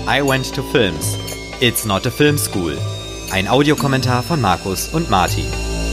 I Went to Films. It's not a film school. Ein Audiokommentar von Markus und Martin.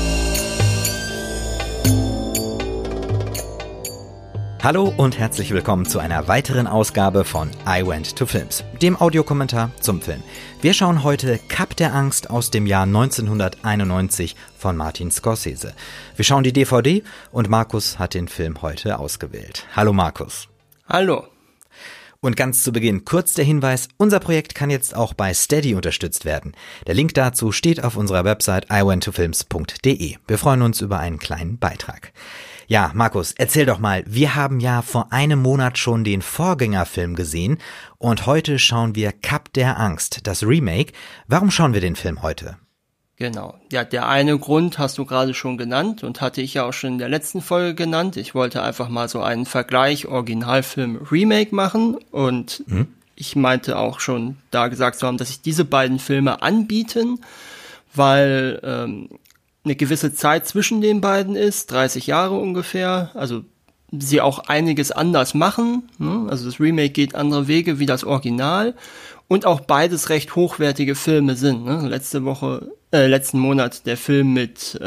Hallo und herzlich willkommen zu einer weiteren Ausgabe von I Went to Films, dem Audiokommentar zum Film. Wir schauen heute Kap der Angst aus dem Jahr 1991 von Martin Scorsese. Wir schauen die DVD und Markus hat den Film heute ausgewählt. Hallo Markus. Hallo. Und ganz zu Beginn kurz der Hinweis, unser Projekt kann jetzt auch bei Steady unterstützt werden. Der Link dazu steht auf unserer Website iwenttofilms.de. Wir freuen uns über einen kleinen Beitrag. Ja, Markus, erzähl doch mal, wir haben ja vor einem Monat schon den Vorgängerfilm gesehen und heute schauen wir Kap der Angst, das Remake. Warum schauen wir den Film heute? Genau. Ja, der eine Grund hast du gerade schon genannt und hatte ich ja auch schon in der letzten Folge genannt. Ich wollte einfach mal so einen Vergleich Originalfilm-Remake machen und ich meinte auch schon da gesagt zu haben, dass sich diese beiden Filme anbieten, weil eine gewisse Zeit zwischen den beiden ist, 30 Jahre ungefähr, also sie auch einiges anders machen, ne? Also das Remake geht andere Wege wie das Original und auch beides recht hochwertige Filme sind, ne? Letzten Monat der Film mit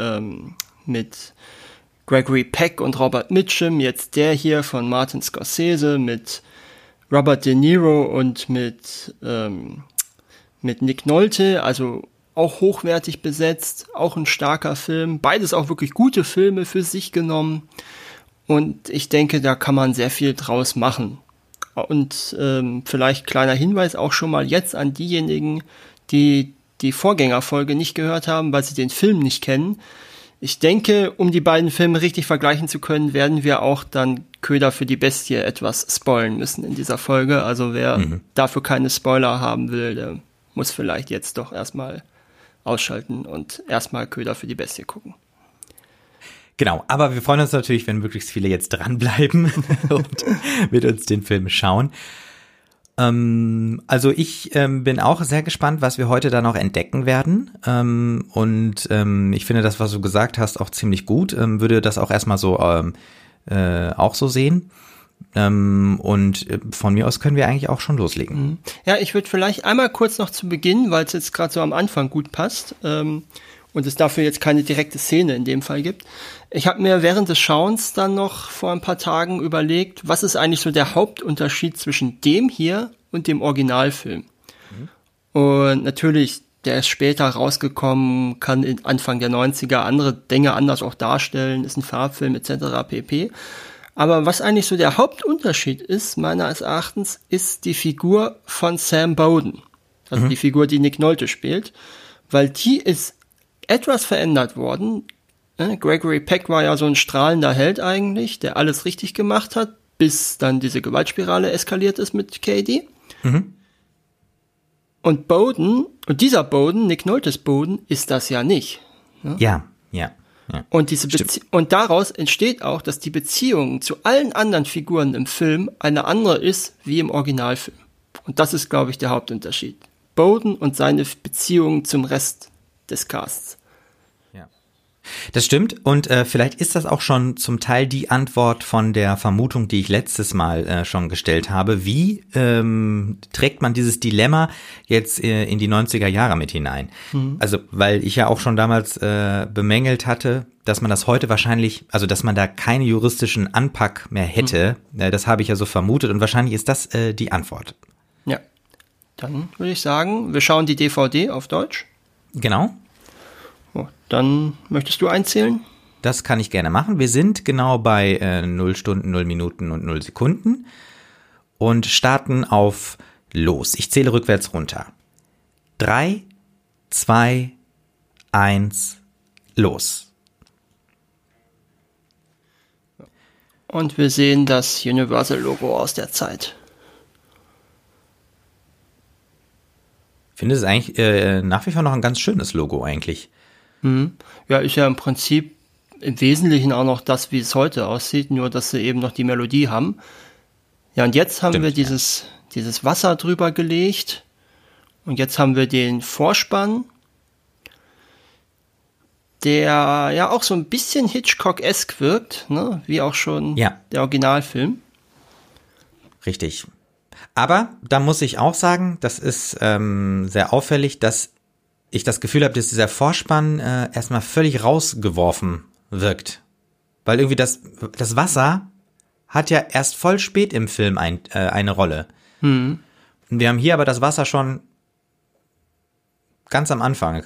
Gregory Peck und Robert Mitchum, jetzt der hier von Martin Scorsese mit Robert De Niro und mit Nick Nolte, also auch hochwertig besetzt, auch ein starker Film, beides auch wirklich gute Filme für sich genommen und ich denke, da kann man sehr viel draus machen. Und vielleicht kleiner Hinweis auch schon mal jetzt an diejenigen, die die Vorgängerfolge nicht gehört haben, weil sie den Film nicht kennen. Ich denke, um die beiden Filme richtig vergleichen zu können, werden wir auch dann Köder für die Bestie etwas spoilern müssen in dieser Folge. Also wer dafür keine Spoiler haben will, der muss vielleicht jetzt doch erstmal ausschalten und erstmal Köder für die Bestie gucken. Genau, aber wir freuen uns natürlich, wenn möglichst viele jetzt dranbleiben und mit uns den Film schauen. Also ich bin auch sehr gespannt, was wir heute da noch entdecken werden. Ich finde das, was du gesagt hast, auch ziemlich gut. Würde das auch erstmal so auch so sehen. Und von mir aus können wir eigentlich auch schon loslegen. Ja, ich würde vielleicht einmal kurz noch zu Beginn, weil es jetzt gerade so am Anfang gut passt und es dafür jetzt keine direkte Szene in dem Fall gibt. Ich habe mir während des Schauens dann noch vor ein paar Tagen überlegt, was ist eigentlich so der Hauptunterschied zwischen dem hier und dem Originalfilm. Und natürlich, der ist später rausgekommen, kann Anfang der 90er andere Dinge anders auch darstellen, ist ein Farbfilm etc. pp. Aber was eigentlich so der Hauptunterschied ist, meines Erachtens, ist die Figur von Sam Bowden. Also die Figur, die Nick Nolte spielt. Weil die ist etwas verändert worden. Gregory Peck war ja so ein strahlender Held eigentlich, der alles richtig gemacht hat, bis dann diese Gewaltspirale eskaliert ist mit Katie. Und Bowden, und dieser Bowden, Nick Noltes Bowden, ist das ja nicht. Ne? Ja. Und und daraus entsteht auch, dass die Beziehung zu allen anderen Figuren im Film eine andere ist wie im Originalfilm. Und das ist, glaube ich, der Hauptunterschied. Bowden und seine Beziehung zum Rest des Casts. Ja. Das stimmt und vielleicht ist das auch schon zum Teil die Antwort von der Vermutung, die ich letztes Mal schon gestellt habe. Wie trägt man dieses Dilemma jetzt in die 90er Jahre mit hinein? Also, weil ich ja auch schon damals bemängelt hatte, dass man das heute wahrscheinlich, also dass man da keine juristischen Anpack mehr hätte. Das habe ich ja so vermutet und wahrscheinlich ist das die Antwort. Ja, dann würde ich sagen, wir schauen die DVD auf Deutsch. Genau. Oh, dann möchtest du einzählen? Das kann ich gerne machen. Wir sind genau bei 0 Stunden, 0 Minuten und 0 Sekunden und starten auf los. Ich zähle rückwärts runter. 3, 2, 1, los. Und wir sehen das Universal-Logo aus der Zeit. Ich finde es eigentlich nach wie vor noch ein ganz schönes Logo eigentlich. Ja, ist ja im Prinzip im Wesentlichen auch noch das, wie es heute aussieht, nur dass sie eben noch die Melodie haben. Ja, und jetzt haben wir dieses Wasser drüber gelegt und jetzt haben wir den Vorspann, der ja auch so ein bisschen Hitchcock-esk wirkt, ne? Wie auch schon der Originalfilm. Richtig. Aber da muss ich auch sagen, das ist sehr auffällig, dass ich das Gefühl habe, dass dieser Vorspann erstmal völlig rausgeworfen wirkt. Weil irgendwie das Wasser hat ja erst voll spät im Film eine Rolle. Und wir haben hier aber das Wasser schon ganz am Anfang.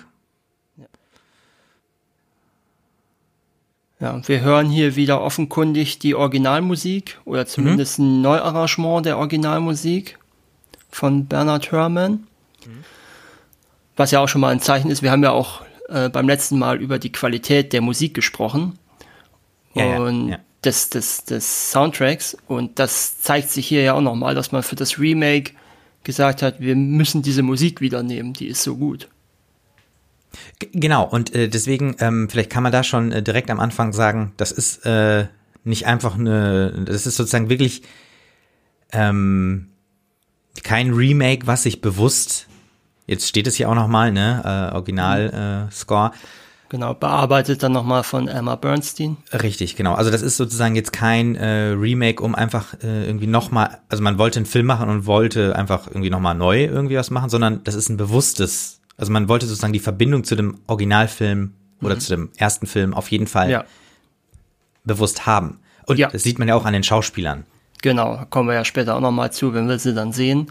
Ja, und wir hören hier wieder offenkundig die Originalmusik oder zumindest ein Neuarrangement der Originalmusik von Bernard Herrmann. Was ja auch schon mal ein Zeichen ist. Wir haben ja auch beim letzten Mal über die Qualität der Musik gesprochen. Und des Soundtracks. Und das zeigt sich hier ja auch nochmal, dass man für das Remake gesagt hat, wir müssen diese Musik wieder nehmen, die ist so gut. Genau, und deswegen, vielleicht kann man da schon direkt am Anfang sagen, das ist nicht einfach das ist sozusagen wirklich kein Remake, was sich bewusst, jetzt steht es hier auch nochmal, ne, Original-Score. Genau, bearbeitet dann nochmal von Elmer Bernstein. Richtig, genau. Also das ist sozusagen jetzt kein Remake, um einfach irgendwie nochmal, also man wollte einen Film machen und wollte einfach irgendwie nochmal neu irgendwie was machen, sondern das ist ein bewusstes, also man wollte sozusagen die Verbindung zu dem Originalfilm oder zu dem ersten Film auf jeden Fall bewusst haben. Und das sieht man ja auch an den Schauspielern. Genau, kommen wir ja später auch nochmal zu, wenn wir sie dann sehen.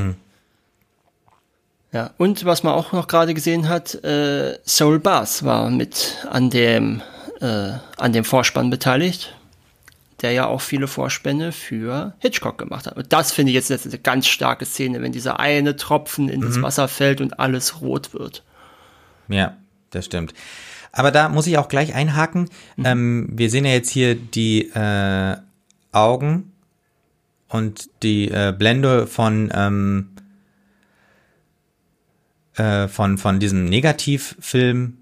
Ja, und was man auch noch gerade gesehen hat, Saul Bass war mit an dem Vorspann beteiligt, der ja auch viele Vorspänne für Hitchcock gemacht hat. Und das finde ich jetzt eine ganz starke Szene, wenn dieser eine Tropfen ins Wasser fällt und alles rot wird. Ja, das stimmt. Aber da muss ich auch gleich einhaken. Wir sehen ja jetzt hier die Augen und die Blende von diesem Negativfilm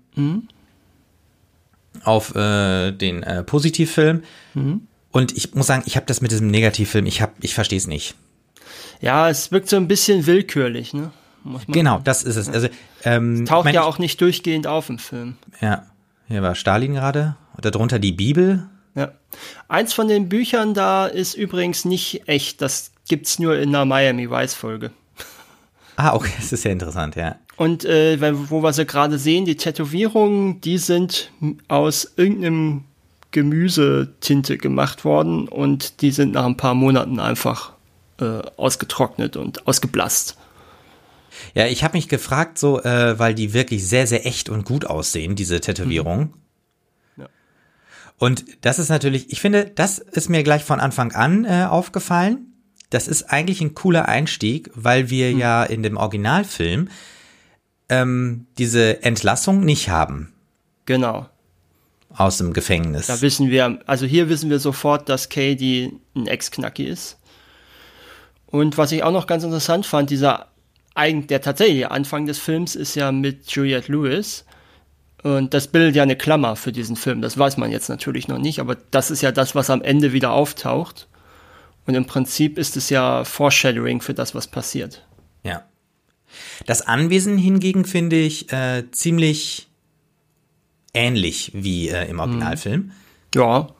auf den Positivfilm. Und ich muss sagen, ich habe das mit diesem Negativfilm, ich verstehe es nicht. Ja, es wirkt so ein bisschen willkürlich, ne? Genau, das ist es. Also, taucht ja auch nicht durchgehend auf im Film. Ja, hier war Stalin gerade. Und darunter die Bibel. Ja. Eins von den Büchern da ist übrigens nicht echt. Das gibt's nur in einer Miami Vice Folge. Ah, okay, das ist ja interessant, ja. Und wo wir sie gerade sehen, die Tätowierungen, die sind aus irgendeinem Gemüsetinte gemacht worden und die sind nach ein paar Monaten einfach ausgetrocknet und ausgeblasst. Ja, ich habe mich gefragt, so, weil die wirklich sehr, sehr echt und gut aussehen, diese Tätowierungen. Ja. Und das ist natürlich, ich finde, das ist mir gleich von Anfang an aufgefallen. Das ist eigentlich ein cooler Einstieg, weil wir ja in dem Originalfilm diese Entlassung nicht haben. Genau. Aus dem Gefängnis. Da wissen wir, also hier wissen wir sofort, dass Cady ein Ex-Knacki ist. Und was ich auch noch ganz interessant fand, der tatsächliche Anfang des Films ist ja mit Juliette Lewis. Und das bildet ja eine Klammer für diesen Film. Das weiß man jetzt natürlich noch nicht, aber das ist ja das, was am Ende wieder auftaucht. Und im Prinzip ist es ja Foreshadowing für das, was passiert. Ja. Das Anwesen hingegen finde ich ziemlich ähnlich wie im Originalfilm. Ja.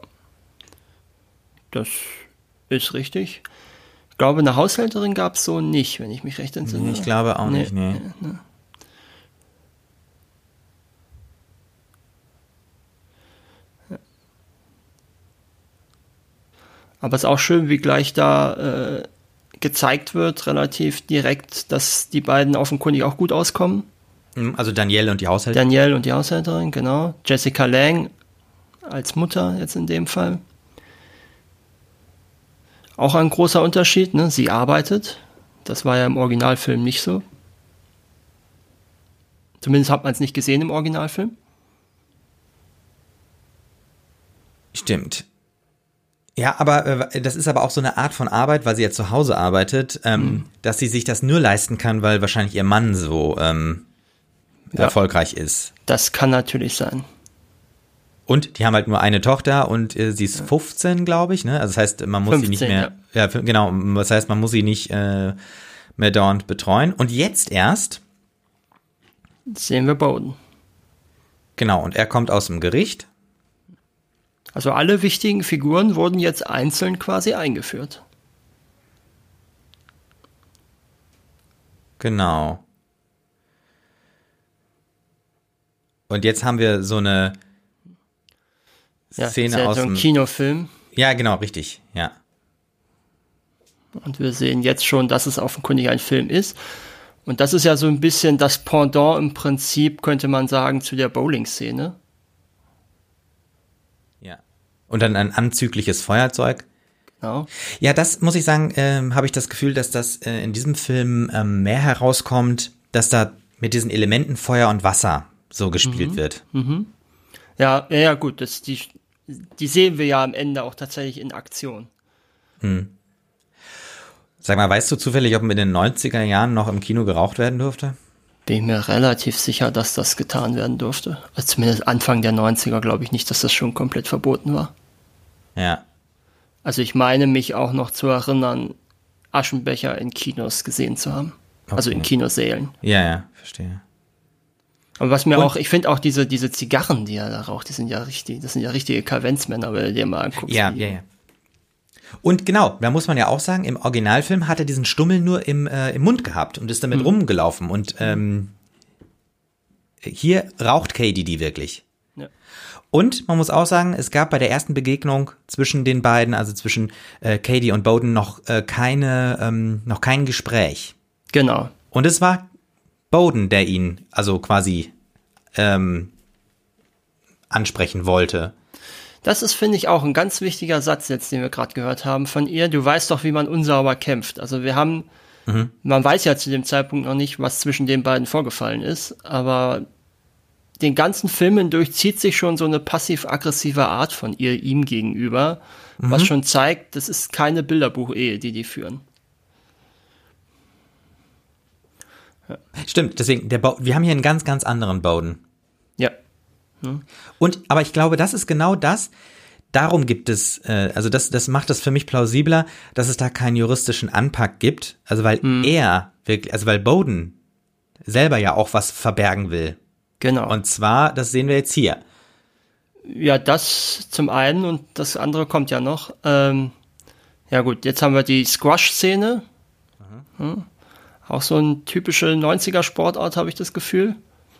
Das ist richtig. Ich glaube, eine Haushälterin gab es so nicht, wenn ich mich recht entsinne. Ich glaube auch nicht, nee. Aber es ist auch schön, wie gleich da gezeigt wird, relativ direkt, dass die beiden offenkundig auch gut auskommen. Also Danielle und die Haushälterin. Danielle und die Haushälterin, genau. Jessica Lange als Mutter jetzt in dem Fall. Auch ein großer Unterschied, ne? Sie arbeitet. Das war ja im Originalfilm nicht so. Zumindest hat man es nicht gesehen im Originalfilm. Stimmt. Ja, aber das ist aber auch so eine Art von Arbeit, weil sie ja zu Hause arbeitet, dass sie sich das nur leisten kann, weil wahrscheinlich ihr Mann so erfolgreich ist. Das kann natürlich sein. Und die haben halt nur eine Tochter und sie ist 15, glaube ich, ne? Also das heißt, man muss 15, sie nicht mehr, ja, genau, das heißt, man muss sie nicht mehr dauernd betreuen. Und jetzt erst sehen wir Bowden. Genau, und er kommt aus dem Gericht. Also alle wichtigen Figuren wurden jetzt einzeln quasi eingeführt. Genau. Und jetzt haben wir so eine Ja, Szene ist ja aus so ein dem... Kinofilm. Ja, genau, richtig, ja. Und wir sehen jetzt schon, dass es offenkundig ein Film ist. Und das ist ja so ein bisschen das Pendant im Prinzip, könnte man sagen, zu der Bowling-Szene. Ja. Und dann ein anzügliches Feuerzeug. Genau. Ja, das muss ich sagen, habe ich das Gefühl, dass das in diesem Film mehr herauskommt, dass da mit diesen Elementen Feuer und Wasser so gespielt wird. Ja, gut, die sehen wir ja am Ende auch tatsächlich in Aktion. Sag mal, weißt du zufällig, ob in den 90er Jahren noch im Kino geraucht werden durfte? Bin ich mir relativ sicher, dass das getan werden durfte. Also zumindest Anfang der 90er glaube ich nicht, dass das schon komplett verboten war. Ja. Also ich meine mich auch noch zu erinnern, Aschenbecher in Kinos gesehen zu haben. Also in Kinosälen. Ja, verstehe. Aber was mir Und- auch, ich finde auch diese Zigarren, die er da raucht, das sind ja richtige Kavenzmänner, wenn du dir mal anguckst. Ja. Und genau, da muss man ja auch sagen, im Originalfilm hat er diesen Stummel nur im Mund gehabt und ist damit rumgelaufen. Und hier raucht Katie die wirklich. Ja. Und man muss auch sagen, es gab bei der ersten Begegnung zwischen den beiden, also zwischen Katie und Bowden, noch kein Gespräch. Genau. Und es war Bowden, der ihn also quasi ansprechen wollte. Das ist, finde ich, auch ein ganz wichtiger Satz jetzt, den wir gerade gehört haben von ihr. Du weißt doch, wie man unsauber kämpft. Also man weiß ja zu dem Zeitpunkt noch nicht, was zwischen den beiden vorgefallen ist, aber den ganzen Film hindurch zieht sich schon so eine passiv-aggressive Art von ihm gegenüber, was schon zeigt, das ist keine Bilderbuch-Ehe, die führen. Stimmt, deswegen, wir haben hier einen ganz, ganz anderen Bowden. Ja. Aber ich glaube, das ist genau das. Darum gibt es, also das macht es für mich plausibler, dass es da keinen juristischen Anpack gibt. Also weil weil Bowden selber ja auch was verbergen will. Genau. Und zwar, das sehen wir jetzt hier. Ja, das zum einen und das andere kommt ja noch. Ja gut, jetzt haben wir die Squash-Szene. Auch so ein typische 90er-Sportart, habe ich das Gefühl.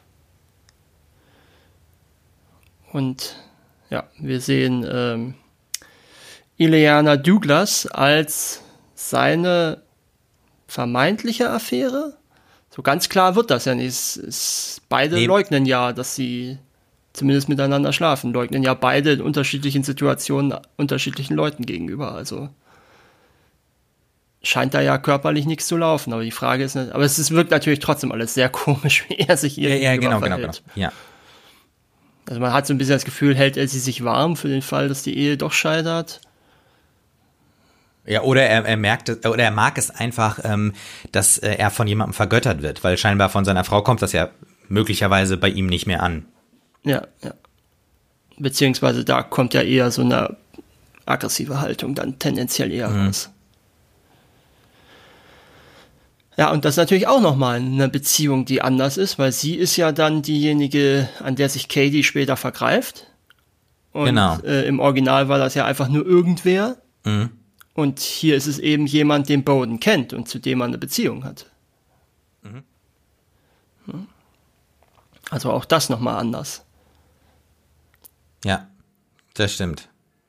Und ja, wir sehen Ileana Douglas als seine vermeintliche Affäre. So ganz klar wird das ja nicht. Beide leugnen ja, dass sie zumindest miteinander schlafen. Leugnen ja beide in unterschiedlichen Situationen unterschiedlichen Leuten gegenüber. Also scheint da ja körperlich nichts zu laufen. Aber die Frage ist, aber es wirkt natürlich trotzdem alles sehr komisch, wie er sich ihr gegenüber verhält. Genau. Ja. Also man hat so ein bisschen das Gefühl, hält er sie sich warm für den Fall, dass die Ehe doch scheitert. Ja, oder er mag es einfach, dass er von jemandem vergöttert wird, weil scheinbar von seiner Frau kommt das ja möglicherweise bei ihm nicht mehr an. Ja. Beziehungsweise da kommt ja eher so eine aggressive Haltung dann tendenziell eher raus. Ja, und das ist natürlich auch nochmal eine Beziehung, die anders ist, weil sie ist ja dann diejenige, an der sich Katie später vergreift. Und genau. Im Original war das ja einfach nur irgendwer. Und hier ist es eben jemand, den Bowden kennt und zu dem man eine Beziehung hat. Also auch das nochmal anders. Ja, das stimmt.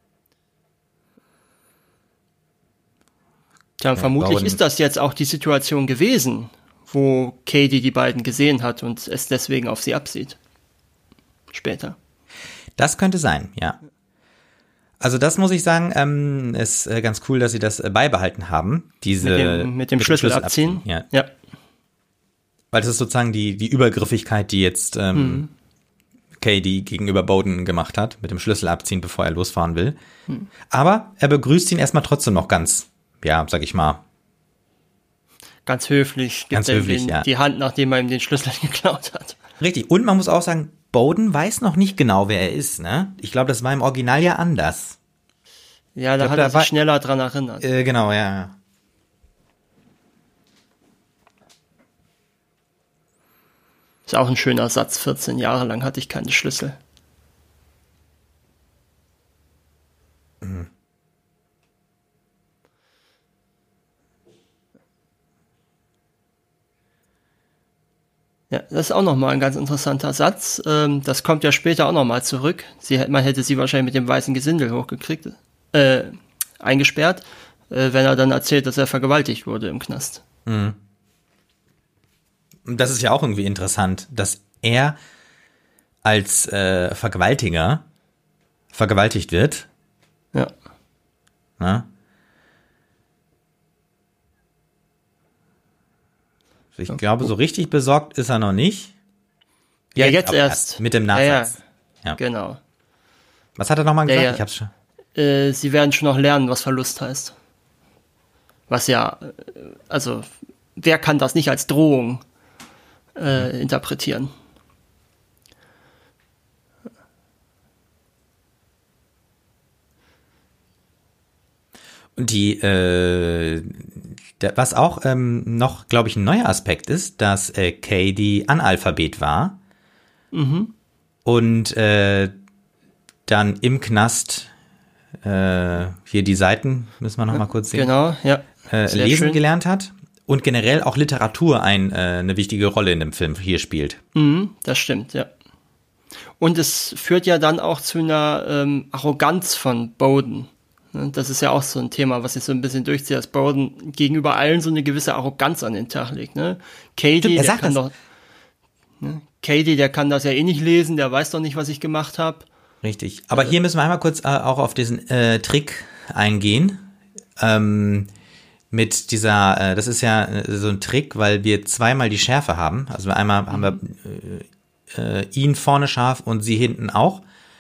Tja, vermutlich ist das jetzt auch die Situation gewesen, wo Katie die beiden gesehen hat und es deswegen auf sie absieht. Später. Das könnte sein, ja. Also das muss ich sagen, ist ganz cool, dass sie das beibehaten haben. Mit dem Schlüssel abziehen. Ja. Ja. Weil das ist sozusagen die Übergriffigkeit, die jetzt Katie gegenüber Bowden gemacht hat, mit dem Schlüssel abziehen, bevor er losfahren will. Aber er begrüßt ihn erstmal trotzdem noch ganz, sag ich mal. Ganz höflich. Ganz höflich, ja. Die Hand, nachdem er ihm den Schlüssel geklaut hat. Richtig. Und man muss auch sagen, Bowden weiß noch nicht genau, wer er ist, ne? Ich glaube, das war im Original ja anders. Ja, hat er sich schneller dran erinnert. Genau, ja. Ist auch ein schöner Satz. 14 Jahre lang hatte ich keine Schlüssel. Ja, das ist auch nochmal ein ganz interessanter Satz. Das kommt ja später auch nochmal zurück. Man hätte sie wahrscheinlich mit dem weißen Gesindel hochgekriegt, eingesperrt, wenn er dann erzählt, dass er vergewaltigt wurde im Knast. Mhm. Und das ist ja auch irgendwie interessant, dass er als Vergewaltiger vergewaltigt wird. Ja. Na? Ich glaube, so richtig besorgt ist er noch nicht. Ja, jetzt erst. Mit dem Nachsatz. Ja. Genau. Was hat er nochmal gesagt? Ja. Ich hab's schon. Sie werden schon noch lernen, was Verlust heißt. Was ja, also, wer kann das nicht als Drohung interpretieren? Und was auch noch, glaube ich, ein neuer Aspekt ist, dass Katie Analphabet war und dann im Knast hier die Seiten, müssen wir noch mal kurz sehen, genau, ja. lesen schön. gelernt hat und generell auch Literatur eine wichtige Rolle in dem Film hier spielt. Das stimmt, ja. Und es führt ja dann auch zu einer Arroganz von Bowden. Das ist ja auch so ein Thema, was sich so ein bisschen durchzieht, dass Bowden gegenüber allen so eine gewisse Arroganz an den Tag legt. Ne? Katie, der kann das ja eh nicht lesen, der weiß doch nicht, was ich gemacht habe. Richtig. Aber hier müssen wir einmal kurz auch auf diesen Trick eingehen. Mit dieser, das ist ja so ein Trick, weil wir zweimal die Schärfe haben. Also einmal haben wir ihn vorne scharf und sie hinten auch.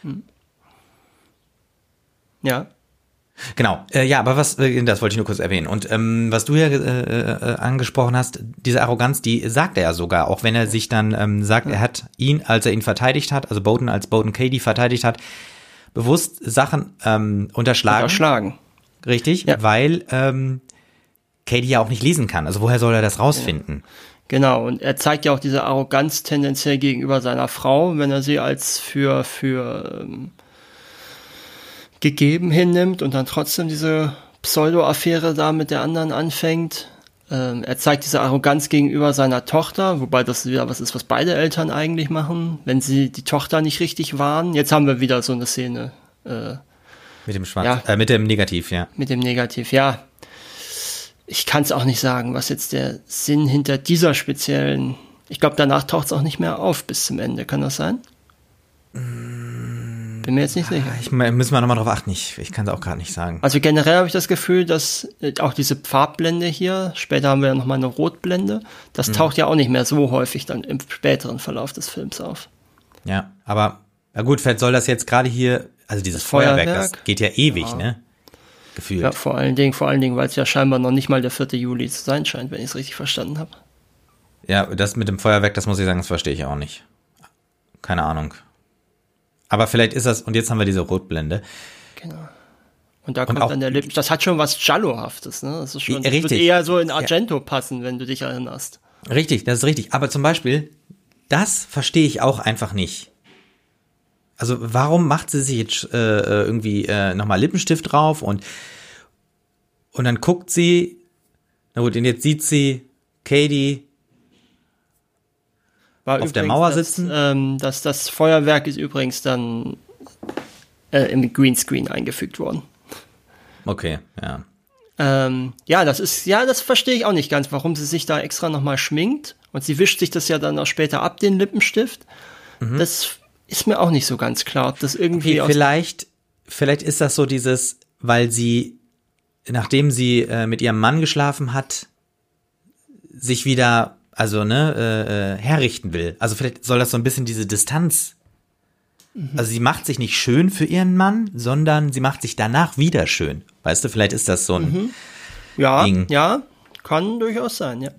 Ja. Genau, ja, aber das wollte ich nur kurz erwähnen. Und was du ja angesprochen hast, diese Arroganz, die sagt er ja sogar, auch wenn er sich dann sagt, er hat ihn, als er ihn verteidigt hat, also Bowden, als Bowden Katie verteidigt hat, bewusst Sachen unterschlagen. Richtig, ja. Weil Katie ja auch nicht lesen kann. Also woher soll er das rausfinden? Ja. Genau, und er zeigt ja auch diese Arroganz tendenziell gegenüber seiner Frau, wenn er sie als für gegeben hinnimmt und dann trotzdem diese Pseudo-Affäre da mit der anderen anfängt. Er zeigt diese Arroganz gegenüber seiner Tochter, wobei das wieder was ist, was beide Eltern eigentlich machen, wenn sie die Tochter nicht richtig warnen. Jetzt haben wir wieder so eine Szene. Mit dem Schwarz, ja. Mit dem Negativ, ja. Mit dem Negativ, ja. Ich kann es auch nicht sagen, was jetzt der Sinn hinter dieser speziellen... Ich glaube, danach taucht es auch nicht mehr auf bis zum Ende. Kann das sein? Bin mir jetzt nicht sicher. Müssen wir nochmal drauf achten. Ich kann es auch gerade nicht sagen. Also generell habe ich das Gefühl, dass auch diese Farbblende hier, später haben wir ja nochmal eine Rotblende, das taucht ja auch nicht mehr so häufig dann im späteren Verlauf des Films auf. Ja, aber na gut, vielleicht soll das jetzt gerade hier, also dieses Feuerwerk, das geht ja ewig, ja. Ne? Gefühlt. Ja, vor allen Dingen, weil es ja scheinbar noch nicht mal der 4. Juli zu sein scheint, wenn ich es richtig verstanden habe. Ja, das mit dem Feuerwerk, das muss ich sagen, das verstehe ich auch nicht. Keine Ahnung. Aber vielleicht ist das, und jetzt haben wir diese Rotblende. Genau. Und da kommt dann der Lippen. Das hat schon was Giallo-haftes, ne? Das ist schon, das richtig. Wird eher so in Argento passen, wenn du dich erinnerst. Richtig, das ist richtig. Aber zum Beispiel, das verstehe ich auch einfach nicht. Also warum macht sie sich jetzt irgendwie nochmal Lippenstift drauf und dann guckt sie, na gut, und jetzt sieht sie Katie auf der Mauer sitzen. Das Feuerwerk ist übrigens dann im Greenscreen eingefügt worden. Okay, ja. Das verstehe ich auch nicht ganz, warum sie sich da extra nochmal schminkt. Und sie wischt sich das ja dann auch später ab, den Lippenstift. Das ist mir auch nicht so ganz klar, ob das irgendwie... Okay, vielleicht ist das so dieses, weil sie, nachdem sie mit ihrem Mann geschlafen hat, sich wieder, herrichten will. Also vielleicht soll das so ein bisschen diese Distanz. Also sie macht sich nicht schön für ihren Mann, sondern sie macht sich danach wieder schön. Weißt du, vielleicht ist das so ein Ding. Ja, kann durchaus sein, ja.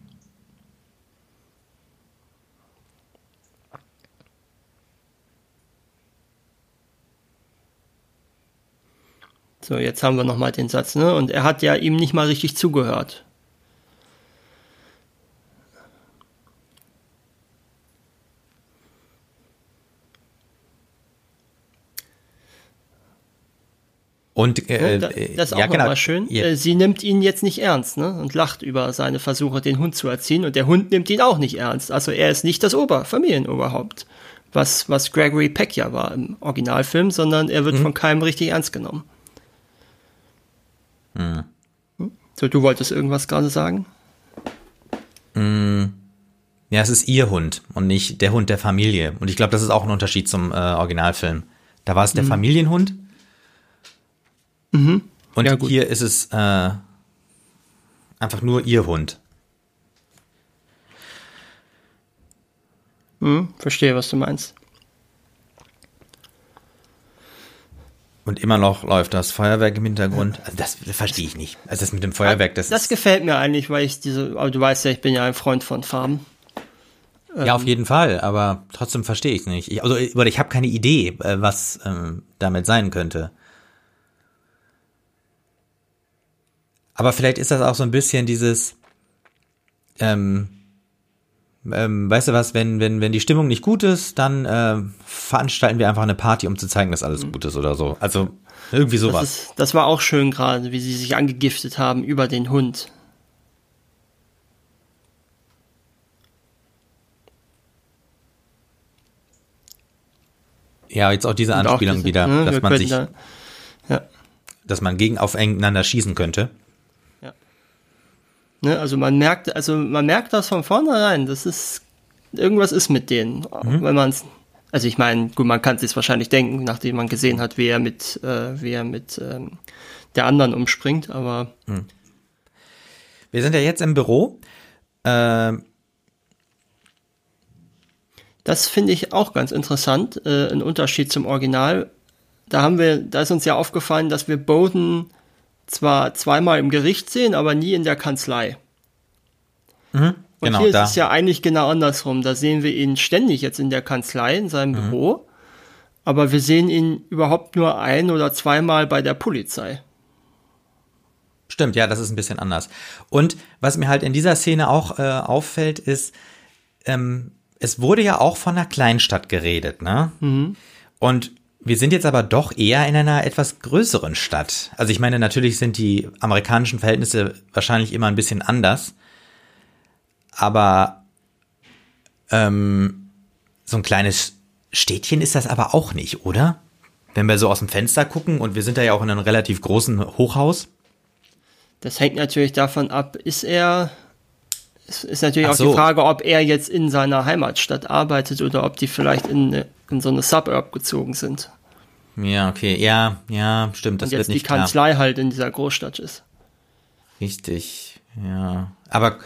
So, jetzt haben wir nochmal den Satz, ne? Und er hat ja ihm nicht mal richtig zugehört. Und Das ist auch genau. nochmal schön. Ja. Sie nimmt ihn jetzt nicht ernst, ne? Und lacht über seine Versuche, den Hund zu erziehen. Und der Hund nimmt ihn auch nicht ernst. Also er ist nicht das Familienoberhaupt, was Gregory Peck ja war im Originalfilm, sondern er wird von keinem richtig ernst genommen. So, du wolltest irgendwas gerade sagen? Ja, es ist ihr Hund und nicht der Hund der Familie. Und ich glaube, das ist auch ein Unterschied zum Originalfilm. Da war es der Familienhund. Und Ja, gut. hier ist es einfach nur ihr Hund. Verstehe, was du meinst. Und immer noch läuft das Feuerwerk im Hintergrund. Also das verstehe ich nicht. Also das mit dem Feuerwerk, Das gefällt mir eigentlich, weil aber du weißt ja, ich bin ja ein Freund von Farben. Ja, auf jeden Fall, aber trotzdem verstehe ich es nicht. Ich habe keine Idee, was damit sein könnte. Aber vielleicht ist das auch so ein bisschen dieses, weißt du was, wenn die Stimmung nicht gut ist, dann veranstalten wir einfach eine Party, um zu zeigen, dass alles gut ist oder so. Also irgendwie sowas. Das war auch schön gerade, wie sie sich angegiftet haben über den Hund. Ja, jetzt auch diese Und Anspielung auch wieder, ne, dass man sich, ja. dass man aufeinander schießen könnte. Ne, also man merkt das von vornherein, irgendwas ist mit denen, wenn man es, also ich meine, gut, man kann es sich wahrscheinlich denken, nachdem man gesehen hat, wie er mit der anderen umspringt, aber Wir sind ja jetzt im Büro. das finde ich auch ganz interessant, ein Unterschied zum Original. Da ist uns ja aufgefallen, dass wir Bowden zwar zweimal im Gericht sehen, aber nie in der Kanzlei. Und Genau, hier da. ist es ja eigentlich genau andersrum. Da sehen wir ihn ständig jetzt in der Kanzlei, in seinem Büro, aber wir sehen ihn überhaupt nur ein- oder zweimal bei der Polizei. Stimmt, ja, das ist ein bisschen anders. Und was mir halt in dieser Szene auch auffällt, ist, es wurde ja auch von einer Kleinstadt geredet, ne? Und wir sind jetzt aber doch eher in einer etwas größeren Stadt. Also ich meine, natürlich sind die amerikanischen Verhältnisse wahrscheinlich immer ein bisschen anders. Aber so ein kleines Städtchen ist das aber auch nicht, oder? Wenn wir so aus dem Fenster gucken und wir sind da ja auch in einem relativ großen Hochhaus. Das hängt natürlich davon ab, es ist natürlich Ach auch so. die Frage, ob er jetzt in seiner Heimatstadt arbeitet oder ob die vielleicht in so eine Suburb gezogen sind. Ja, okay, ja, stimmt, das Und wird jetzt die nicht klar. Kanzlei halt in dieser Großstadt ist. Richtig, ja. Aber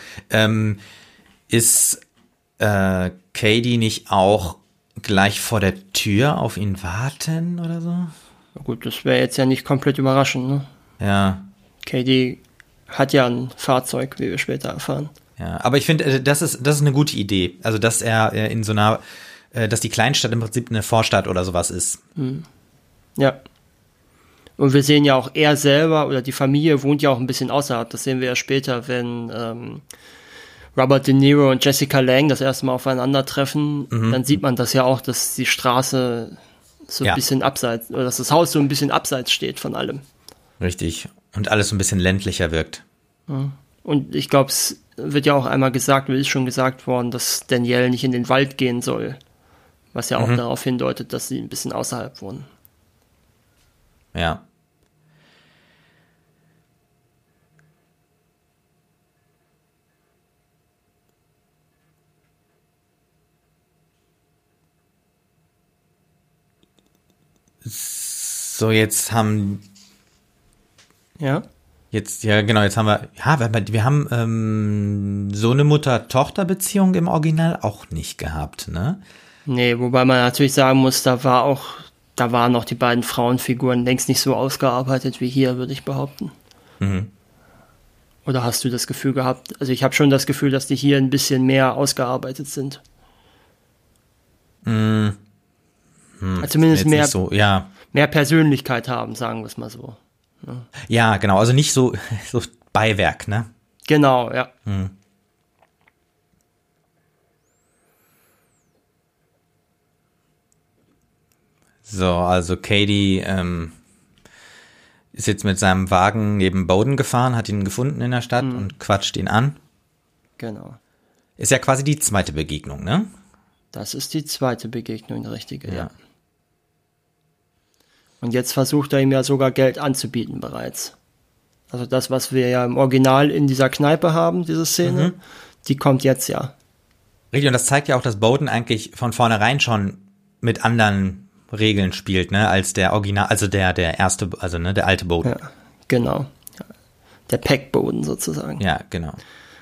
ist Katie nicht auch gleich vor der Tür auf ihn warten oder so? Na gut, das wäre jetzt ja nicht komplett überraschend, ne? Ja, Katie hat ja ein Fahrzeug, wie wir später erfahren. ja. Aber ich finde, das ist eine gute Idee. Also, dass er in so einer, dass die Kleinstadt im Prinzip eine Vorstadt oder sowas ist. Ja. Und wir sehen ja auch, er selber oder die Familie wohnt ja auch ein bisschen außerhalb. Das sehen wir ja später, wenn Robert De Niro und Jessica Lange das erste Mal aufeinandertreffen. Dann sieht man das ja auch, dass die Straße so ein bisschen abseits, oder dass das Haus so ein bisschen abseits steht von allem. Richtig. Und alles so ein bisschen ländlicher wirkt. Und ich glaube, es wird ja auch einmal gesagt, oder ist schon gesagt worden, dass Danielle nicht in den Wald gehen soll. Was ja auch darauf hindeutet, dass sie ein bisschen außerhalb wohnen. Ja. So, jetzt haben Ja. Jetzt haben wir haben so eine Mutter-Tochter-Beziehung im Original auch nicht gehabt, ne? Nee, wobei man natürlich sagen muss, da waren noch die beiden Frauenfiguren längst nicht so ausgearbeitet wie hier, würde ich behaupten. Oder hast du das Gefühl gehabt? Also ich habe schon das Gefühl, dass die hier ein bisschen mehr ausgearbeitet sind. Also zumindest Jetzt nicht so, ja. mehr Persönlichkeit haben, sagen wir es mal so. Ja, genau, also nicht so Beiwerk, ne? Genau, ja. So, also Katie ist jetzt mit seinem Wagen neben Bowden gefahren, hat ihn gefunden in der Stadt und quatscht ihn an. Genau. Ist ja quasi die zweite Begegnung, ne? Das ist die zweite Begegnung, die richtige, ja. Und jetzt versucht er ihm ja sogar Geld anzubieten bereits. Also das, was wir ja im Original in dieser Kneipe haben, diese Szene, die kommt jetzt ja. Richtig, und das zeigt ja auch, dass Bowden eigentlich von vornherein schon mit anderen Regeln spielt, ne, als der Original, also der erste, also ne, der alte Bowden. Ja, genau. Der Pack-Bowden sozusagen. Ja, genau.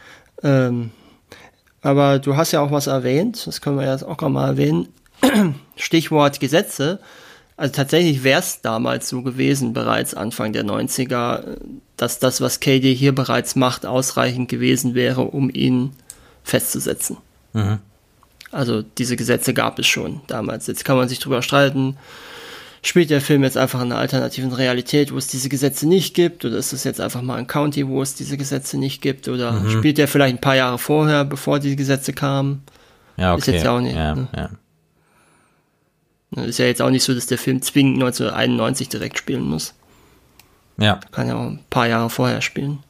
Aber du hast ja auch was erwähnt, das können wir jetzt auch noch mal erwähnen. Stichwort Gesetze. Also tatsächlich wäre es damals so gewesen, bereits Anfang der 90er, dass das, was Cady hier bereits macht, ausreichend gewesen wäre, um ihn festzusetzen. Also diese Gesetze gab es schon damals. Jetzt kann man sich drüber streiten, spielt der Film jetzt einfach in einer alternativen Realität, wo es diese Gesetze nicht gibt, oder ist es jetzt einfach mal ein County, wo es diese Gesetze nicht gibt, oder spielt der vielleicht ein paar Jahre vorher, bevor die Gesetze kamen? Ja, okay. Ist jetzt ja auch nicht. Ja. Ist ja jetzt auch nicht so, dass der Film zwingend 1991 direkt spielen muss. Ja. Kann ja auch ein paar Jahre vorher spielen.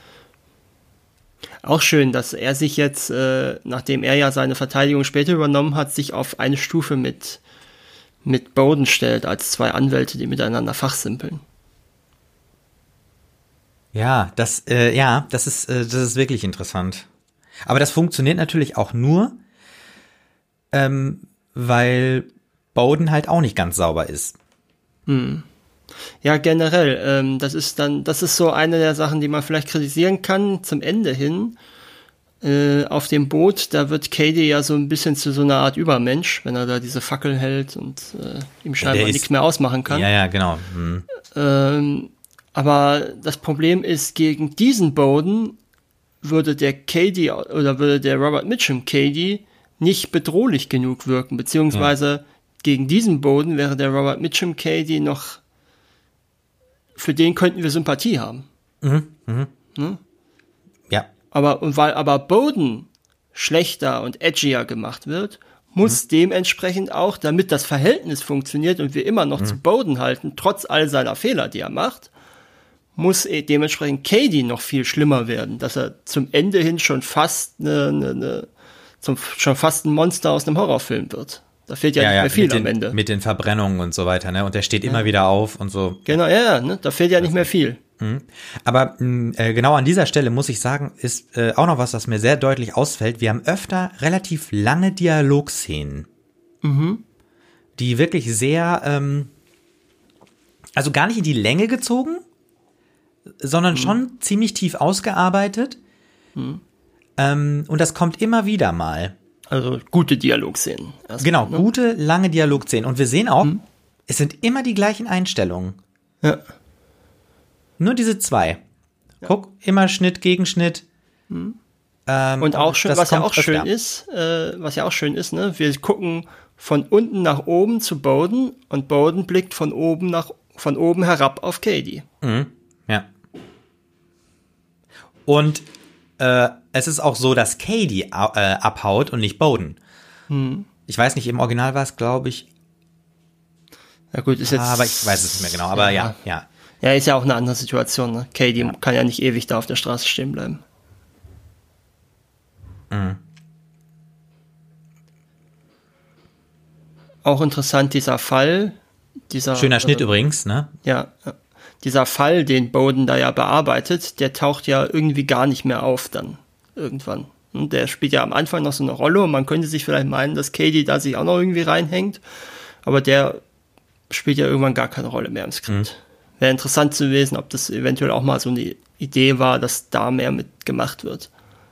Auch schön, dass er sich jetzt, nachdem er ja seine Verteidigung später übernommen hat, sich auf eine Stufe mit Bowden stellt, als zwei Anwälte, die miteinander fachsimpeln. Ja, das ist wirklich interessant. Aber das funktioniert natürlich auch nur, weil Bowden halt auch nicht ganz sauber ist. Ja, generell, das ist so eine der Sachen, die man vielleicht kritisieren kann zum Ende hin. Auf dem Boot, da wird Cady ja so ein bisschen zu so einer Art Übermensch, wenn er da diese Fackel hält und ihm scheinbar nichts mehr ausmachen kann. Ja, genau. Aber das Problem ist, gegen diesen Bowden würde der Robert Mitchum Cady nicht bedrohlich genug wirken, beziehungsweise gegen diesen Bowden wäre der Robert Mitchum Cady noch, für den könnten wir Sympathie haben. Ne? Ja. Weil aber Bowden schlechter und edgier gemacht wird, muss dementsprechend auch, damit das Verhältnis funktioniert und wir immer noch zu Bowden halten, trotz all seiner Fehler, die er macht, muss dementsprechend Cady noch viel schlimmer werden, dass er zum Ende hin schon fast schon fast ein Monster aus einem Horrorfilm wird. Da fehlt ja nicht mehr viel am Ende. Mit den Verbrennungen und so weiter, ne? Und der steht immer wieder auf und so. Genau, ne? Da fehlt ja nicht mehr viel. Aber genau an dieser Stelle muss ich sagen, ist auch noch was mir sehr deutlich ausfällt. Wir haben öfter relativ lange Dialogszenen, die wirklich sehr, also gar nicht in die Länge gezogen, sondern schon ziemlich tief ausgearbeitet. Und das kommt immer wieder mal. Also gute Dialogszenen. Genau, gute, lange Dialogszenen. Und wir sehen auch, es sind immer die gleichen Einstellungen. Ja. Nur diese zwei. Guck, immer Schnitt gegen Schnitt. Und auch schön, was ja auch schön ist, ne? Wir gucken von unten nach oben zu Bowden und Bowden blickt von oben herab auf Cady. Ja. Und es ist auch so, dass Cady abhaut und nicht Bowden. Ich weiß nicht, im Original war es, glaube ich. Ja gut, ist jetzt. Aber ich weiß es nicht mehr genau, aber ja. Ja, ist ja auch eine andere Situation, ne? Cady kann ja nicht ewig da auf der Straße stehen bleiben. Auch interessant, dieser Fall. Schöner Schnitt übrigens, ne? Ja. Dieser Fall, den Bowden da ja bearbeitet, der taucht ja irgendwie gar nicht mehr auf dann irgendwann. Und der spielt ja am Anfang noch so eine Rolle und man könnte sich vielleicht meinen, dass Cady da sich auch noch irgendwie reinhängt, aber der spielt ja irgendwann gar keine Rolle mehr im Skript. Wäre interessant zu wissen, ob das eventuell auch mal so eine Idee war, dass da mehr mit gemacht wird.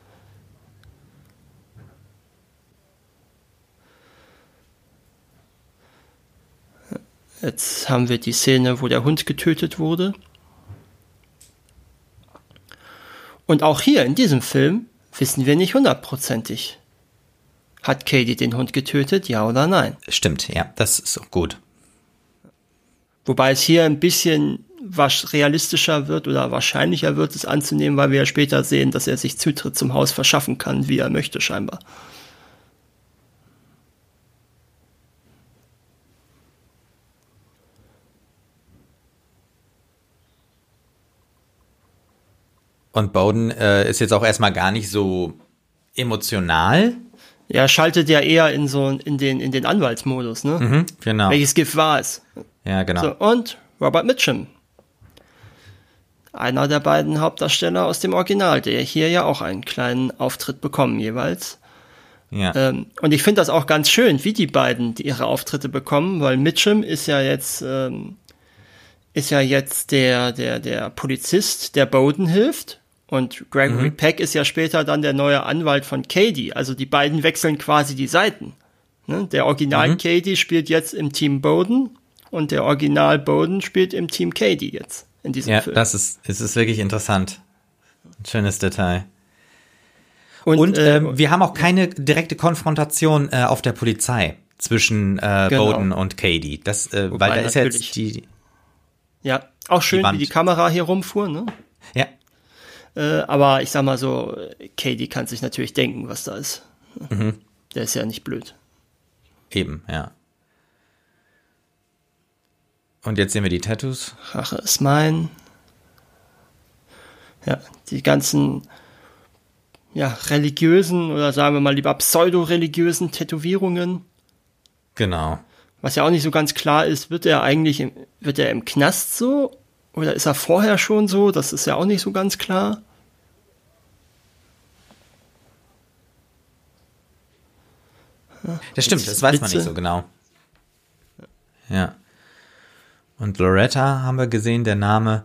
Jetzt haben wir die Szene, wo der Hund getötet wurde. Und auch hier in diesem Film wissen wir nicht hundertprozentig. Hat Cady den Hund getötet, ja oder nein? Stimmt, ja, das ist auch gut. Wobei es hier ein bisschen realistischer wird oder wahrscheinlicher wird, es anzunehmen, weil wir ja später sehen, dass er sich Zutritt zum Haus verschaffen kann, wie er möchte scheinbar. Und Bowden ist jetzt auch erstmal gar nicht so emotional. Ja, schaltet ja eher in den Anwaltsmodus, ne? Mhm, genau. Welches Gift war es? Ja, genau. So, und Robert Mitchum. Einer der beiden Hauptdarsteller aus dem Original, der hier ja auch einen kleinen Auftritt bekommen jeweils. Ja. Und ich finde das auch ganz schön, wie die beiden ihre Auftritte bekommen, weil Mitchum ist ja jetzt der Polizist, der Bowden hilft. Und Gregory Peck ist ja später dann der neue Anwalt von Cady. Also die beiden wechseln quasi die Seiten. Ne? Der Original Cady spielt jetzt im Team Bowden und der Original Bowden spielt im Team Cady jetzt in diesem Film. Ja, es ist wirklich interessant. Ein schönes Detail. Und wir haben auch keine direkte Konfrontation auf der Polizei zwischen Bowden und Cady. Das, weil da ist jetzt die... Ja, auch schön, wie die Kamera hier rumfuhr, ne? Ja. Aber ich sag mal so, Cady kann sich natürlich denken, was da ist. Der ist ja nicht blöd. Eben, ja. Und jetzt sehen wir die Tattoos. Rache ist mein. Ja, die ganzen religiösen oder sagen wir mal lieber pseudo-religiösen Tätowierungen. Genau. Was ja auch nicht so ganz klar ist, wird er im Knast so? Oder ist er vorher schon so? Das ist ja auch nicht so ganz klar. Das stimmt, das weiß man nicht so genau. Ja. Und Loretta haben wir gesehen, der Name.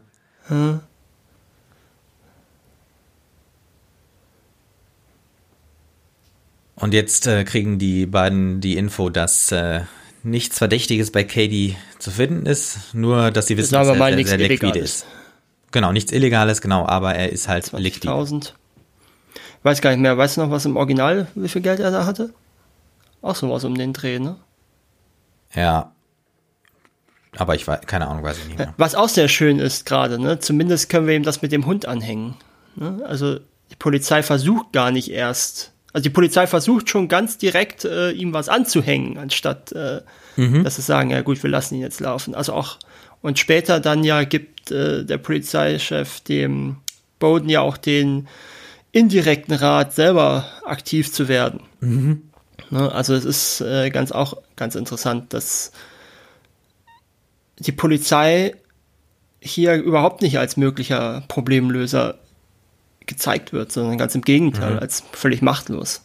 Und jetzt kriegen die beiden die Info, dass nichts Verdächtiges bei Cady zu finden ist, nur dass sie wissen, dass er sehr liquide ist. Genau, nichts Illegales, genau, aber er ist halt liquide. 20.000. Weiß gar nicht mehr, weißt du noch, was im Original, wie viel Geld er da hatte? Auch sowas um den Dreh, ne? Ja. Aber ich weiß, keine Ahnung, weiß ich nicht mehr. Was auch sehr schön ist gerade, ne? Zumindest können wir ihm das mit dem Hund anhängen. Ne? Also die Polizei versucht gar nicht erst. Also die Polizei versucht schon ganz direkt, ihm was anzuhängen, anstatt dass sie sagen, ja gut, wir lassen ihn jetzt laufen. Also auch, und später dann ja gibt der Polizeichef dem Bowden ja auch den indirekten Rat, selber aktiv zu werden. Ne? Also es ist ganz interessant, dass die Polizei hier überhaupt nicht als möglicher Problemlöser gezeigt wird, sondern ganz im Gegenteil, als völlig machtlos.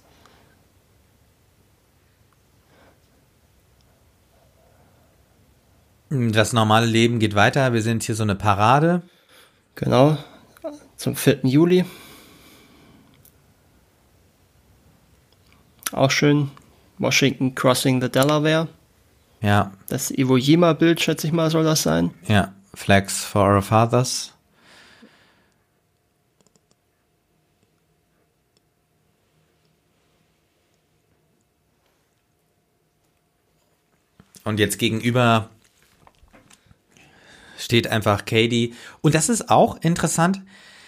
Das normale Leben geht weiter. Wir sind hier so eine Parade. Genau, zum 4. Juli. Auch schön. Washington Crossing the Delaware. Ja. Das Iwo Jima-Bild, schätze ich mal, soll das sein. Ja, Flags for Our Fathers. Und jetzt gegenüber steht einfach Cady. Und das ist auch interessant.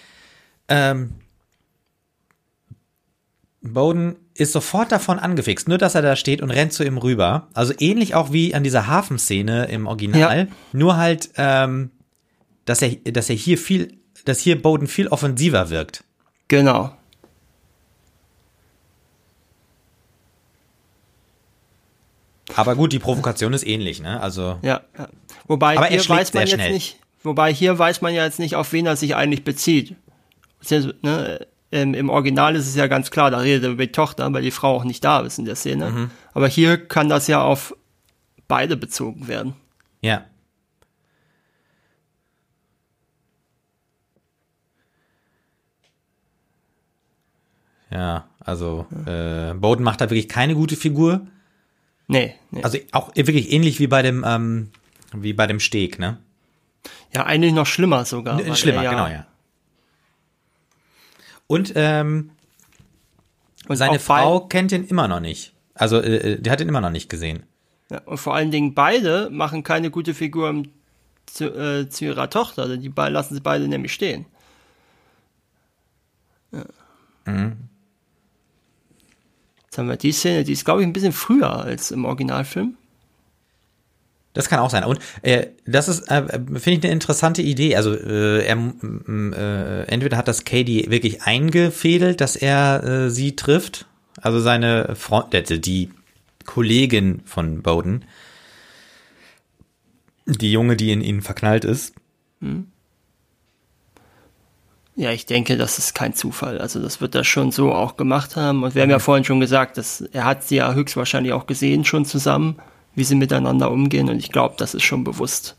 Bowden ist sofort davon angefixt, nur dass er da steht und rennt zu ihm rüber. Also ähnlich auch wie an dieser Hafenszene im Original. Ja. Nur halt, dass hier Bowden viel offensiver wirkt. Genau. Aber gut, die Provokation ist ähnlich, ne? Also. Ja. Wobei hier weiß man jetzt nicht. Wobei hier weiß man ja jetzt nicht, auf wen er sich eigentlich bezieht. Ne? Im Original ist es ja ganz klar, da redet er über die Tochter, weil die Frau auch nicht da ist in der Szene. Aber hier kann das ja auf beide bezogen werden. Ja. Ja, also Bowden macht da wirklich keine gute Figur. Nee. Also auch wirklich ähnlich wie bei dem Steg, ne? Ja, eigentlich noch schlimmer sogar. Schlimmer, genau, ja. Und seine Frau kennt ihn immer noch nicht. Also, die hat ihn immer noch nicht gesehen. Ja, und vor allen Dingen beide machen keine gute Figur zu ihrer Tochter. Also die lassen sie beide nämlich stehen. Ja. Jetzt haben wir die Szene, die ist, glaube ich, ein bisschen früher als im Originalfilm. Das kann auch sein. Und das ist, finde ich, eine interessante Idee. Also entweder hat das Katie wirklich eingefädelt, dass er sie trifft, also seine Freundin, die Kollegin von Bowden, die Junge, die in ihn verknallt ist. Ja, ich denke, das ist kein Zufall. Also das wird er schon so auch gemacht haben. Und wir haben ja vorhin schon gesagt, dass er hat sie ja höchstwahrscheinlich auch gesehen schon zusammen, wie sie miteinander umgehen. Und ich glaube, das ist schon bewusst.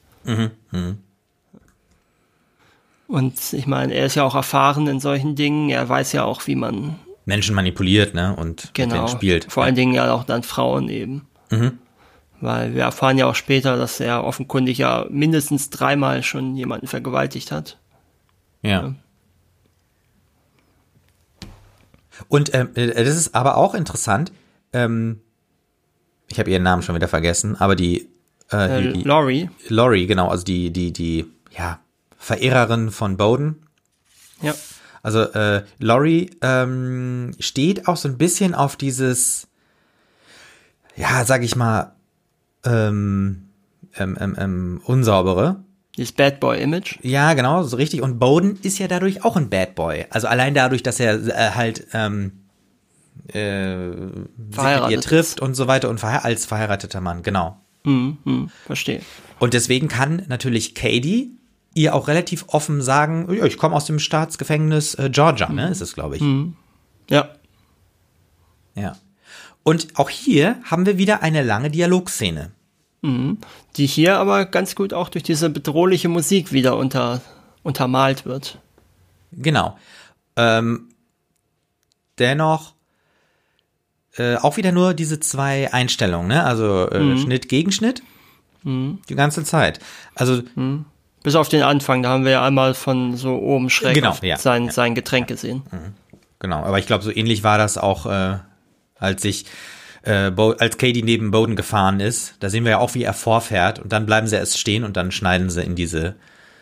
Und ich meine, er ist ja auch erfahren in solchen Dingen. Er weiß ja auch, wie man Menschen manipuliert, ne? Und mit denen spielt. Vor allen Dingen ja auch dann Frauen eben. Weil wir erfahren ja auch später, dass er offenkundig ja mindestens 3-mal schon jemanden vergewaltigt hat. Ja. Und das ist aber auch interessant. Ich habe ihren Namen schon wieder vergessen, aber die Laurie. Laurie, genau, also die Verehrerin von Bowden. Ja. Also Laurie steht auch so ein bisschen auf dieses, ja, sag ich mal, unsaubere. Dieses Bad Boy Image. Ja, genau, so richtig. Und Bowden ist ja dadurch auch ein Bad Boy. Also allein dadurch, dass er halt sich mit ihr trifft und so weiter und als verheirateter Mann, genau. Verstehe. Und deswegen kann natürlich Katie ihr auch relativ offen sagen, ja, ich komme aus dem Staatsgefängnis Georgia, ne, ist es, glaube ich. Ja. Ja. Und auch hier haben wir wieder eine lange Dialogszene. Die hier aber ganz gut auch durch diese bedrohliche Musik wieder untermalt wird. Genau. Dennoch auch wieder nur diese 2 Einstellungen, ne? Also Schnitt gegen Schnitt. Die ganze Zeit. Also bis auf den Anfang, da haben wir ja einmal von so oben schräg auf sein Getränk gesehen. Genau, aber ich glaube, so ähnlich war das auch, als Katie neben Bowden gefahren ist. Da sehen wir ja auch, wie er vorfährt und dann bleiben sie erst stehen und dann schneiden sie in diese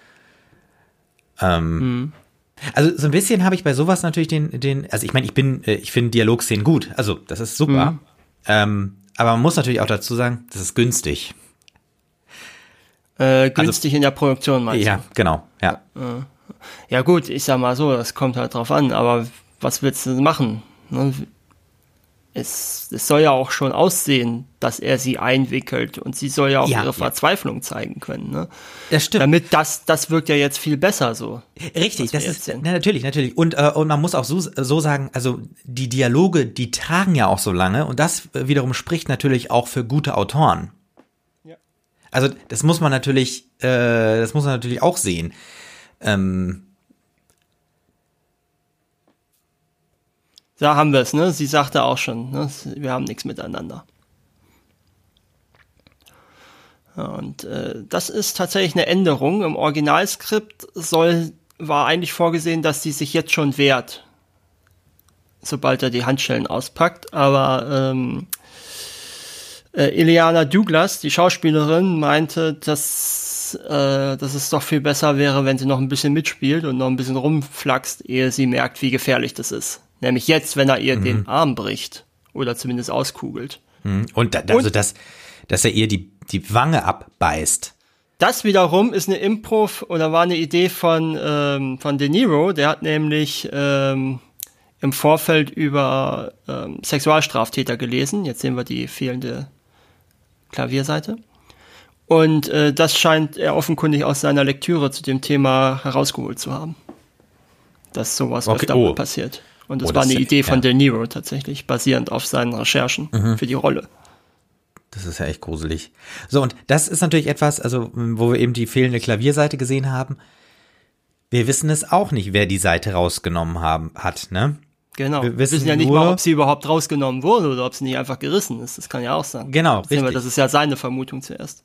Also so ein bisschen habe ich bei sowas natürlich also ich meine, ich finde Dialogszenen gut, also das ist super, aber man muss natürlich auch dazu sagen, das ist günstig. Günstig in der Produktion, meinst du? Ja, genau, ja. Ja gut, ich sag mal so, das kommt halt drauf an, aber was willst du machen? Ne? Es soll ja auch schon aussehen, dass er sie einwickelt und sie soll ja auch ihre Verzweiflung zeigen können. Ne? Das stimmt. Damit das wirkt ja jetzt viel besser so. Richtig, das ist natürlich. Und man muss auch so sagen, also die Dialoge, die tragen ja auch so lange und das wiederum spricht natürlich auch für gute Autoren. Ja. Also das muss man natürlich auch sehen. Da haben wir es, ne? Sie sagte auch schon, ne? Wir haben nichts miteinander. Und das ist tatsächlich eine Änderung. Im Originalskript war eigentlich vorgesehen, dass sie sich jetzt schon wehrt, sobald er die Handschellen auspackt. Aber Illeana Douglas, die Schauspielerin, meinte, dass es doch viel besser wäre, wenn sie noch ein bisschen mitspielt und noch ein bisschen rumflaxt, ehe sie merkt, wie gefährlich das ist. Nämlich jetzt, wenn er ihr den Arm bricht oder zumindest auskugelt. Und dass er ihr die Wange abbeißt. Das wiederum ist eine war eine Idee von De Niro. Der hat nämlich im Vorfeld über Sexualstraftäter gelesen. Jetzt sehen wir die fehlende Klavierseite. Und das scheint er offenkundig aus seiner Lektüre zu dem Thema herausgeholt zu haben. Dass sowas öfter mal passiert. Und das war eine Idee von De Niro tatsächlich, basierend auf seinen Recherchen für die Rolle. Das ist ja echt gruselig. So, und das ist natürlich etwas, also wo wir eben die fehlende Klavierseite gesehen haben. Wir wissen es auch nicht, wer die Seite rausgenommen hat, ne? Genau. Wir wissen ja nicht mal, ob sie überhaupt rausgenommen wurde oder ob sie nicht einfach gerissen ist. Das kann ja auch sein. Genau, richtig. Das ist ja seine Vermutung zuerst.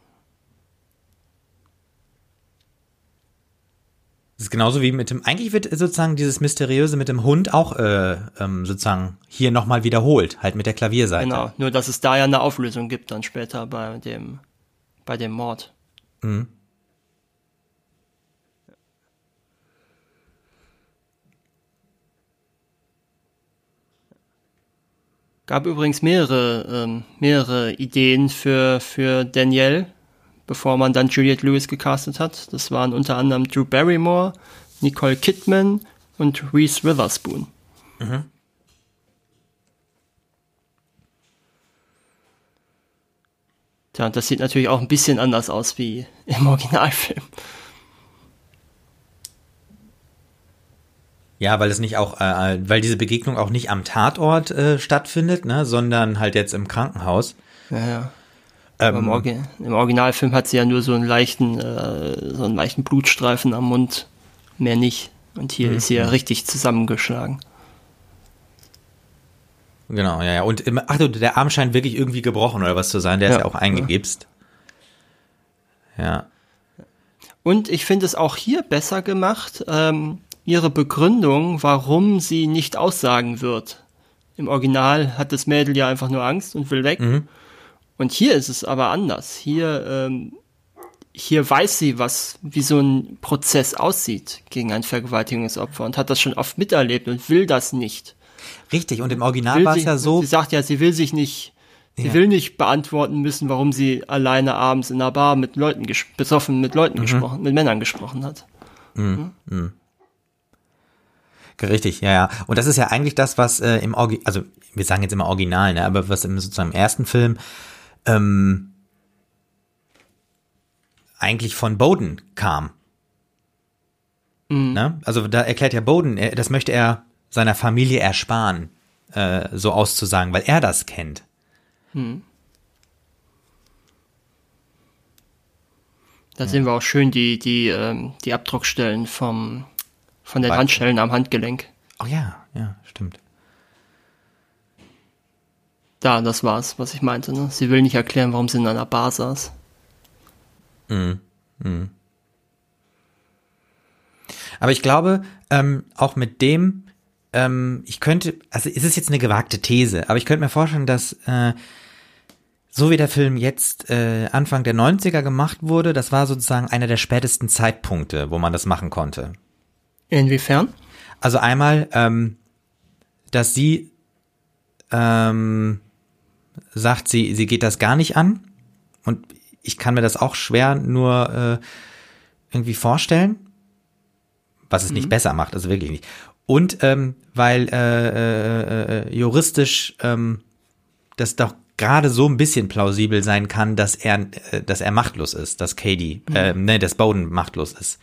Das ist genauso wie eigentlich wird sozusagen dieses Mysteriöse mit dem Hund auch sozusagen hier nochmal wiederholt, halt mit der Klavierseite. Genau, nur dass es da ja eine Auflösung gibt dann später bei dem Mord. Mhm. Gab übrigens mehrere Ideen für Danielle bevor man dann Juliette Lewis gecastet hat. Das waren unter anderem Drew Barrymore, Nicole Kidman und Reese Witherspoon. Mhm. Tja, und das sieht natürlich auch ein bisschen anders aus wie im Originalfilm. Ja, weil es nicht auch, weil diese Begegnung auch nicht am Tatort stattfindet, ne, sondern halt jetzt im Krankenhaus. Ja. Im Originalfilm hat sie ja nur so einen leichten Blutstreifen am Mund, mehr nicht. Und hier ist sie ja richtig zusammengeschlagen. Genau, ja. Und der Arm scheint wirklich irgendwie gebrochen oder was zu sein, der ist ja auch eingegipst. Ja. Und ich finde es auch hier besser gemacht, ihre Begründung, warum sie nicht aussagen wird. Im Original hat das Mädel ja einfach nur Angst und will weg. Mhm. Und hier ist es aber anders. Hier weiß sie, wie so ein Prozess aussieht gegen ein Vergewaltigungsopfer und hat das schon oft miterlebt und will das nicht. Richtig, und im Original war es ja so. Sie sagt ja, sie will will nicht beantworten müssen, warum sie alleine abends in einer Bar mit Männern gesprochen hat. Richtig, ja. Und das ist ja eigentlich das, was im Original, also wir sagen jetzt immer Original, ne, aber was sozusagen im ersten Film eigentlich von Bowden kam. Ne? Also da erklärt ja Bowden, das möchte er seiner Familie ersparen, so auszusagen, weil er das kennt. Da sehen wir auch schön die Abdruckstellen von den Handschellen am Handgelenk. Oh ja, stimmt. Das war's, was ich meinte. Ne? Sie will nicht erklären, warum sie in einer Bar saß. Aber ich glaube, auch mit dem, es ist jetzt eine gewagte These, aber ich könnte mir vorstellen, dass so wie der Film jetzt Anfang der 90er gemacht wurde, das war sozusagen einer der spätesten Zeitpunkte, wo man das machen konnte. Inwiefern? Also einmal, dass sie sagt, sie geht das gar nicht an, und ich kann mir das auch schwer nur irgendwie vorstellen, was es nicht besser macht, also wirklich nicht. Und weil juristisch das doch gerade so ein bisschen plausibel sein kann, dass er machtlos ist, dass dass Bowden machtlos ist.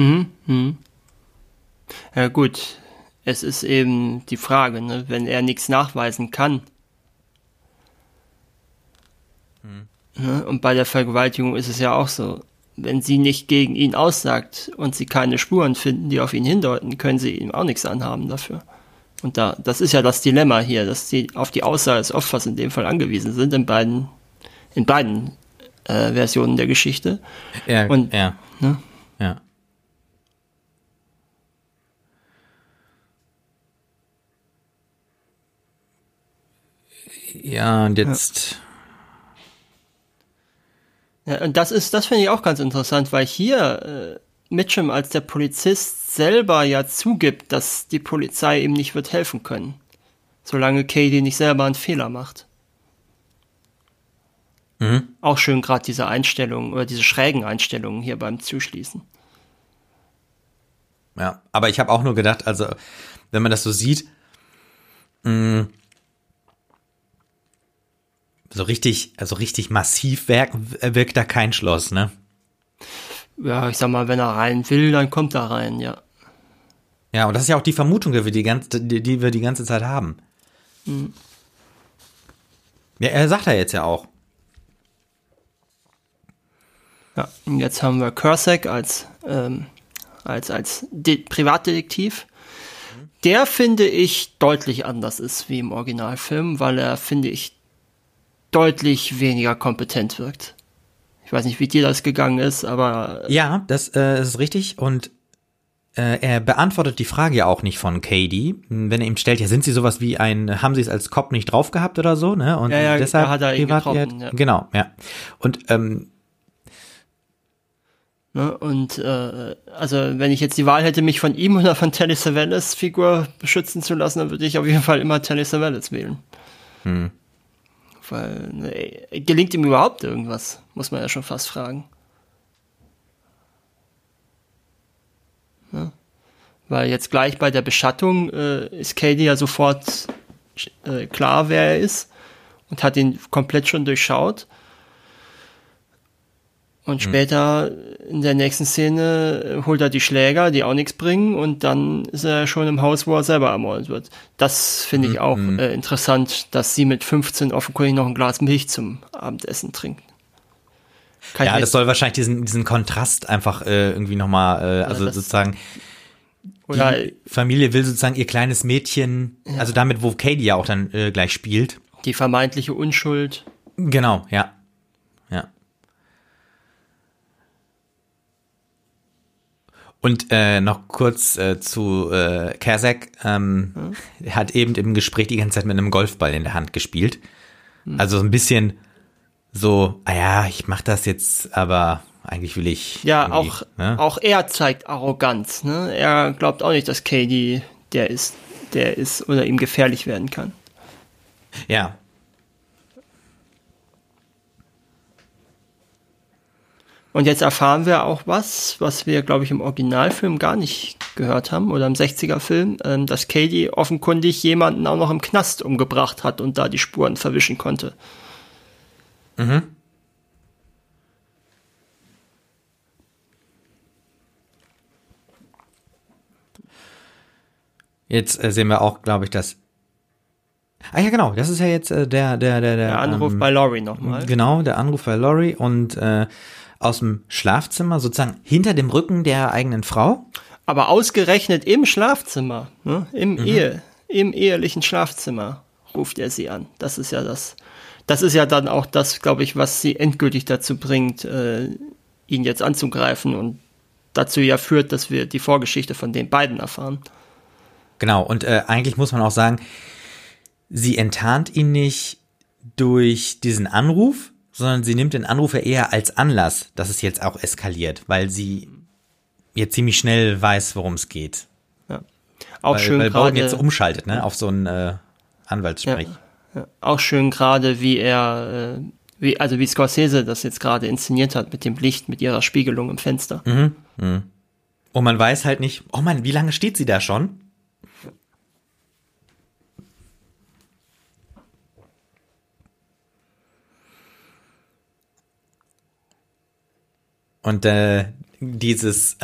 Ja gut, es ist eben die Frage, ne? Wenn er nichts nachweisen kann. Ne? Und bei der Vergewaltigung ist es ja auch so, wenn sie nicht gegen ihn aussagt und sie keine Spuren finden, die auf ihn hindeuten, können sie ihm auch nichts anhaben dafür. Und das ist ja das Dilemma hier, dass sie auf die Aussage des Opfers in dem Fall angewiesen sind, in beiden Versionen der Geschichte. Ja, und, ja. Ne? Ja. Ja, und jetzt. Ja, und das finde ich auch ganz interessant, weil hier Mitchum als der Polizist selber ja zugibt, dass die Polizei ihm nicht wird helfen können, solange Katie nicht selber einen Fehler macht. Auch schön gerade diese Einstellungen oder diese schrägen Einstellungen hier beim Zuschließen. Ja, aber ich habe auch nur gedacht, also wenn man das so sieht, so richtig massiv wirkt da kein Schloss, ne? Ja, ich sag mal, wenn er rein will, dann kommt er rein, ja. Ja, und das ist ja auch die Vermutung, die wir die ganze Zeit haben. Ja, er sagt ja jetzt ja auch. Ja, und jetzt haben wir Cusack als Privatdetektiv, der, finde ich, deutlich anders ist wie im Originalfilm, weil er, finde ich, deutlich weniger kompetent wirkt. Ich weiß nicht, wie dir das gegangen ist, aber... Ja, das ist richtig, und er beantwortet die Frage ja auch nicht von Katie, wenn er ihm stellt, ja, sind Sie sowas wie haben Sie es als Cop nicht drauf gehabt oder so, ne? Und ja, deshalb da hat er ihn getroffen, ja. Genau, ja. Und ne, und also wenn ich jetzt die Wahl hätte, mich von ihm oder von Telly Savalas Figur beschützen zu lassen, dann würde ich auf jeden Fall immer Telly Savalas wählen. Weil gelingt ihm überhaupt irgendwas, muss man ja schon fast fragen. Weil jetzt gleich bei der Beschattung ist Cady ja sofort klar, wer er ist und hat ihn komplett schon durchschaut. Und später in der nächsten Szene holt er die Schläger, die auch nichts bringen, und dann ist er schon im Haus, wo er selber ermordet wird. Das finde ich auch interessant, dass sie mit 15 offenkundig noch ein Glas Milch zum Abendessen trinkt. Ja, das soll wahrscheinlich diesen Kontrast einfach irgendwie nochmal, also sozusagen, die Familie will sozusagen ihr kleines Mädchen, also damit, wo Cady ja auch dann gleich spielt. Die vermeintliche Unschuld. Genau, ja. Und noch kurz zu Kazak. Er hat eben im Gespräch die ganze Zeit mit einem Golfball in der Hand gespielt. Also so ein bisschen so, ich mach das jetzt, aber eigentlich will ich. Ja, auch er zeigt Arroganz. Ne? Er glaubt auch nicht, dass Cady der ist oder ihm gefährlich werden kann. Ja. Und jetzt erfahren wir auch was wir, glaube ich, im Originalfilm gar nicht gehört haben oder im 60er-Film, dass Cady offenkundig jemanden auch noch im Knast umgebracht hat und da die Spuren verwischen konnte. Mhm. Jetzt sehen wir auch, glaube ich, dass ja, genau, das ist ja jetzt der Anruf bei Laurie nochmal. Genau, der Anruf bei Laurie und aus dem Schlafzimmer, sozusagen hinter dem Rücken der eigenen Frau. Aber ausgerechnet im Schlafzimmer, ne? Im ehelichen Schlafzimmer ruft er sie an. Das ist ja dann auch das, glaube ich, was sie endgültig dazu bringt, ihn jetzt anzugreifen und dazu ja führt, dass wir die Vorgeschichte von den beiden erfahren. Genau, und eigentlich muss man auch sagen, sie enttarnt ihn nicht durch diesen Anruf, sondern sie nimmt den Anruf ja eher als Anlass, dass es jetzt auch eskaliert, weil sie jetzt ziemlich schnell weiß, worum es geht. Ja. Auch schön weil gerade Bowden jetzt umschaltet, ne, auf so einen Anwaltssprech. Ja. Auch schön gerade, wie Scorsese das jetzt gerade inszeniert hat mit dem Licht, mit ihrer Spiegelung im Fenster. Und man weiß halt nicht, oh Mann, wie lange steht sie da schon? Und dieses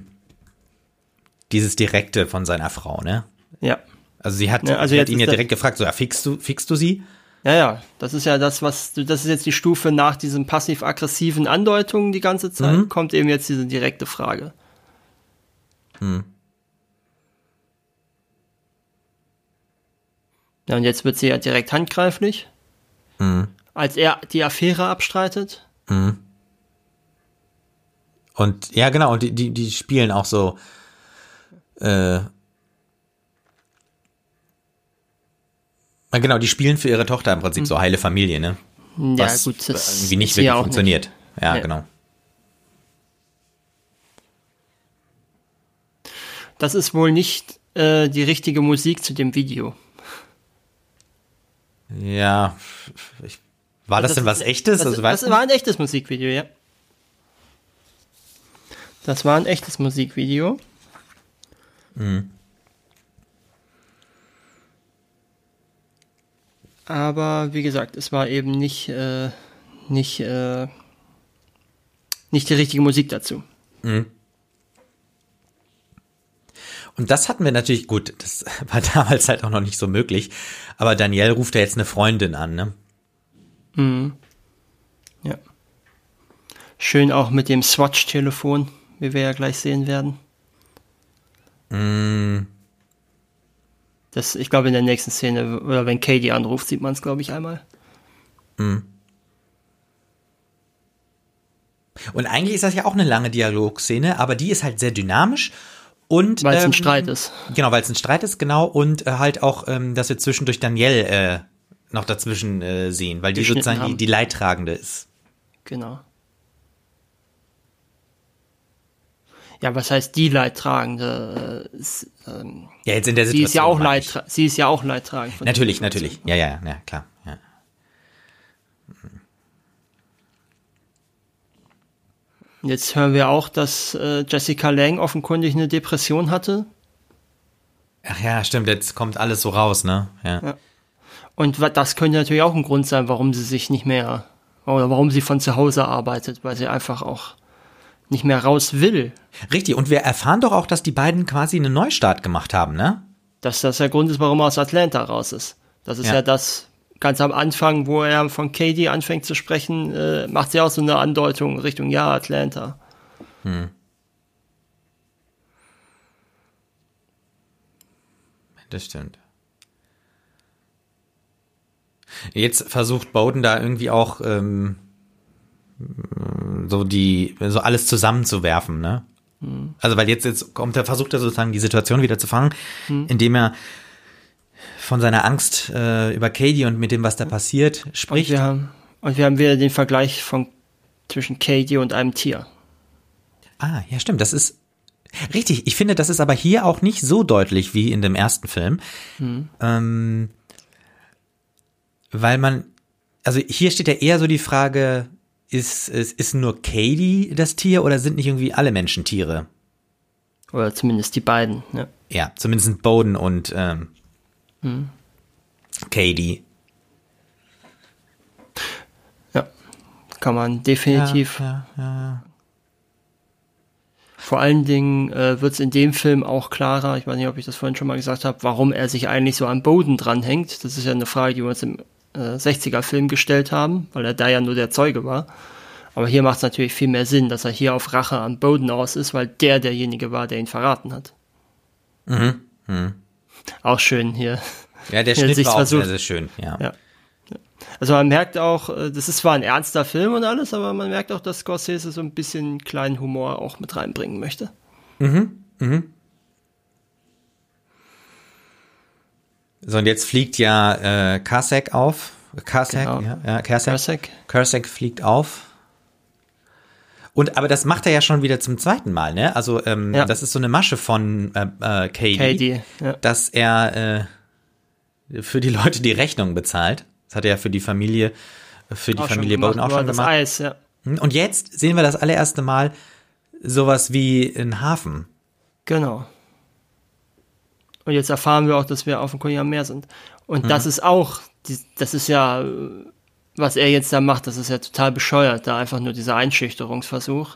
Direkte von seiner Frau, ne? Ja. Also sie hat ihn ja direkt gefragt, so, fickst du sie? Ja, das ist ja das ist jetzt die Stufe nach diesen passiv-aggressiven Andeutungen die ganze Zeit, kommt eben jetzt diese direkte Frage. Ja, und jetzt wird sie ja direkt handgreiflich, als er die Affäre abstreitet. Und ja, genau, und die spielen auch so genau, die spielen für ihre Tochter im Prinzip so heile Familie, ne? Ja, was gut, das irgendwie nicht wirklich funktioniert. Nicht. Ja, genau. Das ist wohl nicht die richtige Musik zu dem Video. Ja, war das denn was Echtes? Das war ein echtes Musikvideo, ja. Das war ein echtes Musikvideo. Aber wie gesagt, es war eben nicht die richtige Musik dazu. Und das hatten wir natürlich, gut, das war damals halt auch noch nicht so möglich, aber Danielle ruft ja jetzt eine Freundin an, ne? Ja. Schön auch mit dem Swatch-Telefon, wie wir ja gleich sehen werden. Das, ich glaube, in der nächsten Szene, oder wenn Cady anruft, sieht man es, glaube ich, einmal. Und eigentlich ist das ja auch eine lange Dialogszene, aber die ist halt sehr dynamisch. Und weil es ein Streit ist. Genau, weil es ein Streit ist, genau. Und halt auch, dass wir zwischendurch Danielle noch dazwischen sehen, weil die sozusagen die Leidtragende ist. Genau. Ja, was heißt die Leidtragende? Ja, jetzt in der Situation. Sie ist ja auch leidtragend. Natürlich. Ja, klar. Ja. Jetzt hören wir auch, dass Jessica Lange offenkundig eine Depression hatte. Ach ja, stimmt, jetzt kommt alles so raus, ne? Ja. Ja. Und das könnte natürlich auch ein Grund sein, warum sie sich nicht mehr, oder warum sie von zu Hause arbeitet, weil sie einfach auch nicht mehr raus will. Richtig, und wir erfahren doch auch, dass die beiden quasi einen Neustart gemacht haben, ne? Dass das der Grund ist, warum er aus Atlanta raus ist. Das ist ja das ganz am Anfang, wo er von Katie anfängt zu sprechen, macht sie auch so eine Andeutung Richtung, ja, Atlanta. Das stimmt. Jetzt versucht Bowden da irgendwie auch so alles zusammenzuwerfen, ne? Also weil jetzt versucht er sozusagen die Situation wieder zu fangen, indem er von seiner Angst über Katie und mit dem, was da passiert, spricht. Und wir haben wieder den Vergleich zwischen Katie und einem Tier. Ah, ja, stimmt. Das ist richtig. Ich finde, das ist aber hier auch nicht so deutlich wie in dem ersten Film. Weil also hier steht ja eher so die Frage, ist nur Katie das Tier oder sind nicht irgendwie alle Menschen Tiere? Oder zumindest die beiden, ne? Ja, zumindest Bowden und Katie. Ja, kann man definitiv. Ja. Vor allen Dingen wird es in dem Film auch klarer, ich weiß nicht, ob ich das vorhin schon mal gesagt habe, warum er sich eigentlich so an Bowden dranhängt. Das ist ja eine Frage, die wir uns im 60er-Film gestellt haben, weil er da ja nur der Zeuge war. Aber hier macht es natürlich viel mehr Sinn, dass er hier auf Rache an Bowden aus ist, weil derjenige war, der ihn verraten hat. Auch schön hier. Ja, der Schnitt war auch sehr, sehr schön. Ja. Also man merkt auch, das ist zwar ein ernster Film und alles, aber man merkt auch, dass Scorsese so ein bisschen kleinen Humor auch mit reinbringen möchte. So, und jetzt fliegt ja Kasek auf. Kasek fliegt auf. Aber das macht er ja schon wieder zum zweiten Mal, ne? Also das ist so eine Masche von Katie, dass er für die Leute die Rechnung bezahlt. Das hat er ja für die Familie Bowden auch schon gemacht. Eis, ja. Und jetzt sehen wir das allererste Mal sowas wie ein Hafen. Genau. Und jetzt erfahren wir auch, dass wir auf dem Korea am Meer sind. Und das ist auch, das ist ja, was er jetzt da macht, das ist ja total bescheuert, da einfach nur dieser Einschüchterungsversuch.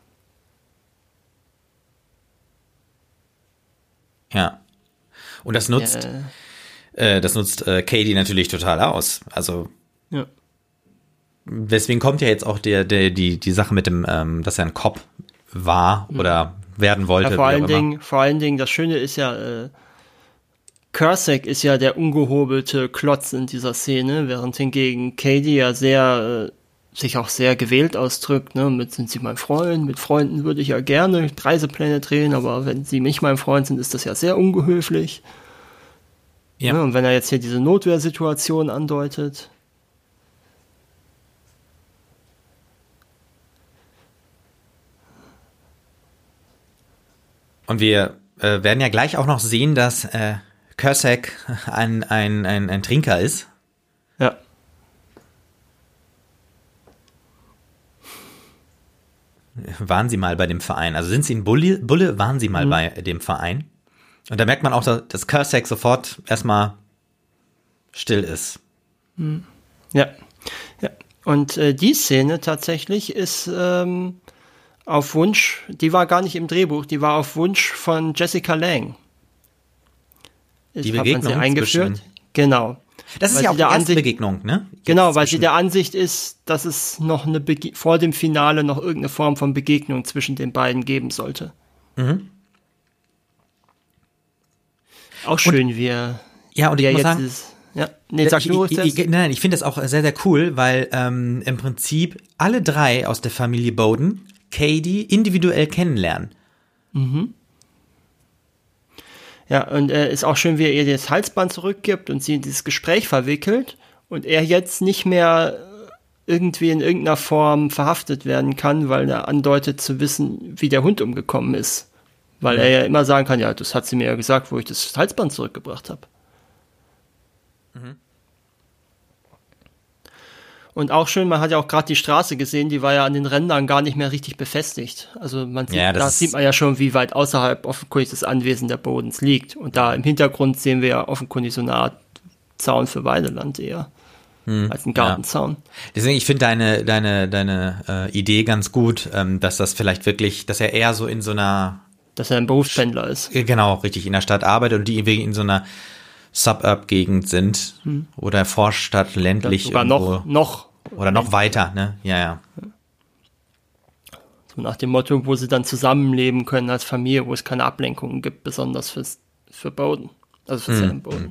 Ja. Und das nutzt Katie natürlich total aus. Also deswegen kommt ja jetzt auch die Sache mit dem, dass er ein Cop war oder werden wollte. Ja, vor allen Dingen, das Schöne ist ja, Kasek ist ja der ungehobelte Klotz in dieser Szene, während hingegen Katie ja sich auch sehr gewählt ausdrückt, ne, sind Sie mein Freund, mit Freunden würde ich ja gerne Reisepläne drehen, aber wenn Sie nicht mein Freund sind, ist das ja sehr ungehöflich. Ja. Und wenn er jetzt hier diese Notwehrsituation andeutet. Und wir werden ja gleich auch noch sehen, dass Kasek ein Trinker ist. Ja. Waren Sie mal bei dem Verein? Also sind Sie ein Bulle? Waren Sie mal bei dem Verein? Und da merkt man auch, dass Kasek sofort erstmal still ist. Ja. Und die Szene tatsächlich ist auf Wunsch, die war gar nicht im Drehbuch, die war auf Wunsch von Jessica Lange. Die Begegnung eingeführt. Genau. Das ist ja auch die erste Begegnung, ne? Genau, weil sie der Ansicht ist, dass es noch vor dem Finale noch irgendeine Form von Begegnung zwischen den beiden geben sollte. Auch schön, wie er. Ja, und ich muss sagen, Nein, ich finde das auch sehr, sehr cool, weil im Prinzip alle drei aus der Familie Bowden Katie individuell kennenlernen. Ja, und ist auch schön, wie er ihr das Halsband zurückgibt und sie in dieses Gespräch verwickelt und er jetzt nicht mehr irgendwie in irgendeiner Form verhaftet werden kann, weil er andeutet zu wissen, wie der Hund umgekommen ist. Weil er ja immer sagen kann, ja, das hat sie mir ja gesagt, wo ich das Halsband zurückgebracht habe. Und auch schön, man hat ja auch gerade die Straße gesehen, die war ja an den Rändern gar nicht mehr richtig befestigt. Also man sieht, da sieht man ja schon, wie weit außerhalb offenkundig das Anwesen der Bodens liegt. Und da im Hintergrund sehen wir ja offenkundig so eine Art Zaun für Weideland eher. Als ein Gartenzaun. Ja. Deswegen, ich finde deine Idee ganz gut, dass das vielleicht wirklich, dass er eher so in so einer... Dass er ein Berufspendler ist. Genau, richtig, in der Stadt arbeitet und die in so einer Suburb-Gegend sind oder Vorstadt, ländlich sogar noch oder noch weiter, ne? Ja. So nach dem Motto, wo sie dann zusammenleben können als Familie, wo es keine Ablenkungen gibt, besonders für Bowden. Also für Sam Bowden.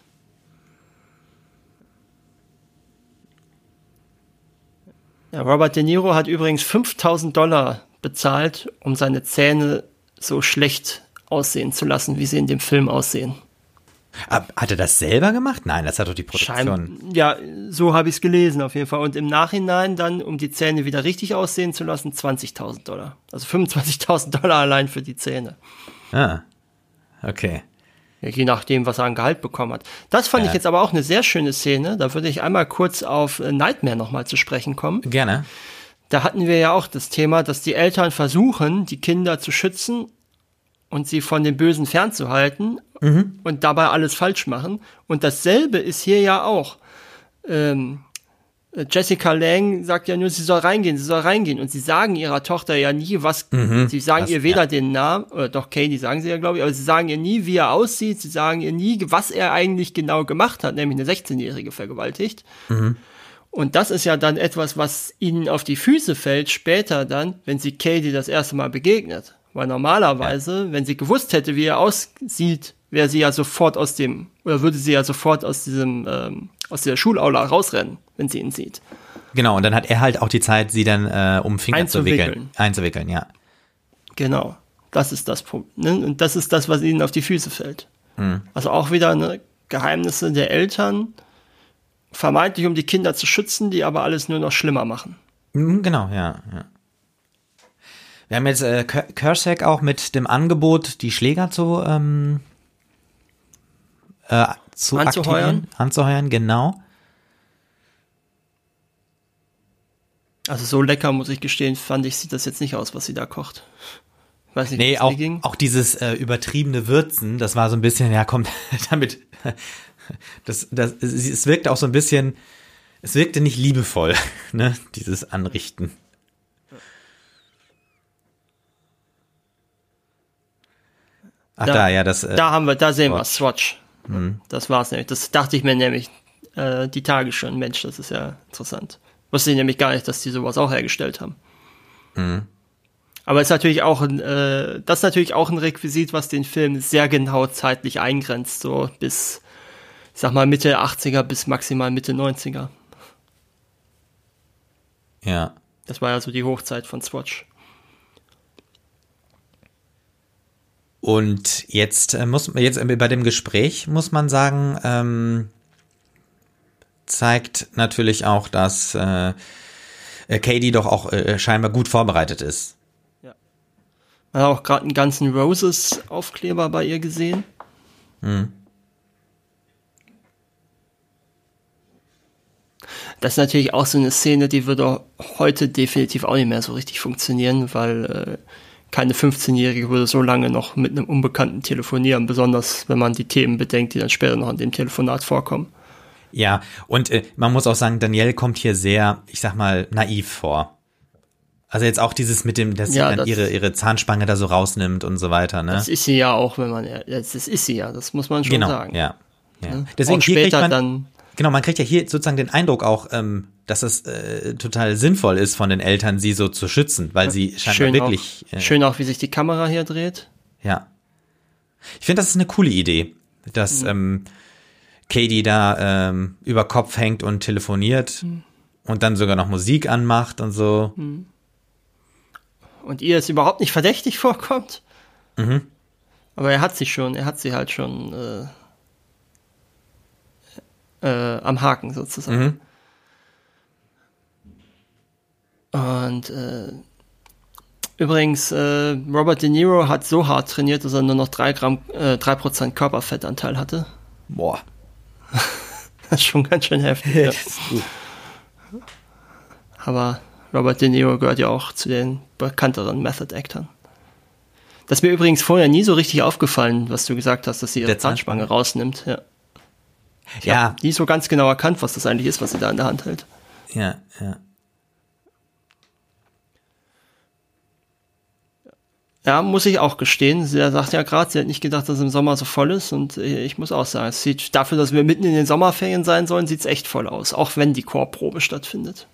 Ja, Robert De Niro hat übrigens $5.000 bezahlt, um seine Zähne so schlecht aussehen zu lassen, wie sie in dem Film aussehen. Hat er das selber gemacht? Nein, das hat doch die Produktion. Ja, so habe ich es gelesen auf jeden Fall. Und im Nachhinein dann, um die Zähne wieder richtig aussehen zu lassen, $20.000. Also $25.000 allein für die Zähne. Ah, okay. Ja, je nachdem, was er an Gehalt bekommen hat. Das fand ich jetzt aber auch eine sehr schöne Szene. Da würde ich einmal kurz auf Nightmare nochmal zu sprechen kommen. Gerne. Da hatten wir ja auch das Thema, dass die Eltern versuchen, die Kinder zu schützen und sie von dem Bösen fernzuhalten und dabei alles falsch machen. Und dasselbe ist hier ja auch. Jessica Lange sagt ja nur, sie soll reingehen. Und sie sagen ihrer Tochter ja nie, was, sie sagen ihr weder den Namen, oder doch Katie sagen sie ja, glaube ich, aber sie sagen ihr nie, wie er aussieht, sie sagen ihr nie, was er eigentlich genau gemacht hat, nämlich eine 16-Jährige vergewaltigt. Und das ist ja dann etwas, was ihnen auf die Füße fällt, später dann, wenn sie Katie das erste Mal begegnet. Weil normalerweise, wenn sie gewusst hätte, wie er aussieht, wäre sie ja sofort würde sie ja sofort aus der Schulaula rausrennen, wenn sie ihn sieht. Genau, und dann hat er halt auch die Zeit, sie dann um Finger einzuwickeln, ja. Genau, das ist das Problem. Ne? Und das ist das, was ihnen auf die Füße fällt. Also auch wieder Geheimnisse der Eltern, vermeintlich um die Kinder zu schützen, die aber alles nur noch schlimmer machen. Genau, ja. Wir haben jetzt Cusack auch mit dem Angebot, die Schläger anzuheuern, genau. Also so lecker, muss ich gestehen, sieht das jetzt nicht aus, was sie da kocht. Ich weiß nicht, nee, auch dieses übertriebene Würzen, das war so ein bisschen, ja, kommt damit, es wirkte auch so ein bisschen, es wirkte nicht liebevoll, ne, dieses Anrichten. Ach, da sehen wir Swatch. Das war's nämlich. Das dachte ich mir nämlich die Tage schon. Mensch, das ist ja interessant. Wusste ich nämlich gar nicht, dass die sowas auch hergestellt haben. Aber es ist natürlich auch das ist natürlich auch ein Requisit, was den Film sehr genau zeitlich eingrenzt, so bis, ich sag mal, Mitte 80er bis maximal Mitte 90er. Ja. Das war ja so die Hochzeit von Swatch. Und jetzt bei dem Gespräch muss man sagen, zeigt natürlich auch, dass Katie doch auch scheinbar gut vorbereitet ist. Ja. Man hat auch gerade einen ganzen Roses Aufkleber bei ihr gesehen. Das ist natürlich auch so eine Szene, die würde heute definitiv auch nicht mehr so richtig funktionieren, weil keine 15-Jährige würde so lange noch mit einem Unbekannten telefonieren, besonders wenn man die Themen bedenkt, die dann später noch in dem Telefonat vorkommen. Ja, und man muss auch sagen, Danielle kommt hier sehr, ich sag mal, naiv vor. Also jetzt auch dieses mit dem, dass sie dann ihre Zahnspange da so rausnimmt und so weiter, ne? Das ist sie ja auch, das ist sie ja, das muss man schon sagen. Ja. Ne? Deswegen auch später dann. Genau, man kriegt ja hier sozusagen den Eindruck auch, dass es total sinnvoll ist von den Eltern, sie so zu schützen, weil sie scheinbar wirklich... schön auch, wie sich die Kamera hier dreht. Ja. Ich finde, das ist eine coole Idee, dass Katie da über Kopf hängt und telefoniert und dann sogar noch Musik anmacht und so. Und ihr es überhaupt nicht verdächtig vorkommt. Aber er hat sie halt schon am Haken sozusagen. Und übrigens, Robert De Niro hat so hart trainiert, dass er nur noch 3% Körperfettanteil hatte. Boah. Das ist schon ganz schön heftig. Ja. Das ist gut. Aber Robert De Niro gehört ja auch zu den bekannteren Method-Actern. Das ist mir übrigens vorher nie so richtig aufgefallen, was du gesagt hast, dass sie ihre Zahnspange rausnimmt. Ja. Ich habe nie so ganz genau erkannt, was das eigentlich ist, was sie da in der Hand hält. Ja. Ja, muss ich auch gestehen. Sie sagt ja gerade, sie hat nicht gedacht, dass es im Sommer so voll ist. Und ich muss auch sagen, es sieht dafür, dass wir mitten in den Sommerferien sein sollen, sieht es echt voll aus. Auch wenn die Chorprobe stattfindet.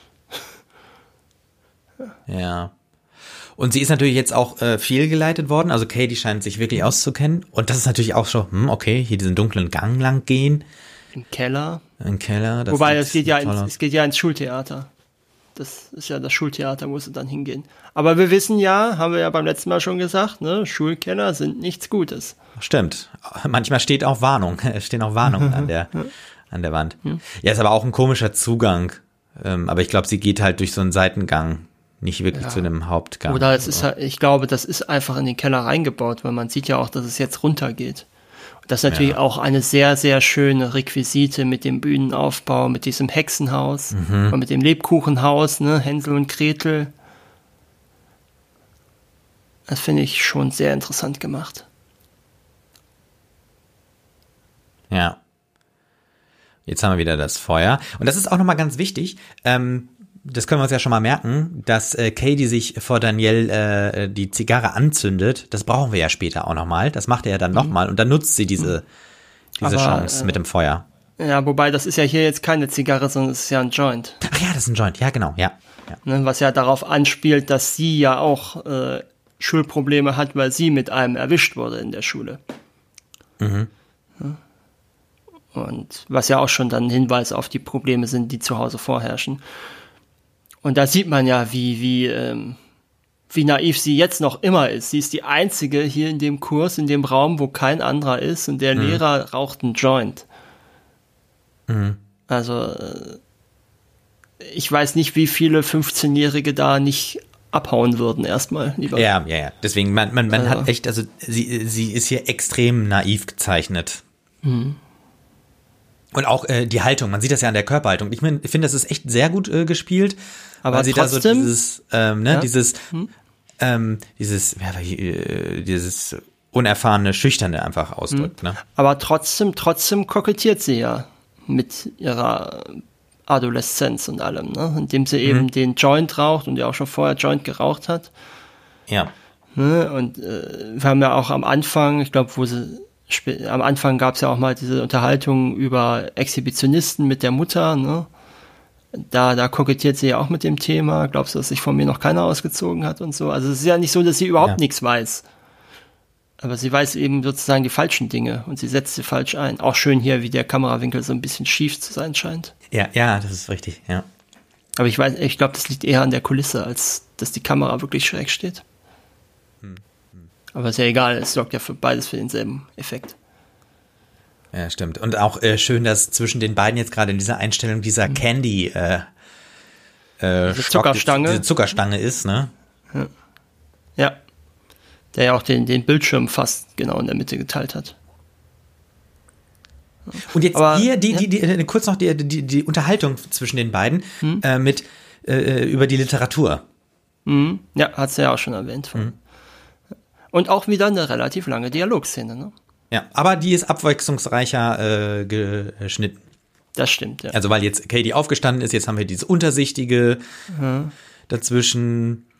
Ja. Und sie ist natürlich jetzt auch fehlgeleitet worden. Also Katie scheint sich wirklich auszukennen. Und das ist natürlich auch schon, okay, hier diesen dunklen Gang lang gehen. Im Keller. Das Wobei, es geht ja ins Schultheater. Das ist ja das Schultheater, wo sie dann hingehen. Aber wir wissen ja, haben wir ja beim letzten Mal schon gesagt, ne, Schulkeller sind nichts Gutes. Stimmt. Manchmal stehen auch Warnungen an der Wand. Ja, ist aber auch ein komischer Zugang. Aber ich glaube, sie geht halt durch so einen Seitengang, nicht wirklich zu einem Hauptgang. Oder es ist halt, ich glaube, das ist einfach in den Keller reingebaut, weil man sieht ja auch, dass es jetzt runtergeht. Das ist natürlich auch eine sehr, sehr schöne Requisite mit dem Bühnenaufbau, mit diesem Hexenhaus und mit dem Lebkuchenhaus, ne, Hänsel und Gretel. Das finde ich schon sehr interessant gemacht. Ja. Jetzt haben wir wieder das Feuer. Und das ist auch nochmal ganz wichtig. Das können wir uns ja schon mal merken, dass Katie sich vor Danielle die Zigarre anzündet. Das brauchen wir ja später auch nochmal. Das macht er ja dann nochmal und dann nutzt sie diese Chance mit dem Feuer. Ja, wobei das ist ja hier jetzt keine Zigarre, sondern es ist ja ein Joint. Ach ja, das ist ein Joint. Ja, genau. Ja. Ne, was ja darauf anspielt, dass sie ja auch Schulprobleme hat, weil sie mit einem erwischt wurde in der Schule. Mhm. Und was ja auch schon dann ein Hinweis auf die Probleme sind, die zu Hause vorherrschen. Und da sieht man ja, wie naiv sie jetzt noch immer ist. Sie ist die Einzige hier in dem Kurs, in dem Raum, wo kein anderer ist und der Lehrer raucht einen Joint. Also ich weiß nicht, wie viele 15-Jährige da nicht abhauen würden erstmal lieber. Ja. Deswegen, man hat echt, also sie ist hier extrem naiv gezeichnet. Und auch die Haltung, man sieht das ja an der Körperhaltung. Ich finde, das ist echt sehr gut gespielt. Aber weil sie trotzdem, da so dieses unerfahrene, schüchterne einfach ausdrückt. Ne? Aber trotzdem kokettiert sie ja mit ihrer Adoleszenz und allem, ne? Indem sie eben den Joint raucht und ja auch schon vorher Joint geraucht hat. Ja. Ne? Und wir haben ja auch am Anfang, ich glaube, am Anfang gab es ja auch mal diese Unterhaltung über Exhibitionisten mit der Mutter, ne? Da kokettiert sie ja auch mit dem Thema. Glaubst du, dass sich von mir noch keiner ausgezogen hat und so? Also es ist ja nicht so, dass sie überhaupt nichts weiß. Aber sie weiß eben sozusagen die falschen Dinge und sie setzt sie falsch ein. Auch schön hier, wie der Kamerawinkel so ein bisschen schief zu sein scheint. Ja, das ist richtig, ja. Aber ich glaube, das liegt eher an der Kulisse, als dass die Kamera wirklich schräg steht. Aber ist ja egal, es sorgt ja für beides für denselben Effekt. Ja, stimmt. Und auch schön, dass zwischen den beiden jetzt gerade in dieser Einstellung dieser Candy diese Zuckerstange ist, ne? Ja. Der ja auch den Bildschirm fast genau in der Mitte geteilt hat. Und jetzt kurz noch die Unterhaltung zwischen den beiden mit über die Literatur. Ja, hat sie ja auch schon erwähnt. Und auch wieder eine relativ lange Dialogszene, ne? Ja, aber die ist abwechslungsreicher geschnitten. Das stimmt, ja. Also weil jetzt Katie aufgestanden ist, jetzt haben wir dieses Untersichtige dazwischen.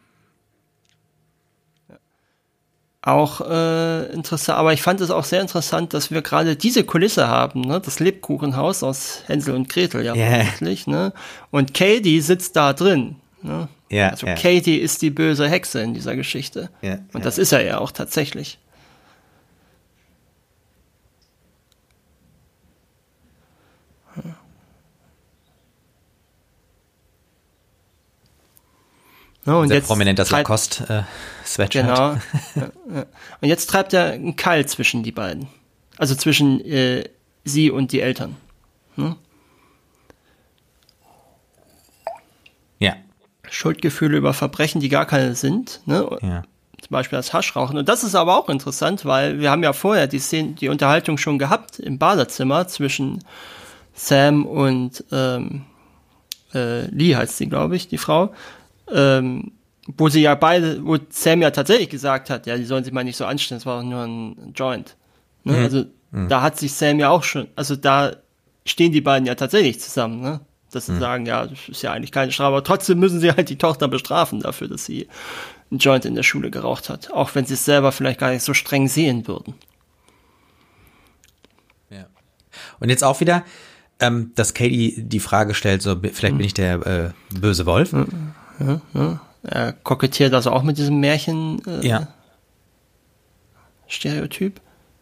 Auch interessant, aber ich fand es auch sehr interessant, dass wir gerade diese Kulisse haben, ne? Das Lebkuchenhaus aus Hänsel und Gretel, wirklich, ne? Und Katie sitzt da drin, ne? Ja, also Katie ist die böse Hexe in dieser Geschichte. Ja, und das ist er ja auch tatsächlich. Ja, und sehr jetzt prominenter Lacoste-Sweatshirt. Genau. Und jetzt treibt er einen Keil zwischen die beiden. Also zwischen sie und die Eltern. Ja. Schuldgefühle über Verbrechen, die gar keine sind. Ne? Ja. Zum Beispiel das Haschrauchen. Und das ist aber auch interessant, weil wir haben ja vorher die Unterhaltung schon gehabt im Badezimmer zwischen Sam und Lee heißt sie, glaube ich, die Frau, wo Sam ja tatsächlich gesagt hat, ja, die sollen sich mal nicht so anstellen, es war auch nur ein Joint. Ne? Also da hat sich Sam ja auch schon, also da stehen die beiden ja tatsächlich zusammen, ne? Dass sie sagen, ja, das ist ja eigentlich keine Strafe, aber trotzdem müssen sie halt die Tochter bestrafen dafür, dass sie einen Joint in der Schule geraucht hat, auch wenn sie es selber vielleicht gar nicht so streng sehen würden. Ja. Und jetzt auch wieder, dass Katie die Frage stellt, so vielleicht bin ich der böse Wolf. Ja. Er kokettiert also auch mit diesem Märchen Stereotyp.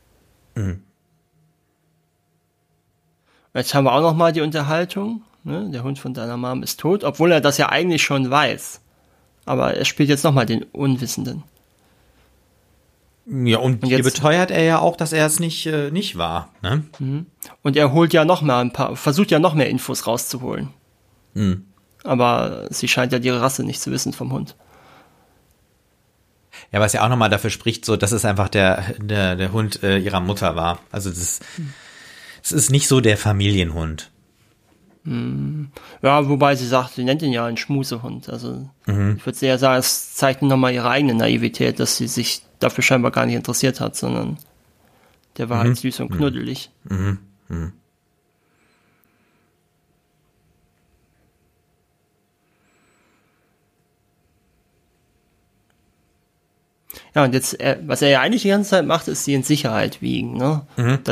Jetzt haben wir auch noch mal die Unterhaltung, ne? Der Hund von deiner Mom ist tot, obwohl er das ja eigentlich schon weiß. Aber er spielt jetzt noch mal den Unwissenden. Ja, und hier beteuert er ja auch, dass er es nicht war. Ne? Und er holt ja noch mal versucht ja noch mehr Infos rauszuholen. Aber sie scheint ja die Rasse nicht zu wissen vom Hund. Ja, was ja auch nochmal dafür spricht, so, dass es einfach der Hund ihrer Mutter war. Also es ist nicht so der Familienhund. Ja, wobei sie sagt, sie nennt ihn ja einen Schmusehund. Also ich würde eher sagen, es zeigt nochmal ihre eigene Naivität, dass sie sich dafür scheinbar gar nicht interessiert hat, sondern der war halt süß und knuddelig. Ja, und jetzt, was er ja eigentlich die ganze Zeit macht, ist sie in Sicherheit wiegen, ne?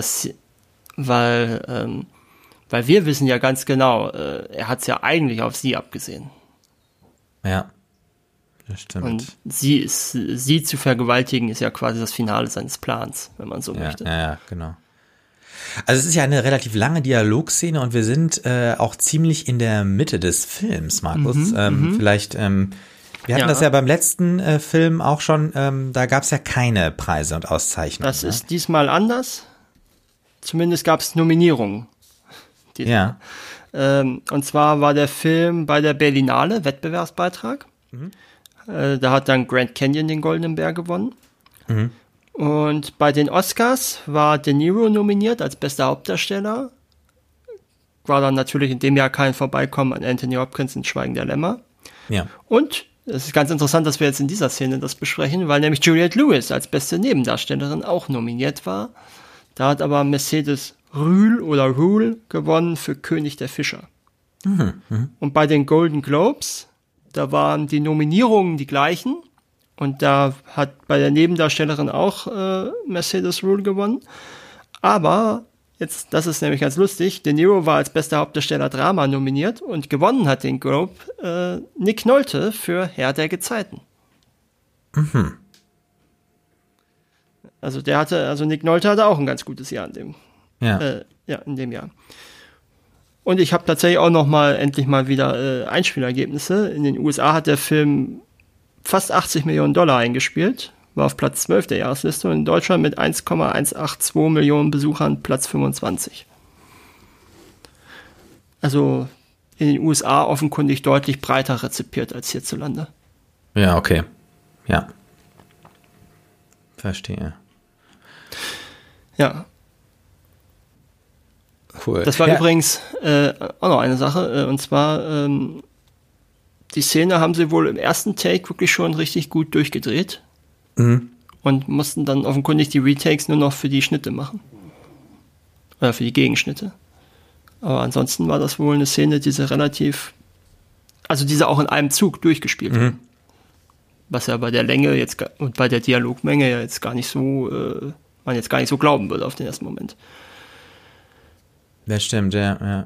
Weil wir wissen ja ganz genau, er hat es ja eigentlich auf sie abgesehen. Ja, das stimmt. Und sie zu vergewaltigen, ist ja quasi das Finale seines Plans, wenn man so möchte. Ja, genau. Also es ist ja eine relativ lange Dialogszene und wir sind auch ziemlich in der Mitte des Films, Markus. Vielleicht, wir hatten das ja beim letzten Film auch schon, da gab es ja keine Preise und Auszeichnungen. Das ist diesmal anders. Zumindest gab es Nominierungen. Ja. Und zwar war der Film bei der Berlinale, Wettbewerbsbeitrag. Da hat dann Grand Canyon den Goldenen Bär gewonnen. Und bei den Oscars war De Niro nominiert als bester Hauptdarsteller. War dann natürlich in dem Jahr kein Vorbeikommen an Anthony Hopkins in Schweigen der Lämmer. Ja. Und es ist ganz interessant, dass wir jetzt in dieser Szene das besprechen, weil nämlich Juliette Lewis als beste Nebendarstellerin auch nominiert war. Da hat aber Mercedes Ruehl gewonnen für König der Fischer. Und bei den Golden Globes, da waren die Nominierungen die gleichen. Und da hat bei der Nebendarstellerin auch Mercedes Ruehl gewonnen. Aber, jetzt, das ist nämlich ganz lustig, De Niro war als bester Hauptdarsteller Drama nominiert und gewonnen hat den Globe Nick Nolte für Herr der Gezeiten. Also Nick Nolte hatte auch ein ganz gutes Jahr in dem Jahr. Und ich habe tatsächlich auch endlich mal wieder Einspielergebnisse. In den USA hat der Film fast $80 Millionen eingespielt, war auf Platz 12 der Jahresliste und in Deutschland mit 1,182 Millionen Besuchern Platz 25. Also in den USA offenkundig deutlich breiter rezipiert als hierzulande. Ja, okay. Ja. Verstehe. Ja. Cool. Das war übrigens auch noch eine Sache, und zwar die Szene haben sie wohl im ersten Take wirklich schon richtig gut durchgedreht und mussten dann offenkundig die Retakes nur noch für die Schnitte machen. Oder für die Gegenschnitte. Aber ansonsten war das wohl eine Szene, die sie auch in einem Zug durchgespielt haben. Was ja bei der Länge jetzt und bei der Dialogmenge ja jetzt gar nicht so, man jetzt gar nicht so glauben würde auf den ersten Moment. Das stimmt, ja.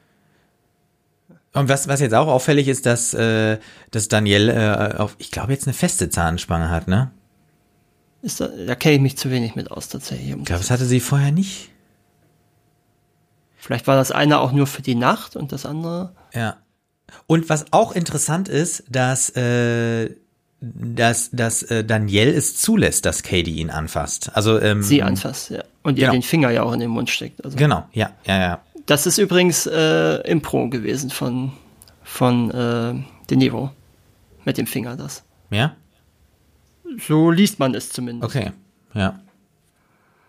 Und was jetzt auch auffällig ist, dass Danielle ich glaube jetzt eine feste Zahnspange hat, ne? Da kenne ich mich zu wenig mit aus tatsächlich. Ich glaube, das hatte sie vorher nicht. Vielleicht war das eine auch nur für die Nacht und das andere. Ja. Und was auch interessant ist, dass Danielle es zulässt, dass Katie ihn anfasst. Also sie anfasst, ja. Und ihr den Finger ja auch in den Mund steckt. Also. Genau, ja. Das ist übrigens Impro gewesen von De Niro. Mit dem Finger das. Ja? So liest man es zumindest. Okay, ja.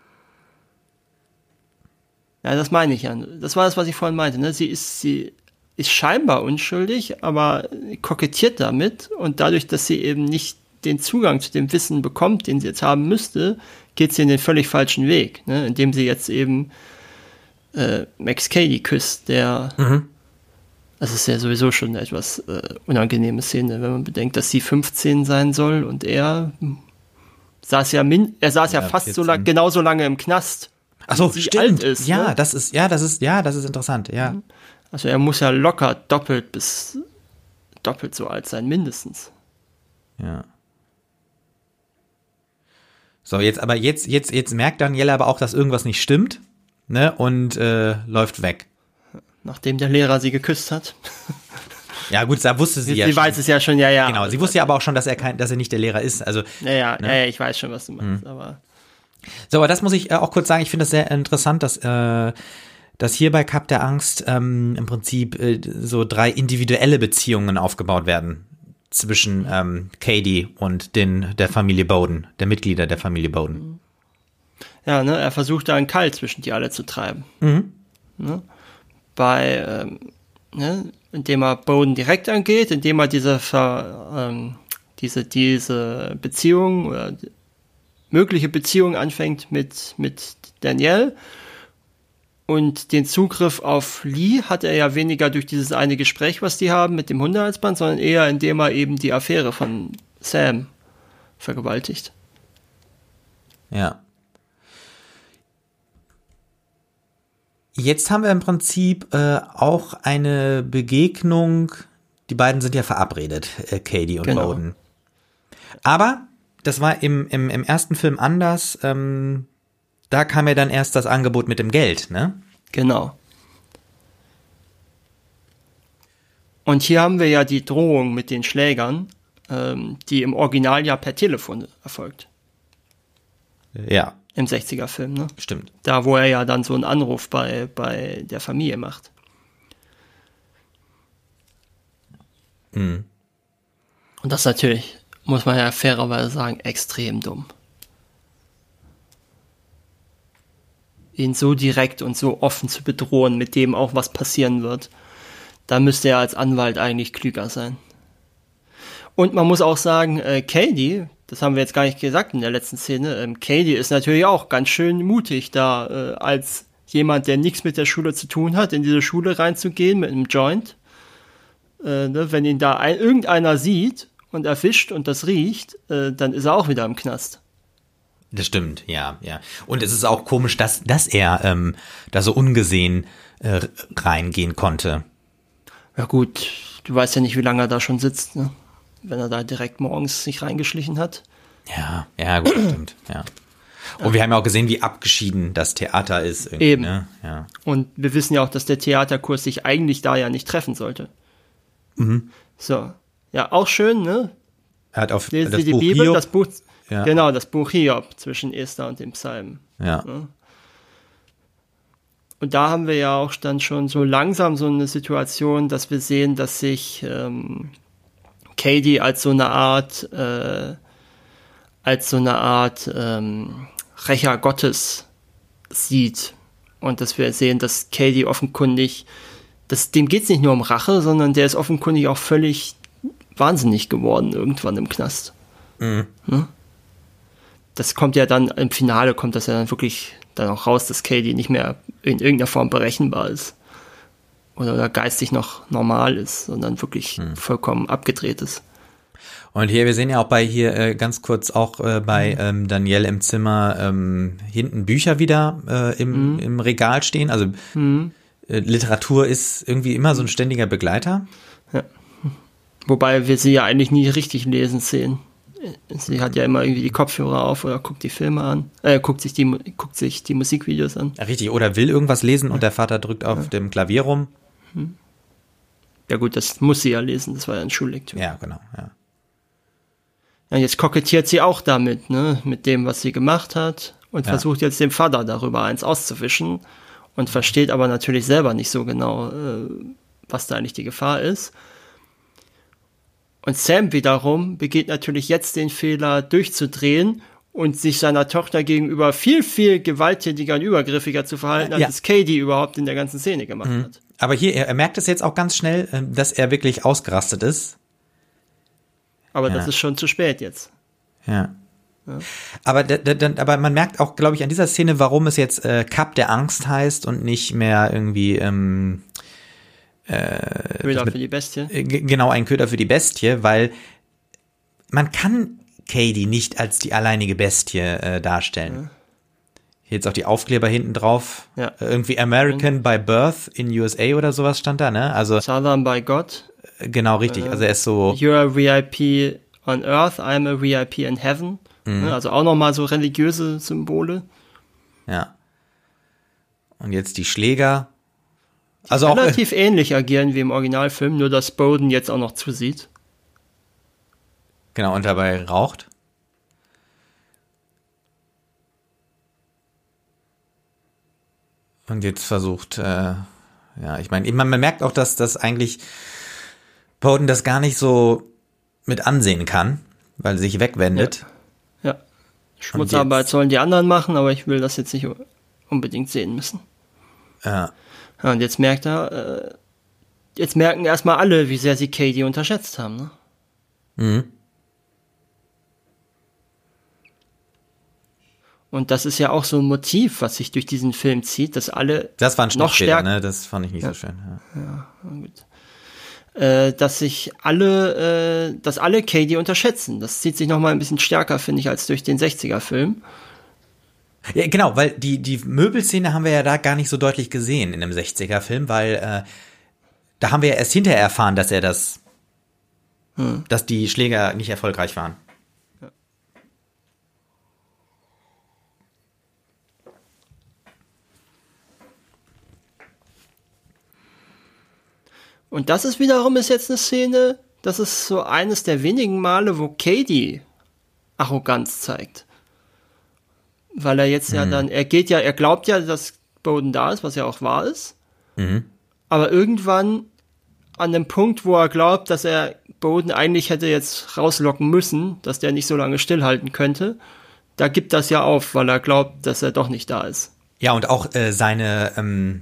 Ja, das meine ich ja. Das war das, was ich vorhin meinte. Ne? Sie ist scheinbar unschuldig, aber kokettiert damit und dadurch, dass sie eben nicht den Zugang zu dem Wissen bekommt, den sie jetzt haben müsste, geht sie in den völlig falschen Weg, ne? Indem sie jetzt eben Max Cady küsst, das ist ja sowieso schon eine etwas unangenehme Szene, wenn man bedenkt, dass sie 15 sein soll und er saß ja fast 14. Genauso lange im Knast. Ach so, sie stimmt. Alt ist, ja, ne? das ist interessant, ja. Also er muss ja locker doppelt so alt sein, mindestens. Ja. So, jetzt merkt Danielle aber auch, dass irgendwas nicht stimmt, ne, und läuft weg. Nachdem der Lehrer sie geküsst hat. Ja, gut, da wusste sie ja schon. Sie weiß es ja schon, ja. Genau, sie wusste ja aber auch schon, dass er nicht der Lehrer ist. Also, ja, ich weiß schon, was du meinst, aber. So, aber das muss ich auch kurz sagen. Ich finde das sehr interessant, dass hier bei Kap der Angst im Prinzip so 3 individuelle Beziehungen aufgebaut werden zwischen Cady und der Familie Bowden, der Mitglieder der Familie Bowden. Ja, ne, er versucht da einen Keil zwischen die alle zu treiben. Ne? Indem er Bowden direkt angeht, indem er diese Beziehung oder mögliche Beziehung anfängt mit Danielle. Und den Zugriff auf Lee hat er ja weniger durch dieses eine Gespräch, was die haben mit dem Hundehalsband, sondern eher indem er eben die Affäre von Sam vergewaltigt. Ja. Jetzt haben wir im Prinzip auch eine Begegnung. Die beiden sind ja verabredet, Cady und Bowden. Aber das war im ersten Film anders. Da kam ja dann erst das Angebot mit dem Geld, ne? Genau. Und hier haben wir ja die Drohung mit den Schlägern, die im Original ja per Telefon erfolgt. Ja. Im 60er-Film, ne? Stimmt. Da, wo er ja dann so einen Anruf bei der Familie macht. Mhm. Und das ist natürlich, muss man ja fairerweise sagen, extrem dumm. Ihn so direkt und so offen zu bedrohen, mit dem auch was passieren wird. Da müsste er als Anwalt eigentlich klüger sein. Und man muss auch sagen, Cady, das haben wir jetzt gar nicht gesagt in der letzten Szene, Cady ist natürlich auch ganz schön mutig, da als jemand, der nichts mit der Schule zu tun hat, in diese Schule reinzugehen mit einem Joint. Wenn ihn da irgendeiner sieht und erwischt und das riecht, dann ist er auch wieder im Knast. Das stimmt, ja. Und es ist auch komisch, dass er da so ungesehen reingehen konnte. Ja gut, du weißt ja nicht, wie lange er da schon sitzt, ne? Wenn er da direkt morgens sich reingeschlichen hat. Ja, gut, stimmt, ja. Und wir haben ja auch gesehen, wie abgeschieden das Theater ist. Eben. Ne? Ja. Und wir wissen ja auch, dass der Theaterkurs sich eigentlich da ja nicht treffen sollte. Mhm. So. Ja, auch schön, ne? Er hat auf Lesen das Sie die Buch Bibel, Hiob. das Buch, Ja. Genau, das Buch Hiob zwischen Esther und dem Psalm. Ja. Ne? Und da haben wir ja auch dann schon so langsam so eine Situation, dass wir sehen, dass sich Cady als so eine Art Rächer Gottes sieht. Und dass wir sehen, dass Cady offenkundig, dem geht es nicht nur um Rache, sondern der ist offenkundig auch völlig wahnsinnig geworden irgendwann im Knast. Mhm. Ne? Das kommt ja dann, im Finale kommt das ja dann wirklich dann auch raus, dass Cady nicht mehr in irgendeiner Form berechenbar ist. Oder geistig noch normal ist, sondern wirklich vollkommen abgedreht ist. Und hier, wir sehen ja auch ganz kurz auch bei Danielle im Zimmer hinten Bücher wieder im Regal stehen. Also Literatur ist irgendwie immer so ein ständiger Begleiter. Ja. Wobei wir sie ja eigentlich nie richtig lesen sehen. Sie hat ja immer irgendwie die Kopfhörer auf oder guckt die Filme an, guckt sich die Musikvideos an. Ja, richtig, oder will irgendwas lesen und der Vater drückt auf dem Klavier rum. Ja gut, das muss sie ja lesen, das war ja ein Schullektüre. Ja, genau, ja. Ja, jetzt kokettiert sie auch damit, ne, mit dem, was sie gemacht hat und versucht jetzt dem Vater darüber eins auszuwischen und versteht aber natürlich selber nicht so genau, was da eigentlich die Gefahr ist. Und Sam wiederum begeht natürlich jetzt den Fehler, durchzudrehen und sich seiner Tochter gegenüber viel, viel gewalttätiger und übergriffiger zu verhalten, als es Katie überhaupt in der ganzen Szene gemacht hat. Aber hier, er merkt es jetzt auch ganz schnell, dass er wirklich ausgerastet ist. Aber das ist schon zu spät jetzt. Ja. Aber man merkt auch, glaube ich, an dieser Szene, warum es jetzt Cup der Angst heißt und nicht mehr irgendwie Köder für die Bestie. Genau, ein Köder für die Bestie, weil man kann Katie nicht als die alleinige Bestie darstellen. Ja. Hier jetzt auch die Aufkleber hinten drauf. Ja. Irgendwie American by Birth in USA oder sowas stand da, ne? Also Southern by God. Genau, richtig. Also er ist so. You're a VIP on Earth, I'm a VIP in Heaven. Also auch nochmal so religiöse Symbole. Ja. Und jetzt die Schläger. Also relativ ähnlich agieren wie im Originalfilm, nur dass Bowden jetzt auch noch zusieht. Genau, und dabei raucht. Und jetzt versucht, ich meine, man merkt auch, dass das eigentlich Bowden das gar nicht so mit ansehen kann, weil er sich wegwendet. Ja. Schmutzarbeit sollen die anderen machen, aber ich will das jetzt nicht unbedingt sehen müssen. Ja. Und jetzt merken erstmal alle, wie sehr sie Katie unterschätzt haben, ne? Mhm. Und das ist ja auch so ein Motiv, was sich durch diesen Film zieht, dass alle das war ein noch stärker, ne? Das fand ich nicht so schön. Ja, gut. Dass alle Katie unterschätzen. Das zieht sich nochmal ein bisschen stärker, finde ich, als durch den 60er-Film. Ja, genau, weil die Möbelszene haben wir ja da gar nicht so deutlich gesehen in dem 60er-Film, weil da haben wir ja erst hinterher erfahren, dass dass die Schläger nicht erfolgreich waren. Ja. Und das ist wiederum jetzt eine Szene, das ist so eines der wenigen Male, wo Katie Arroganz zeigt. Weil er jetzt er glaubt ja, dass Bowden da ist, was ja auch wahr ist. Mhm. Aber irgendwann an dem Punkt, wo er glaubt, dass er Bowden eigentlich hätte jetzt rauslocken müssen, dass der nicht so lange stillhalten könnte, da gibt das ja auf, weil er glaubt, dass er doch nicht da ist. Ja, und auch seine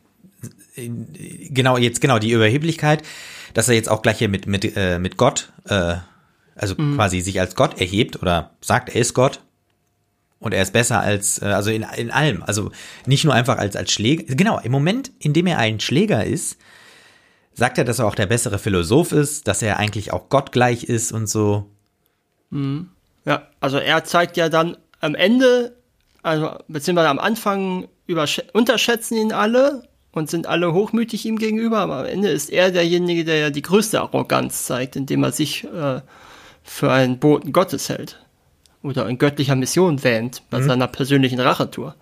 die Überheblichkeit, dass er jetzt auch gleich hier mit Gott, quasi sich als Gott erhebt oder sagt, er ist Gott und er ist besser als, in allem, also nicht nur einfach als Schläger, genau, im Moment, in dem er ein Schläger ist, sagt er, dass er auch der bessere Philosoph ist, dass er eigentlich auch gottgleich ist und so. Ja, also er zeigt ja dann am Ende, also beziehungsweise am Anfang unterschätzen ihn alle und sind alle hochmütig ihm gegenüber, aber am Ende ist er derjenige, der ja die größte Arroganz zeigt, indem er sich für einen Boten Gottes hält oder in göttlicher Mission wähnt bei seiner persönlichen Rachetour.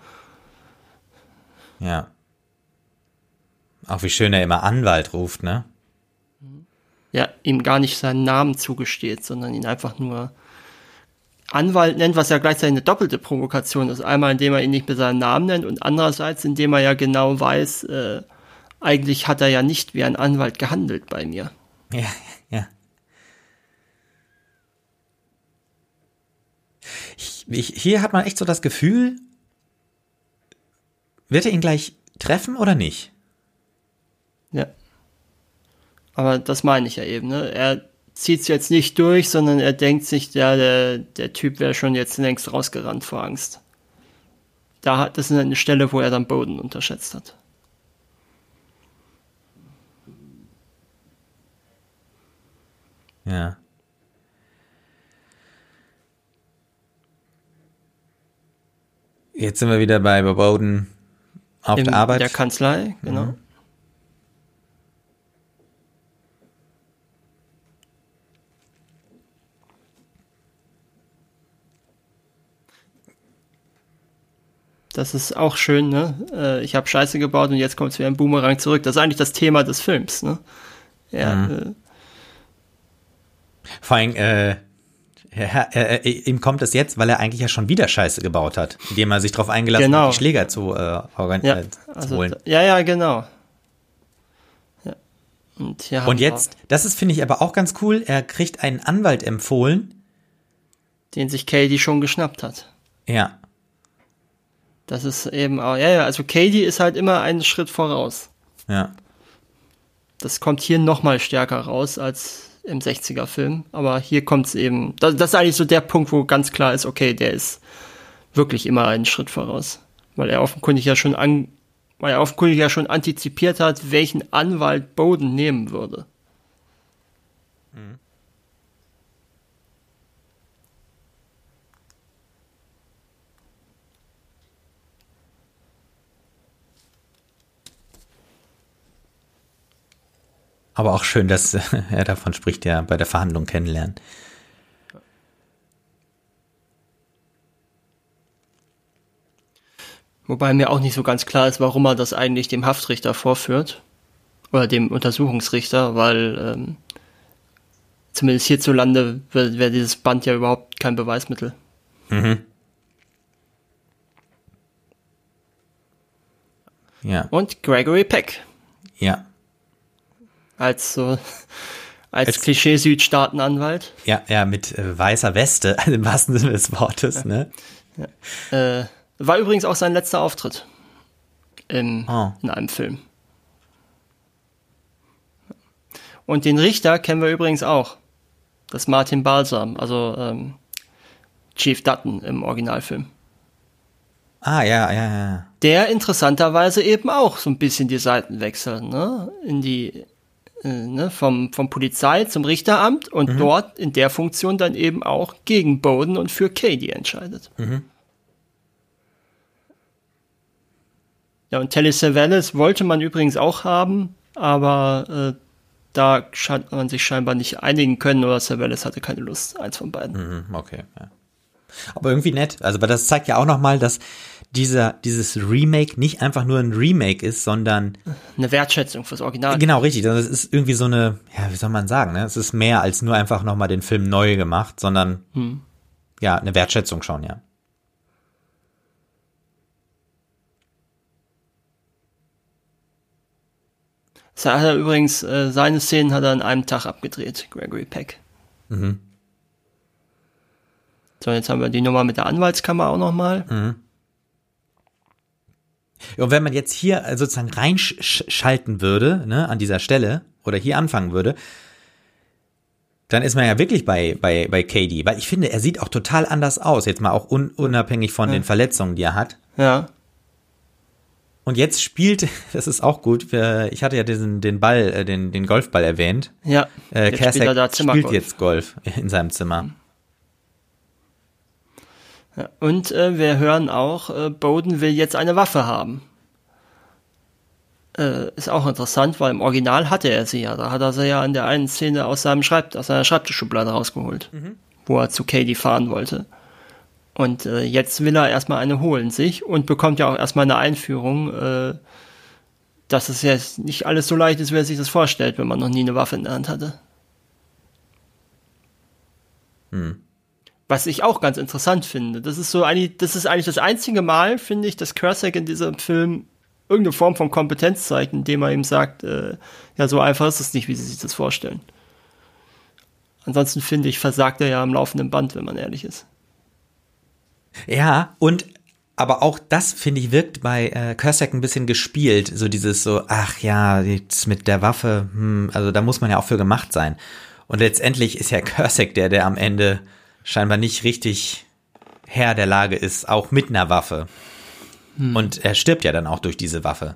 Ja. Auch wie schön er immer Anwalt ruft, ne? Ja, ihm gar nicht seinen Namen zugesteht, sondern ihn einfach nur Anwalt nennt, was ja gleichzeitig eine doppelte Provokation ist. Einmal, indem er ihn nicht mit seinem Namen nennt und andererseits, indem er ja genau weiß, eigentlich hat er ja nicht wie ein Anwalt gehandelt bei mir. Ja. Hier hat man echt so das Gefühl, wird er ihn gleich treffen oder nicht? Ja. Aber das meine ich ja eben, ne? Er zieht es jetzt nicht durch, sondern er denkt sich, der Typ wäre schon jetzt längst rausgerannt vor Angst. Das ist eine Stelle, wo er dann Bowden unterschätzt hat. Ja. Jetzt sind wir wieder bei Bowden auf der Arbeit. In der Kanzlei, genau. Mhm. Das ist auch schön, ne? Ich habe Scheiße gebaut und jetzt kommt es wieder ein Boomerang zurück. Das ist eigentlich das Thema des Films, ne? Ja. Vor allem, ihm kommt es jetzt, weil er eigentlich ja schon wieder Scheiße gebaut hat, indem er sich darauf eingelassen hat, die Schläger zu holen. Ja, genau. Ja. Und jetzt, das ist, finde ich, aber auch ganz cool, er kriegt einen Anwalt empfohlen, den sich Katie schon geschnappt hat. Ja. Das ist eben auch, ja, also Katie ist halt immer einen Schritt voraus. Ja. Das kommt hier nochmal stärker raus als im 60er-Film, aber hier kommt es eben, das ist eigentlich so der Punkt, wo ganz klar ist, okay, der ist wirklich immer einen Schritt voraus, weil er offenkundig ja schon antizipiert hat, welchen Anwalt Bowden nehmen würde. Mhm. Aber auch schön, dass er davon spricht, ja, bei der Verhandlung kennenlernen. Wobei mir auch nicht so ganz klar ist, warum er das eigentlich dem Haftrichter vorführt. Oder dem Untersuchungsrichter, weil zumindest hierzulande wäre dieses Band ja überhaupt kein Beweismittel. Mhm. Ja. Und Gregory Peck. Ja. Als Klischee-Südstaatenanwalt. Ja, mit weißer Weste, also im wahrsten Sinne des Wortes, ne? Ja. War übrigens auch sein letzter Auftritt in einem Film. Und den Richter kennen wir übrigens auch. Das ist Martin Balsam, also Chief Dutton im Originalfilm. Ah, ja. Der interessanterweise eben auch so ein bisschen die Seiten wechselt, ne? Vom Polizei zum Richteramt und dort in der Funktion dann eben auch gegen Bowden und für Katie entscheidet. Mhm. Ja, und Telly Savalas wollte man übrigens auch haben, aber da hat man sich scheinbar nicht einigen können oder Savalas hatte keine Lust, eins von beiden. Okay, ja. Aber irgendwie nett, also aber das zeigt ja auch nochmal, dass dieses Remake nicht einfach nur ein Remake ist, sondern eine Wertschätzung fürs Original. Genau, richtig. Das ist irgendwie so eine, ja, wie soll man sagen, ne? Es ist mehr als nur einfach nochmal den Film neu gemacht, sondern ja, eine Wertschätzung schon, ja. Das hat er übrigens, seine Szenen hat er an einem Tag abgedreht, Gregory Peck. Mhm. So, jetzt haben wir die Nummer mit der Anwaltskammer auch nochmal. Mhm. Und wenn man jetzt hier sozusagen reinschalten würde, ne, an dieser Stelle, oder hier anfangen würde, dann ist man ja wirklich bei Katie, weil ich finde, er sieht auch total anders aus, jetzt mal auch unabhängig von den Verletzungen, die er hat. Ja. Und jetzt spielt, das ist auch gut, ich hatte ja den Ball, den Golfball erwähnt. Ja, Kasek spielt jetzt Golf in seinem Zimmer. Ja, und wir hören auch, Bowden will jetzt eine Waffe haben. Ist auch interessant, weil im Original hatte er sie ja. Da hat er sie ja in der einen Szene aus seiner Schreibtischschublade rausgeholt, wo er zu Katie fahren wollte. Und jetzt will er erstmal eine holen sich und bekommt ja auch erstmal eine Einführung, dass es jetzt nicht alles so leicht ist, wie er sich das vorstellt, wenn man noch nie eine Waffe in der Hand hatte. Was ich auch ganz interessant finde. Das ist eigentlich das einzige Mal, finde ich, dass Cusack in diesem Film irgendeine Form von Kompetenz zeigt, indem er ihm sagt, ja, so einfach ist es nicht, wie sie sich das vorstellen. Ansonsten finde ich, versagt er ja am laufenden Band, wenn man ehrlich ist. Ja, aber auch das, finde ich, wirkt bei Cusack ein bisschen gespielt. So dieses so, ach ja, jetzt mit der Waffe, also da muss man ja auch für gemacht sein. Und letztendlich ist ja Cusack der am Ende scheinbar nicht richtig Herr der Lage ist, auch mit einer Waffe. Und er stirbt ja dann auch durch diese Waffe.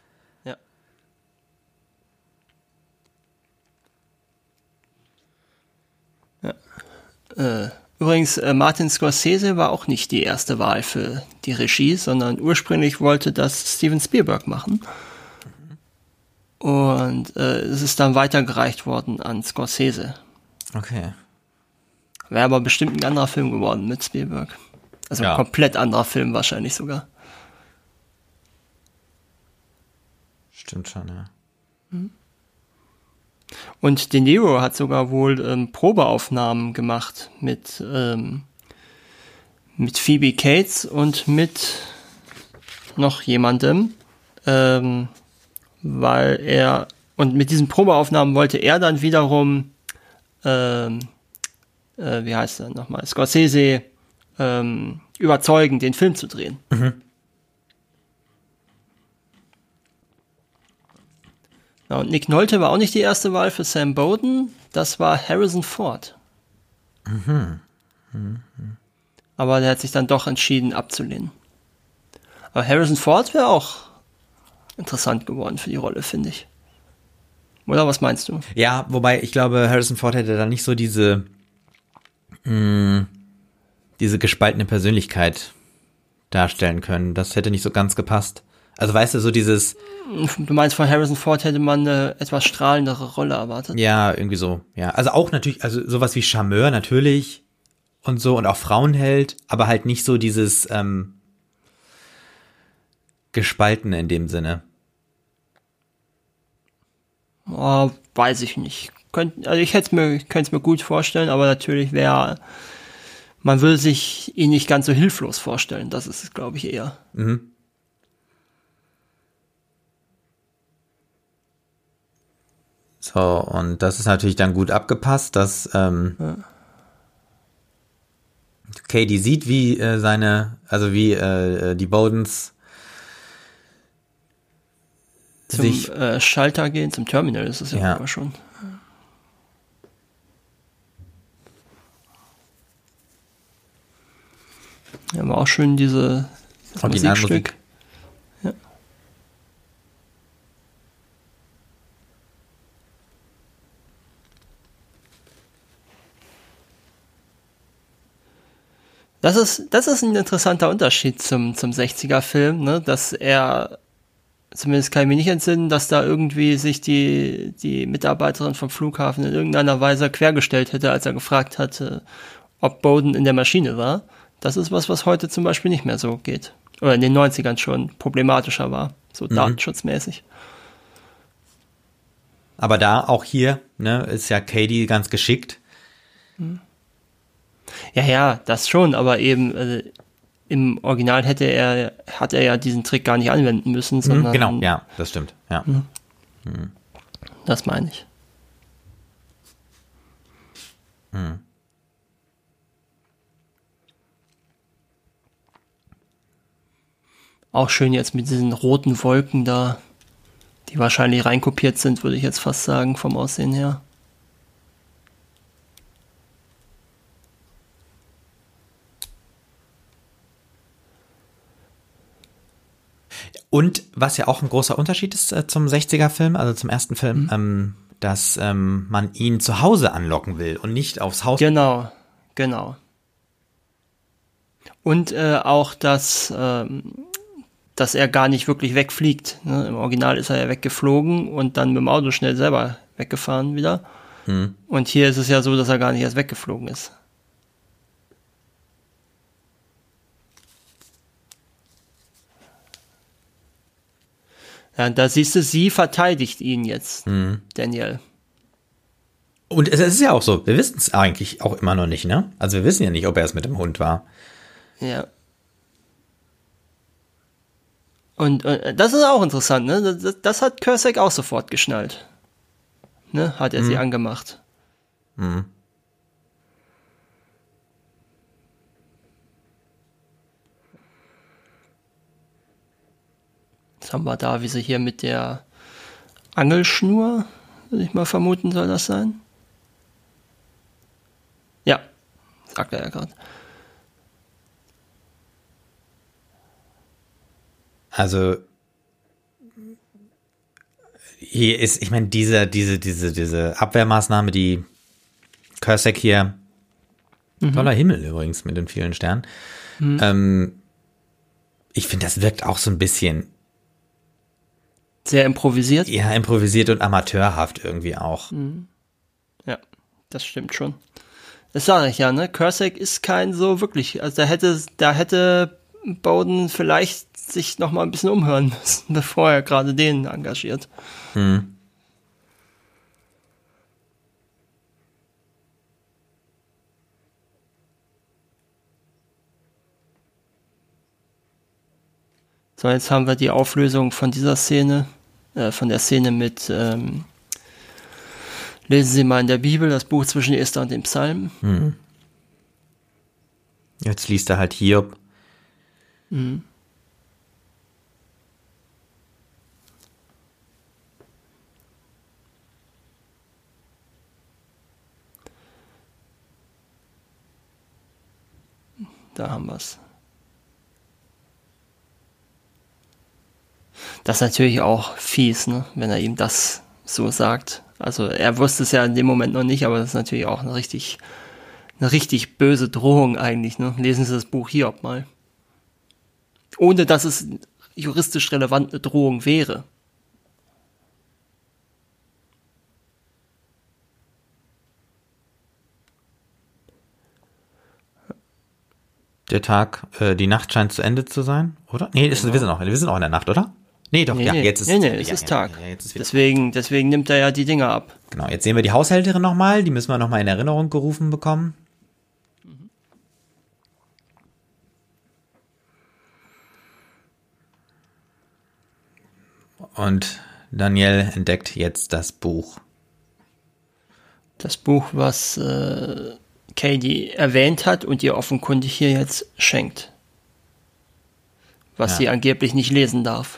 Ja. Übrigens, Martin Scorsese war auch nicht die erste Wahl für die Regie, sondern ursprünglich wollte das Steven Spielberg machen. Und es ist dann weitergereicht worden an Scorsese. Okay. Wäre aber bestimmt ein anderer Film geworden mit Spielberg. Also ein komplett anderer Film wahrscheinlich sogar. Stimmt schon, ja. Und De Niro hat sogar wohl Probeaufnahmen gemacht mit Phoebe Cates und mit noch jemandem, weil und mit diesen Probeaufnahmen wollte er dann wiederum wie heißt er nochmal, Scorsese überzeugen, den Film zu drehen. Ja, und Nick Nolte war auch nicht die erste Wahl für Sam Bowden, das war Harrison Ford. Aber der hat sich dann doch entschieden abzulehnen. Aber Harrison Ford wäre auch interessant geworden für die Rolle, finde ich. Oder was meinst du? Ja, wobei ich glaube, Harrison Ford hätte da nicht so diese gespaltene Persönlichkeit darstellen können. Das hätte nicht so ganz gepasst. Also weißt du, so dieses... Du meinst, von Harrison Ford hätte man eine etwas strahlendere Rolle erwartet? Ja, irgendwie so. Ja, also auch natürlich, also sowas wie Charmeur natürlich und so und auch Frauenheld, aber halt nicht so dieses Gespaltene in dem Sinne. Oh, weiß ich nicht. Also ich könnte es mir gut vorstellen, aber natürlich man will sich ihn nicht ganz so hilflos vorstellen. Das ist es, glaube ich, eher. So, und das ist natürlich dann gut abgepasst, dass Katie sieht, wie die Bowdens zum Schalter gehen, zum Terminal ist es ja aber schon. Ja, aber auch schön das Musikstück. Ja. Das ist ein interessanter Unterschied zum 60er-Film, ne? Dass er, zumindest kann ich mich nicht entsinnen, dass da irgendwie sich die Mitarbeiterin vom Flughafen in irgendeiner Weise quergestellt hätte, als er gefragt hatte, ob Bowden in der Maschine war. Das ist was heute zum Beispiel nicht mehr so geht. Oder in den 90ern schon problematischer war, so datenschutzmäßig. Aber da, auch hier, ne, ist ja Katie ganz geschickt. Ja, das schon, aber eben im Original hat er ja diesen Trick gar nicht anwenden müssen, sondern... Genau, ja, das stimmt, ja. Das meine ich. Auch schön jetzt mit diesen roten Wolken da, die wahrscheinlich reinkopiert sind, würde ich jetzt fast sagen, vom Aussehen her. Und was ja auch ein großer Unterschied ist zum 60er-Film, also zum ersten Film, dass man ihn zu Hause anlocken will und nicht aufs Haus. Genau. Und auch, dass er gar nicht wirklich wegfliegt. Ne? Im Original ist er ja weggeflogen und dann mit dem Auto schnell selber weggefahren wieder. Und hier ist es ja so, dass er gar nicht erst weggeflogen ist. Ja, da siehst du, sie verteidigt ihn jetzt, Daniel. Und es ist ja auch so, wir wissen es eigentlich auch immer noch nicht, ne? Also wir wissen ja nicht, ob er es mit dem Hund war. Ja. Und das ist auch interessant, ne? Das hat Cusack auch sofort geschnallt. Ne? Hat er sie angemacht. Jetzt haben wir da, wie sie hier mit der Angelschnur, würde ich mal vermuten, soll das sein? Ja, sagt er ja gerade. Also hier ist, ich meine, diese Abwehrmaßnahme, die Cusack hier, toller Himmel übrigens mit den vielen Sternen. Ich finde, das wirkt auch so ein bisschen sehr improvisiert. Ja, improvisiert und amateurhaft irgendwie auch. Ja, das stimmt schon. Das sage ich ja, ne? Cusack ist kein so wirklich, also da hätte Bowden vielleicht sich noch mal ein bisschen umhören müssen, bevor er gerade den engagiert. So, jetzt haben wir die Auflösung von dieser Szene, von der Szene mit lesen Sie mal in der Bibel das Buch zwischen Esther und dem Psalm. Jetzt liest er halt Hiob. Mhm. Da haben wir's. Das ist natürlich auch fies, ne, wenn er ihm das so sagt. Also er wusste es ja in dem Moment noch nicht, aber das ist natürlich auch eine richtig böse Drohung eigentlich. Ne? Lesen Sie das Buch Hiob mal. Ohne dass es juristisch relevant eine Drohung wäre. Die Nacht scheint zu Ende zu sein, oder? Nee, Genau. wir sind noch in der Nacht, oder? Nee, doch, jetzt ist es ist Tag. Jetzt ist Deswegen nimmt er ja die Dinger ab. Genau, jetzt sehen wir die Haushälterin nochmal, die müssen wir nochmal in Erinnerung gerufen bekommen. Und Daniel entdeckt jetzt das Buch. Das Buch, was Katie erwähnt hat und ihr offenkundig hier jetzt schenkt. Was sie angeblich nicht lesen darf.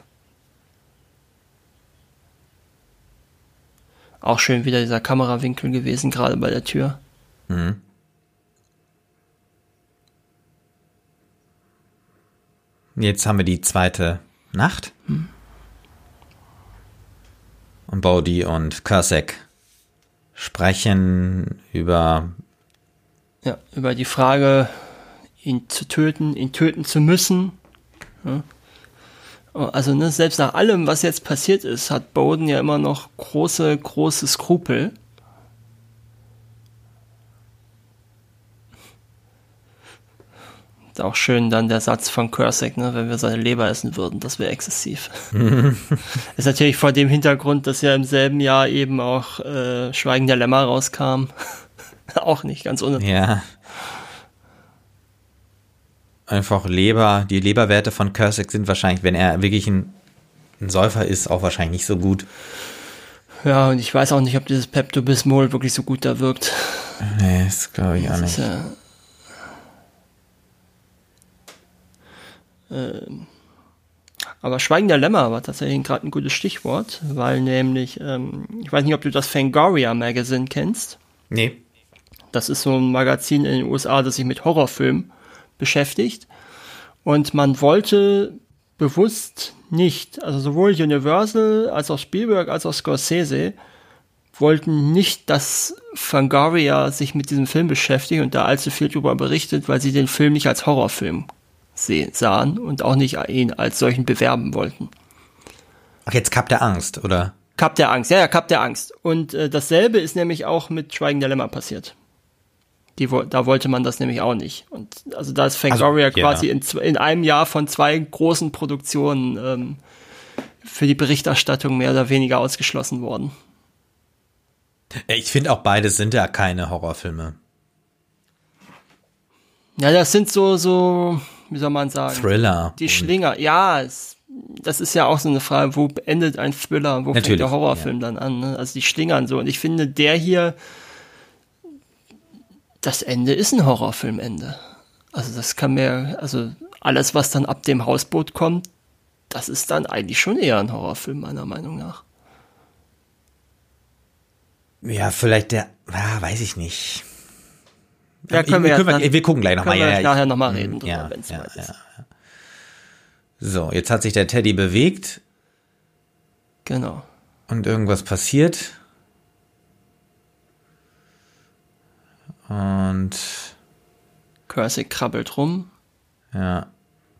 Auch schön wieder dieser Kamerawinkel gewesen, gerade bei der Tür. Mhm. Jetzt haben wir die zweite Nacht. Und Bodhi und Cusack sprechen über die Frage, ihn töten zu müssen. Ja. Also ne, selbst nach allem, was jetzt passiert ist, hat Bowden ja immer noch große Skrupel. Ist auch schön dann der Satz von Cusack, ne, wenn wir seine Leber essen würden, das wäre exzessiv. Ist natürlich vor dem Hintergrund, dass ja im selben Jahr eben auch Schweigen der Lämmer rauskam. Auch nicht ganz uninteressant. Ja. Einfach die Leberwerte von Cusack sind wahrscheinlich, wenn er wirklich ein Säufer ist, auch wahrscheinlich nicht so gut. Ja, und ich weiß auch nicht, ob dieses Pepto-Bismol wirklich so gut da wirkt. Nee, das glaube ich auch nicht. Aber Schweigen der Lämmer war tatsächlich gerade ein gutes Stichwort, weil nämlich, ich weiß nicht, ob du das Fangoria Magazine kennst. Nee. Das ist so ein Magazin in den USA, das sich mit Horrorfilmen beschäftigt. Und man wollte bewusst nicht, also sowohl Universal als auch Spielberg als auch Scorsese wollten nicht, dass Fangoria sich mit diesem Film beschäftigt und da allzu viel darüber berichtet, weil sie den Film nicht als Horrorfilm sahen und auch nicht ihn als solchen bewerben wollten. Ach, jetzt Kap der Angst, oder? Kap der Angst, ja, Kap der Angst. Und dasselbe ist nämlich auch mit Schweigen der Lämmer passiert. Da wollte man das nämlich auch nicht. Und also da ist Fangoria quasi in einem Jahr von 2 großen Produktionen für die Berichterstattung mehr oder weniger ausgeschlossen worden. Ich finde auch beides sind ja keine Horrorfilme. Ja, das sind so, wie soll man sagen? Thriller. Die Schlinger, ja, das ist ja auch so eine Frage, wo endet ein Thriller, wo fängt der Horrorfilm dann an? Ne? Also die schlingern so. Und ich finde, der hier, das Ende ist ein Horrorfilmende. Also alles, was dann ab dem Hausboot kommt, das ist dann eigentlich schon eher ein Horrorfilm, meiner Meinung nach. Ja, vielleicht weiß ich nicht. Ja, wir gucken gleich nochmal. Können wir nachher nochmal reden drüber, wenn es soweit ist. Ja. So, jetzt hat sich der Teddy bewegt. Genau. Und irgendwas passiert. Und Cusack krabbelt rum. Ja.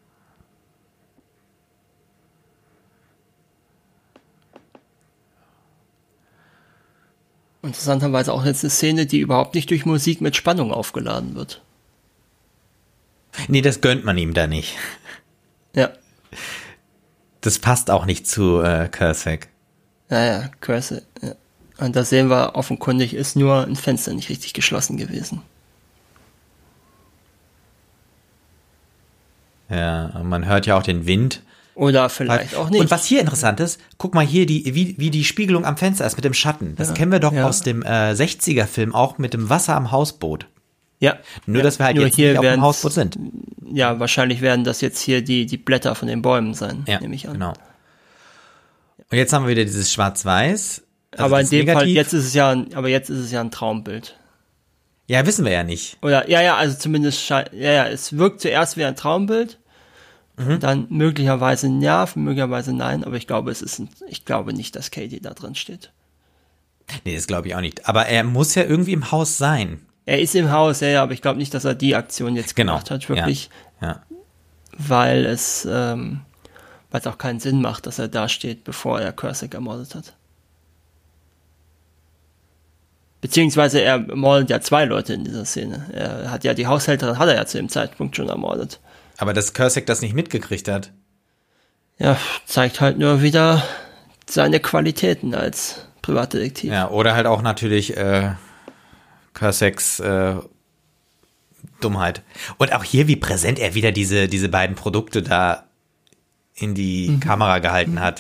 Interessanterweise auch jetzt eine Szene, die überhaupt nicht durch Musik mit Spannung aufgeladen wird. Nee, das gönnt man ihm da nicht. Ja. Das passt auch nicht zu Cusack. Ja, Cusack. Ja. Und da sehen wir, offenkundig ist nur ein Fenster nicht richtig geschlossen gewesen. Ja, und man hört ja auch den Wind. Oder vielleicht auch nicht. Und was hier interessant ist, guck mal hier, wie die Spiegelung am Fenster ist mit dem Schatten. Das kennen wir doch aus dem 60er-Film auch mit dem Wasser am Hausboot. Ja. Nur, dass wir halt Nur jetzt hier nicht auf dem werden's- Hausboot sind. Ja, wahrscheinlich werden das jetzt hier die Blätter von den Bäumen sein, Ja, nehme ich an. genau. Und jetzt haben wir wieder dieses Schwarz-Weiß. Also Aber in das dem Fall, Negativ. jetzt ist es ja ein Traumbild. Ja, wissen wir ja nicht. Oder, also zumindest, es wirkt zuerst wie ein Traumbild, dann möglicherweise ja, möglicherweise nein, aber ich glaube nicht, dass Katie da drin steht. Nee, das glaube ich auch nicht. Aber er muss ja irgendwie im Haus sein. Er ist im Haus, aber ich glaube nicht, dass er die Aktion jetzt Genau. gemacht hat, wirklich, Ja. weil es auch keinen Sinn macht, dass er da steht, bevor er Cursek ermordet hat. Beziehungsweise er mordet ja 2 Leute in dieser Szene. Er hat ja die Haushälterin, hat er ja zu dem Zeitpunkt schon ermordet. Aber dass Cursek das nicht mitgekriegt hat. Ja, zeigt halt nur wieder seine Qualitäten als Privatdetektiv. Ja, oder halt auch natürlich Curseks Dummheit. Und auch hier, wie präsent er wieder diese beiden Produkte da in die Kamera gehalten hat.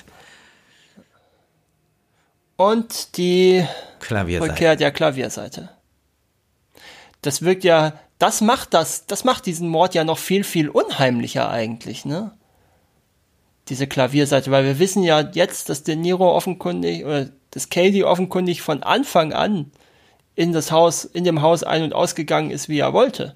Und die Klavierseite. Rückkehr der Klavierseite. Das wirkt ja, das macht diesen Mord ja noch viel, viel unheimlicher eigentlich, ne? Diese Klavierseite, weil wir wissen ja jetzt, dass De Niro offenkundig, oder dass Katie offenkundig von Anfang an in dem Haus ein- und ausgegangen ist, wie er wollte.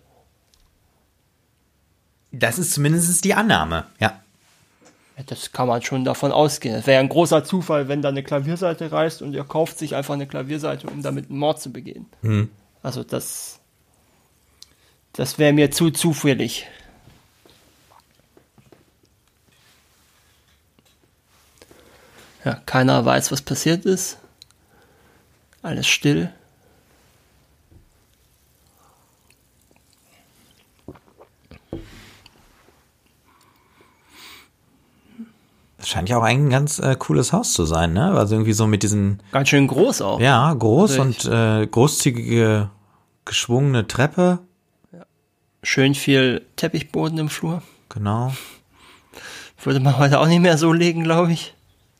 Das ist zumindest die Annahme, ja. Ja, das kann man schon davon ausgehen. Es wäre ja ein großer Zufall, wenn da eine Klavierseite reißt und er kauft sich einfach eine Klavierseite, um damit einen Mord zu begehen. Also das wäre mir zu zufällig. Ja, keiner weiß, was passiert ist. Alles still. Das scheint ja auch ein ganz cooles Haus zu sein, ne? Also irgendwie so mit diesen, Ganz schön groß auch. ja, groß Also und großzügige, geschwungene Treppe. Schön viel Teppichboden im Flur. Genau. Würde man heute auch nicht mehr so legen, glaube ich.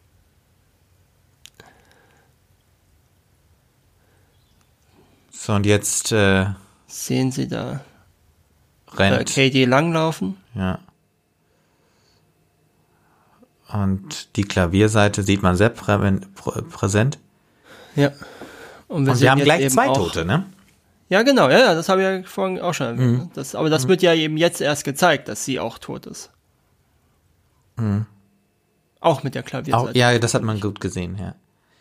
So, und jetzt Sehen Sie da rennt. Katie langlaufen. Ja. Und die Klavierseite sieht man sehr präsent. Ja. Und Und sehen wir haben jetzt gleich eben 2 auch- Tote, ne? Ja, genau, ja, das habe ich ja vorhin auch schon erwähnt. Ne? Aber das wird ja eben jetzt erst gezeigt, dass sie auch tot ist. Auch mit der Klavierseite. Auch, ja, das hat man gut gesehen, ja.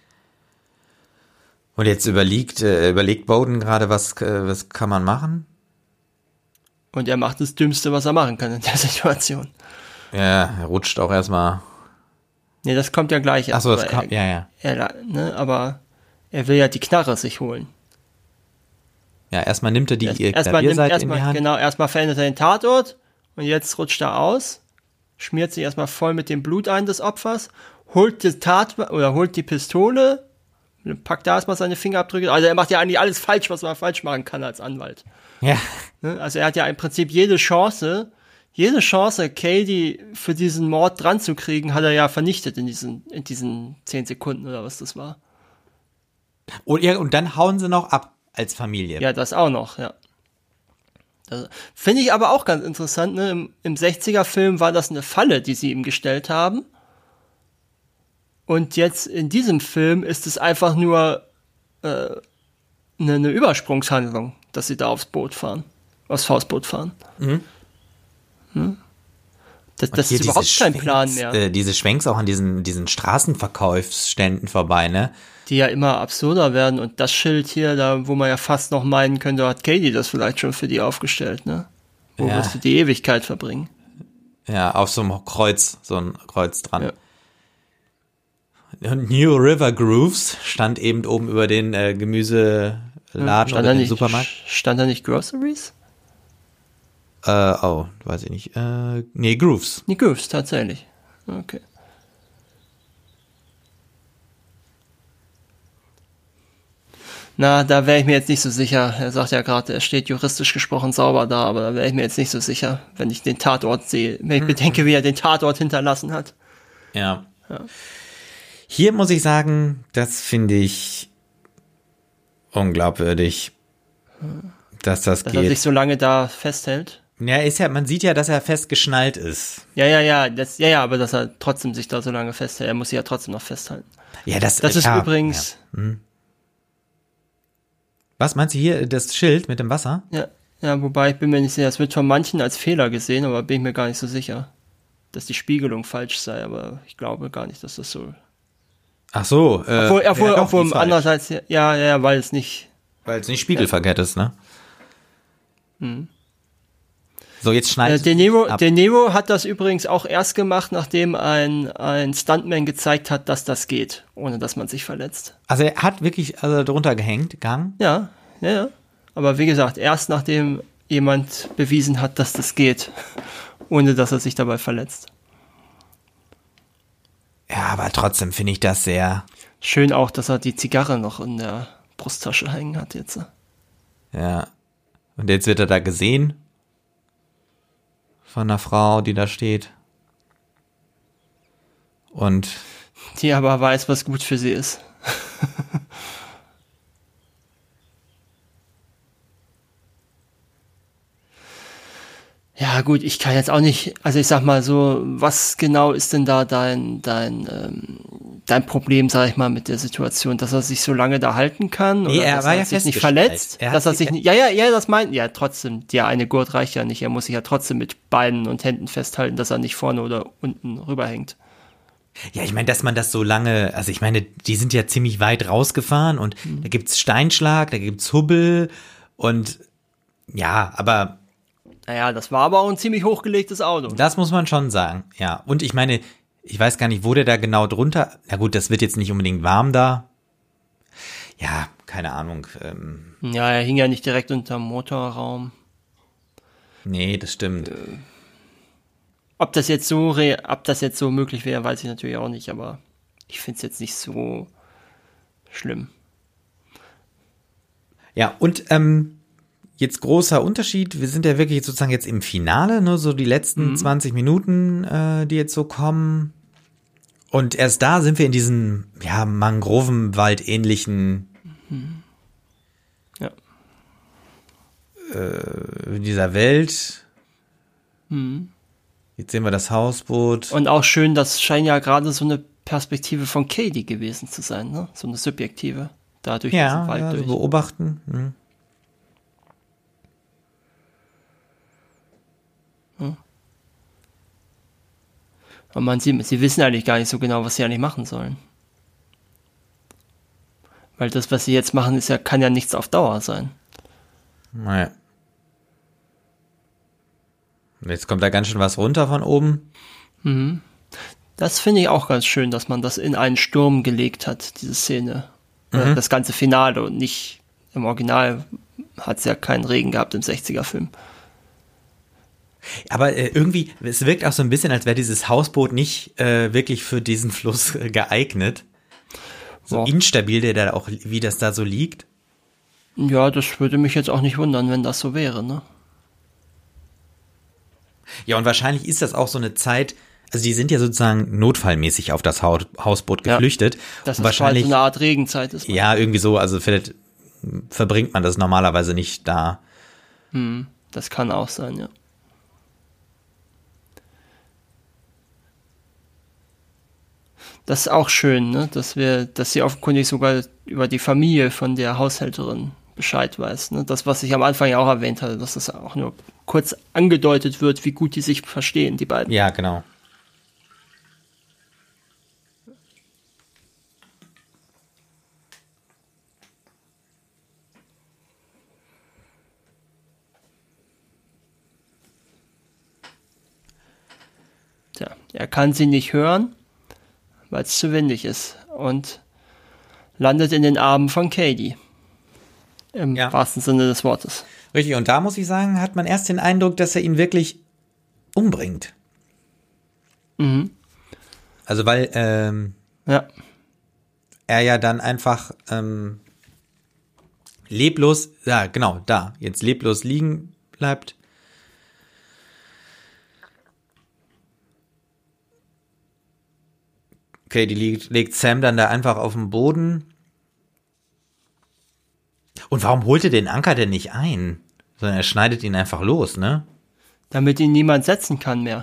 Und jetzt überlegt Bowden gerade, was kann man machen? Und er macht das Dümmste, was er machen kann in der Situation. Ja, er rutscht auch erstmal. Nee, das kommt ja gleich. Achso, das aber kam, ja. aber er will ja die Knarre sich holen. Ja, erstmal nimmt er die Erstmal Klavierseite in die Hand. Genau, erstmal verändert er den Tatort und jetzt rutscht er aus, schmiert sich erstmal voll mit dem Blut ein des Opfers, holt die Pistole, packt da erstmal seine Fingerabdrücke. Also er macht ja eigentlich alles falsch, was man falsch machen kann als Anwalt. Ja. Ne? Also er hat ja im Prinzip jede Chance, Katie für diesen Mord dran zu kriegen, hat er ja vernichtet in diesen 10 Sekunden oder was das war. Und dann hauen sie noch ab als Familie. Ja, das auch noch, ja. Finde ich aber auch ganz interessant, ne? Im 60er-Film war das eine Falle, die sie ihm gestellt haben. Und jetzt in diesem Film ist es einfach nur eine Übersprungshandlung, dass sie da aufs Hausboot fahren. Das Hier ist überhaupt kein Plan mehr. Diese Schwenks auch an diesen Straßenverkaufsständen vorbei, ne? Die ja immer absurder werden. Und das Schild hier, da wo man ja fast noch meinen könnte, hat Katie das vielleicht schon für die aufgestellt, ne? Wo Ja. wirst du die Ewigkeit verbringen? Ja, auf so ein Kreuz dran. Ja. Und New River Grooves stand eben oben über den Gemüseladen oder den Supermarkt. Stand da nicht Groceries? Weiß ich nicht. Nee, Grooves. Nee, Grooves, tatsächlich. Okay. Na, da wäre ich mir jetzt nicht so sicher. Er sagt ja gerade, er steht juristisch gesprochen sauber da, aber da wäre ich mir jetzt nicht so sicher, wenn ich den Tatort sehe, wenn ich bedenke, wie er den Tatort hinterlassen hat. Ja. Hier muss ich sagen, das finde ich unglaubwürdig. dass das dass geht. er sich so lange da festhält. Ja, man sieht ja, dass er fest geschnallt ist. Ja, aber dass er trotzdem sich da so lange festhält. Er muss sich ja trotzdem noch festhalten. Ja, das ist ja, übrigens. Ja. Was meinst du hier, das Schild mit dem Wasser? Ja, wobei ich bin mir nicht sicher, es wird von manchen als Fehler gesehen, aber bin ich mir gar nicht so sicher, dass die Spiegelung falsch sei, aber ich glaube gar nicht, dass das so. Ach so. Obwohl andererseits, ja, weil es nicht spiegelverkehrt ist, ne? So, jetzt schneidet De Niro hat das übrigens auch erst gemacht, nachdem ein Stuntman gezeigt hat, dass das geht, ohne dass man sich verletzt. Also er hat wirklich drunter gehangen? Ja. Aber wie gesagt, erst nachdem jemand bewiesen hat, dass das geht, ohne dass er sich dabei verletzt. Ja, aber trotzdem finde ich das sehr... Schön auch, dass er die Zigarre noch in der Brusttasche hängen hat jetzt. Ja. Und jetzt wird er da gesehen von einer Frau, die da steht. Und die aber weiß, was gut für sie ist. Ja gut, ich kann jetzt auch nicht, also ich sag mal so, was genau ist denn da dein Problem, sag ich mal, mit der Situation, dass er sich so lange da halten kann? Nee, oder er dass war er ja sich nicht festgestellt. verletzt? Dass er sich nicht, das meint, ja trotzdem, der eine Gurt reicht ja nicht, er muss sich ja trotzdem mit Beinen und Händen festhalten, dass er nicht vorne oder unten rüberhängt. Ja, ich meine, dass man das so lange, also ich meine, die sind ja ziemlich weit rausgefahren und da gibt's Steinschlag, da gibt's Hubbel und ja, aber naja, das war aber auch ein ziemlich hochgelegtes Auto. Das muss man schon sagen, ja. Und ich meine, ich weiß gar nicht, wo der da genau drunter, na gut, das wird jetzt nicht unbedingt warm da. Ja, keine Ahnung. Ja, er hing ja nicht direkt unterm Motorraum. Nee, das stimmt. Ob das jetzt so möglich wäre, weiß ich natürlich auch nicht, aber ich finde es jetzt nicht so schlimm. Ja, und jetzt großer Unterschied, wir sind ja wirklich sozusagen jetzt im Finale, nur so die letzten 20 Minuten, die jetzt so kommen. Und erst da sind wir in diesem, ja, Mangrovenwald-ähnlichen, in dieser Welt. Jetzt sehen wir das Hausboot. Und auch schön, das scheint ja gerade so eine Perspektive von Katie gewesen zu sein, ne? So eine subjektive. Da durch diesen Wald durch. So beobachten. Und sie wissen eigentlich gar nicht so genau, was sie eigentlich machen sollen. Weil das, was sie jetzt machen, kann ja nichts auf Dauer sein. Naja. Jetzt kommt da ganz schön was runter von oben. Das finde ich auch ganz schön, dass man das in einen Sturm gelegt hat, diese Szene. Das ganze Finale und nicht im Original hat es ja keinen Regen gehabt im 60er-Film. Aber irgendwie, es wirkt auch so ein bisschen, als wäre dieses Hausboot nicht wirklich für diesen Fluss geeignet. So instabil, der da auch, wie das da so liegt. Ja, das würde mich jetzt auch nicht wundern, wenn das so wäre, ne? Ja, und wahrscheinlich ist das auch so eine Zeit, also die sind ja sozusagen notfallmäßig auf das Hausboot geflüchtet. Ja, dass und es wahrscheinlich so eine Art Regenzeit ist. Ja, irgendwie so, also vielleicht verbringt man das normalerweise nicht da. Das kann auch sein, ja. Das ist auch schön, ne? Dass sie offenkundig sogar über die Familie von der Haushälterin Bescheid weiß. Ne? Das, was ich am Anfang ja auch erwähnt hatte, dass das auch nur kurz angedeutet wird, wie gut die sich verstehen, die beiden. Ja, genau. Tja, er kann sie nicht hören, weil es zu windig ist und landet in den Armen von Katie. Im wahrsten Sinne des Wortes. Richtig, und da muss ich sagen, hat man erst den Eindruck, dass er ihn wirklich umbringt. Also weil er ja dann einfach leblos, ja genau, jetzt leblos liegen bleibt. Okay, die legt Sam dann da einfach auf den Boden. Und warum holt er den Anker denn nicht ein? Sondern er schneidet ihn einfach los, ne? Damit ihn niemand setzen kann mehr.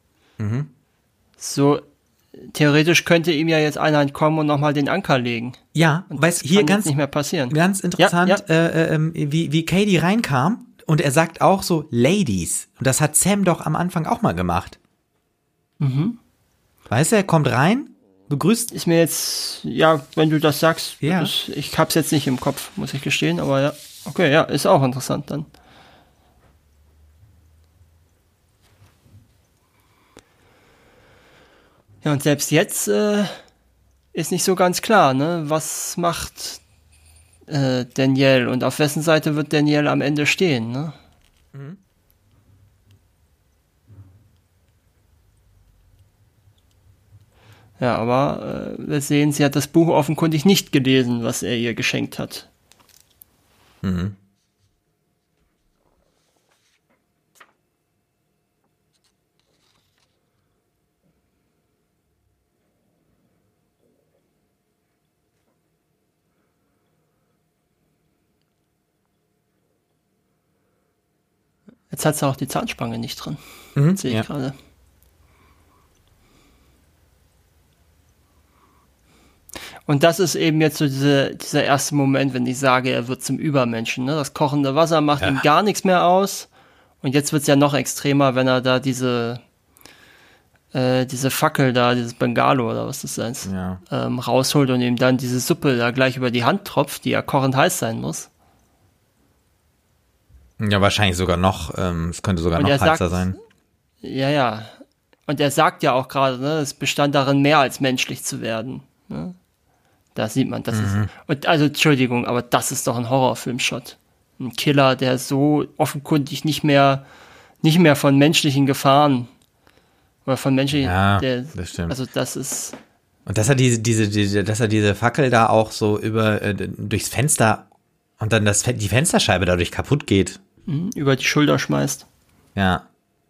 So, theoretisch könnte ihm ja jetzt einer entkommen und nochmal den Anker legen. Ja, Das hier kann ganz, jetzt nicht mehr passieren. ganz interessant, wie Katie reinkam und er sagt auch so Ladies. Und das hat Sam doch am Anfang auch mal gemacht. Weißt du, er kommt rein, begrüßt. Ist mir jetzt, ja, wenn du das sagst, Ja. Ich hab's jetzt nicht im Kopf, muss ich gestehen, aber ja. Okay, ja, ist auch interessant dann. Ja, und selbst jetzt ist nicht so ganz klar, ne? Was macht Danielle und auf wessen Seite wird Danielle am Ende stehen, ne? Ja, aber wir sehen, sie hat das Buch offenkundig nicht gelesen, was er ihr geschenkt hat. Jetzt hat sie auch die Zahnspange nicht drin. Sehe ich ja. gerade. Und das ist eben jetzt so dieser erste Moment, wenn ich sage, er wird zum Übermenschen. Ne? Das kochende Wasser macht ihm gar nichts mehr aus. Und jetzt wird es ja noch extremer, wenn er da diese Fackel da, dieses Bengalo oder was das ist, Ja. rausholt und ihm dann diese Suppe da gleich über die Hand tropft, die ja kochend heiß sein muss. Ja, wahrscheinlich sogar noch, es könnte sogar Und noch er heißer sagt- sein. Ja, ja. Und er sagt ja auch gerade, ne, es bestand darin, mehr als menschlich zu werden. Ne? Da sieht man, das ist. Und also, Entschuldigung, aber das ist doch ein Horrorfilm-Shot. Ein Killer, der so offenkundig nicht mehr von menschlichen Gefahren oder von menschlichen. Ja, der, das stimmt. Also, das ist. Und dass er diese Fackel da auch so durchs Fenster und dann die Fensterscheibe dadurch kaputt geht. Über die Schulter schmeißt. Ja.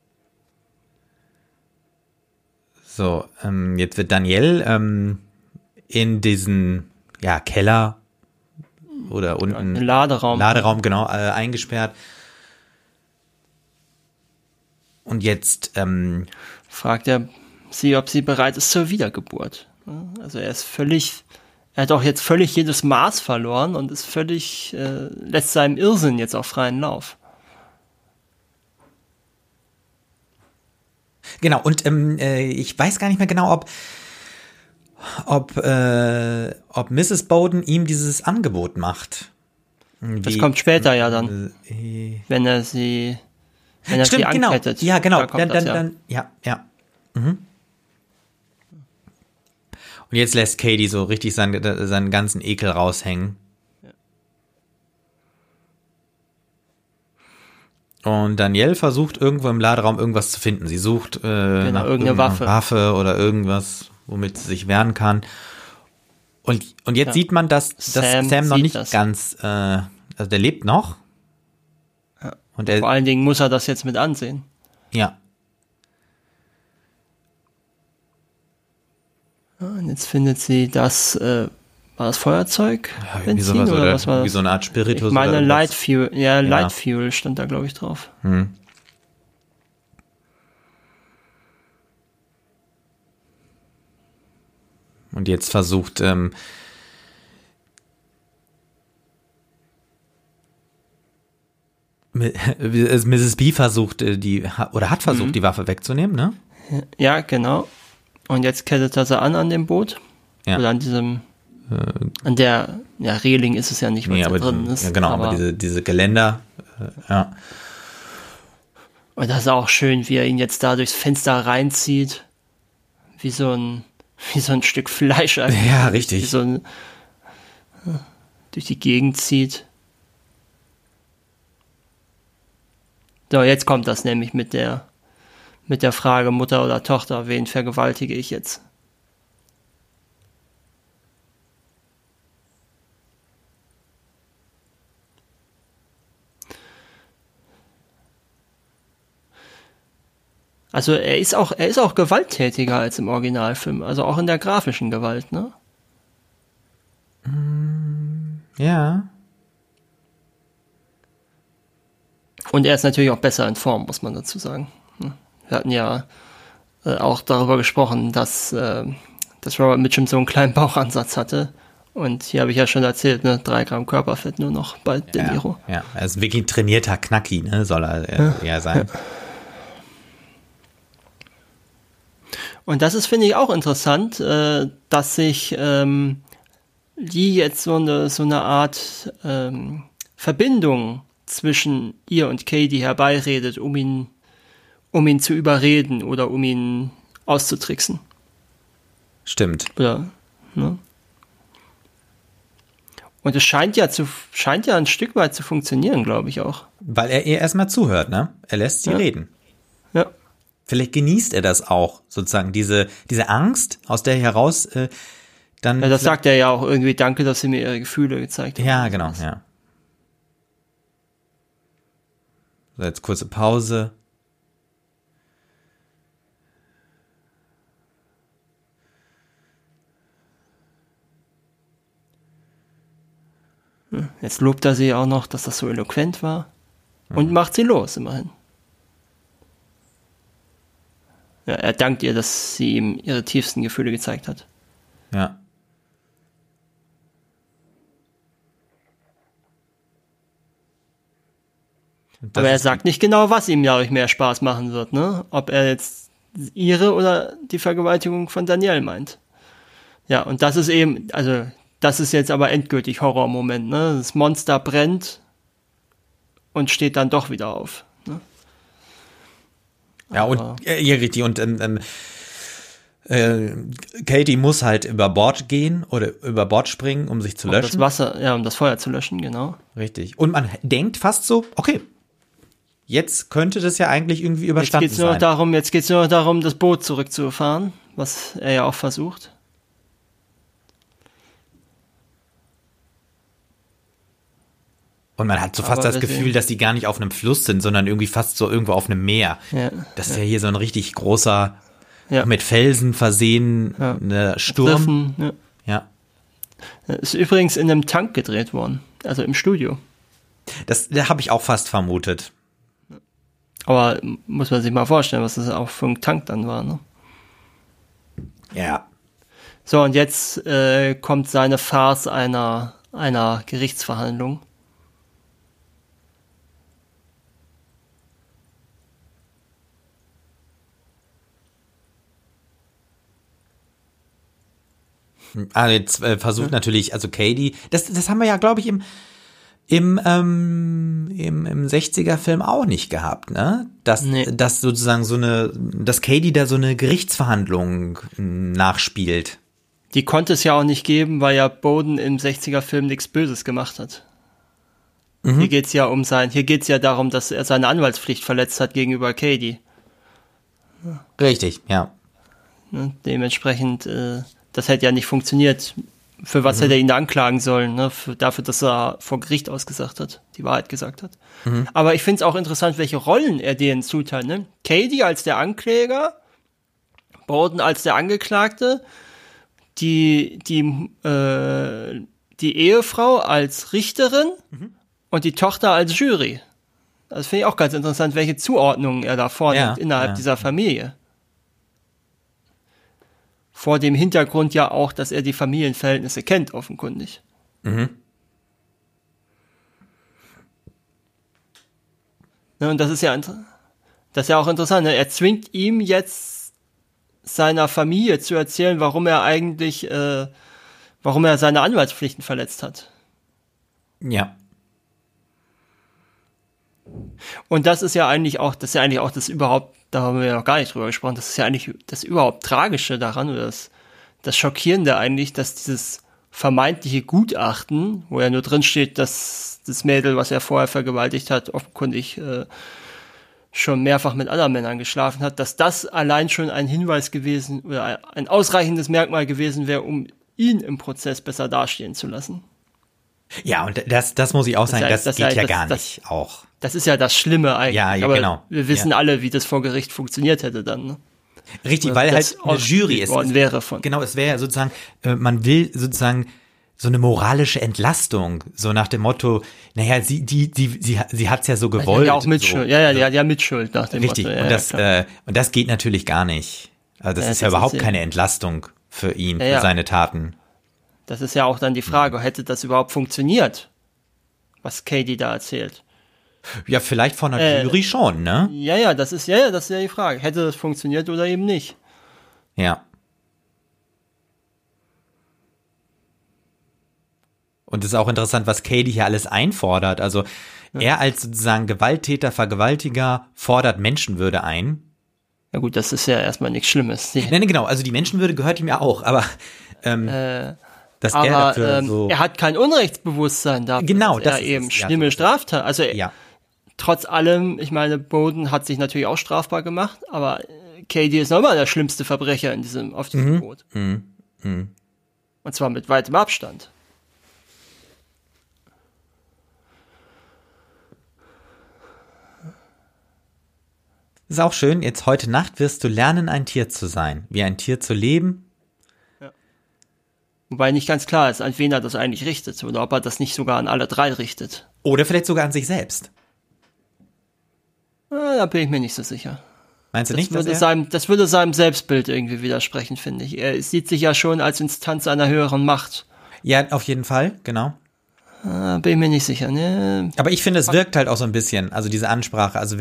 So, jetzt wird Danielle in diesen Keller oder unten Ein Laderaum. genau, eingesperrt. Und jetzt Fragt er sie, ob sie bereit ist zur Wiedergeburt. Ja, also er hat auch jetzt völlig jedes Maß verloren und ist lässt seinem Irrsinn jetzt auch freien Lauf. genau, und ich weiß gar nicht mehr genau, ob Mrs. Bowden ihm dieses Angebot macht. Das kommt später ja dann, wenn er sie Stimmt, genau. ankettet. Ja, genau. Da kommt das, Dann, ja. Mhm. Und jetzt lässt Katie so richtig seinen ganzen Ekel raushängen. Und Danielle versucht irgendwo im Laderaum irgendwas zu finden. Sie sucht nach irgendeine Waffe oder irgendwas, womit sie sich wehren kann. Und jetzt sieht man, dass Sam noch nicht ganz, also der lebt noch. Ja. Und Vor allen Dingen muss er das jetzt mit ansehen. Ja. Und jetzt findet sie das, war das Feuerzeug? Ja, irgendwie Benzin sowas, oder was war irgendwie das? so eine Art Spiritus. Ich meine oder irgendwas. Light Fuel. Ja, Light Fuel stand da, glaube ich, drauf. Und jetzt versucht Mrs. B versucht hat versucht, die Waffe wegzunehmen, ne? Ja, genau. Und jetzt kettet er sie an dem Boot. Ja. Oder an diesem, an der, Reling ist es ja nicht, weil es da drin ist. Ja, genau, aber diese Geländer, ja. Und das ist auch schön, wie er ihn jetzt da durchs Fenster reinzieht. Wie so ein Stück Fleisch. Eigentlich. Ja, richtig. Wie so ein, durch die Gegend zieht. So, jetzt kommt das nämlich mit der Frage Mutter oder Tochter, wen vergewaltige ich jetzt? Also er ist auch gewalttätiger als im Originalfilm, also auch in der grafischen Gewalt, ne? Ja. Und er ist natürlich auch besser in Form, muss man dazu sagen. Wir hatten ja auch darüber gesprochen, dass Robert Mitchum so einen kleinen Bauchansatz hatte. Und hier habe ich ja schon erzählt, 3 Gramm Körperfett nur noch bei De Niro. Ja, er ist wirklich ein trainierter Knacki, ne? Soll er eher sein. Und das ist, finde ich, auch interessant, dass sich Lee jetzt so eine Art Verbindung zwischen ihr und Cady herbeiredet, um ihn zu überreden oder um ihn auszutricksen. Stimmt. Oder, ne? Und es scheint ja ein Stück weit zu funktionieren, glaube ich auch. Weil er ihr erstmal zuhört, ne? Er lässt sie reden. Ja. Vielleicht genießt er das auch, sozusagen, diese Angst, aus der heraus dann... Ja, das sagt er ja auch irgendwie, danke, dass sie mir ihre Gefühle gezeigt haben. Ja, genau, ja. So, jetzt kurze Pause. Jetzt lobt er sie auch noch, dass das so eloquent war. Und macht sie los, immerhin. Ja, er dankt ihr, dass sie ihm ihre tiefsten Gefühle gezeigt hat. Ja. Aber er sagt nicht genau, was ihm dadurch mehr Spaß machen wird, ne? Ob er jetzt ihre oder die Vergewaltigung von Danielle meint. Ja, und das ist eben, also das ist jetzt aber endgültig Horrormoment, ne? Das Monster brennt und steht dann doch wieder auf. Ne? Ja, und ja, richtig. Und Katie muss halt über Bord gehen oder über Bord springen, um sich zu löschen. Das Wasser, ja, um das Feuer zu löschen, genau. Richtig. Und man denkt fast so, okay, jetzt könnte das ja eigentlich irgendwie überstanden sein. Jetzt geht's nur noch darum, das Boot zurückzufahren, was er ja auch versucht. Und man hat so fast das Gefühl, dass die gar nicht auf einem Fluss sind, sondern irgendwie fast so irgendwo auf einem Meer. Ja, das ist ja hier so ein richtig großer, mit Felsen versehen, Sturm. Riffen, ja. Ist übrigens in einem Tank gedreht worden, also im Studio. Das habe ich auch fast vermutet. Aber muss man sich mal vorstellen, was das auch für ein Tank dann war, ne? Ja. So, und jetzt kommt seine Farce einer Gerichtsverhandlung. Jetzt versucht natürlich, also Katie, das haben wir ja, glaube ich, im 60er-Film auch nicht gehabt, ne? Dass sozusagen dass Katie da so eine Gerichtsverhandlung nachspielt. Die konnte es ja auch nicht geben, weil ja Bowden im 60er-Film nichts Böses gemacht hat. Mhm. Hier geht's ja darum, dass er seine Anwaltspflicht verletzt hat gegenüber Katie. Richtig, ja. Dementsprechend, das hätte ja nicht funktioniert. Für was hätte er ihn da anklagen sollen, ne? Dafür, dass er vor Gericht ausgesagt hat, die Wahrheit gesagt hat. Mhm. Aber ich finde es auch interessant, welche Rollen er denen zuteilt, ne? Katie als der Ankläger, Bowden als der Angeklagte, die Ehefrau als Richterin und die Tochter als Jury. Das finde ich auch ganz interessant, welche Zuordnungen er da vornimmt innerhalb dieser Familie. Vor dem Hintergrund ja auch, dass er die Familienverhältnisse kennt, offenkundig. Mhm. Ja, und das ist ja auch interessant. Ne? Er zwingt ihm jetzt seiner Familie zu erzählen, warum er seine Anwaltspflichten verletzt hat. Ja. Und das ist ja eigentlich auch das überhaupt, da haben wir ja noch gar nicht drüber gesprochen, das ist ja eigentlich das überhaupt Tragische daran, oder das Schockierende eigentlich, dass dieses vermeintliche Gutachten, wo ja nur drin steht, dass das Mädel, was er vorher vergewaltigt hat, offenkundig schon mehrfach mit anderen Männern geschlafen hat, dass das allein schon ein Hinweis gewesen oder ein ausreichendes Merkmal gewesen wäre, um ihn im Prozess besser dastehen zu lassen. Ja, und das muss ich auch sagen, das geht ja gar nicht auch. Das ist ja das Schlimme eigentlich. Ja, aber genau. Wir wissen alle, wie das vor Gericht funktioniert hätte dann. Ne? Richtig, weil halt eine Jury ist. Wäre von. Genau, es wäre ja sozusagen, man will sozusagen so eine moralische Entlastung, so nach dem Motto, naja, sie hat's ja so gewollt. Ja, auch Mitschuld. So. Ja, die haben Mitschuld nach dem Richtig. Motto. Und das geht natürlich gar nicht. Also das ist ja überhaupt keine Entlastung für ihn, für seine Taten. Das ist ja auch dann die Frage, hätte das überhaupt funktioniert, was Katie da erzählt? Ja, vielleicht von der Jury schon, ne? Ja, das ist ja die Frage. Hätte das funktioniert oder eben nicht? Ja. Und es ist auch interessant, was Katie hier alles einfordert. Also er als sozusagen Gewalttäter, Vergewaltiger fordert Menschenwürde ein. Ja gut, das ist ja erstmal nichts Schlimmes. Nein, genau, also die Menschenwürde gehört ihm ja auch, aber dass er dafür so... er hat kein Unrechtsbewusstsein dafür, genau, dass er eben schlimme Straftaten... Also trotz allem, ich meine, Bowden hat sich natürlich auch strafbar gemacht, aber Katie ist nochmal der schlimmste Verbrecher auf diesem Boot. Und zwar mit weitem Abstand. Ist auch schön, jetzt heute Nacht wirst du lernen, ein Tier zu sein, wie ein Tier zu leben. Ja. Wobei nicht ganz klar ist, an wen er das eigentlich richtet oder ob er das nicht sogar an alle drei richtet. Oder vielleicht sogar an sich selbst. Da bin ich mir nicht so sicher. Meinst du nicht, das würde seinem Selbstbild irgendwie widersprechen, finde ich. Er sieht sich ja schon als Instanz einer höheren Macht. Ja, auf jeden Fall, genau. Bin ich mir nicht sicher, ne? Aber ich finde, es wirkt halt auch so ein bisschen, also diese Ansprache, also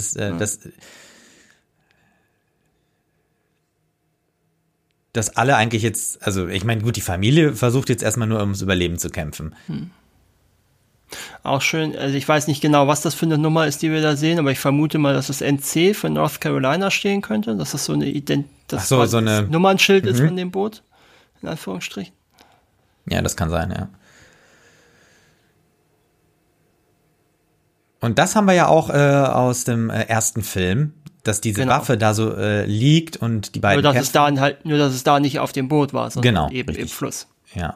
dass alle eigentlich jetzt, also ich meine, gut, die Familie versucht jetzt erstmal nur ums Überleben zu kämpfen. Auch schön, also ich weiß nicht genau, was das für eine Nummer ist, die wir da sehen, aber ich vermute mal, dass das NC für North Carolina stehen könnte, dass das so eine das Nummernschild ist von dem Boot, in Anführungsstrichen. Ja, das kann sein, ja. Und das haben wir ja auch aus dem ersten Film, dass diese Waffe da so liegt und die beiden nur, dass es da nicht auf dem Boot war, sondern eben im Fluss. Ja.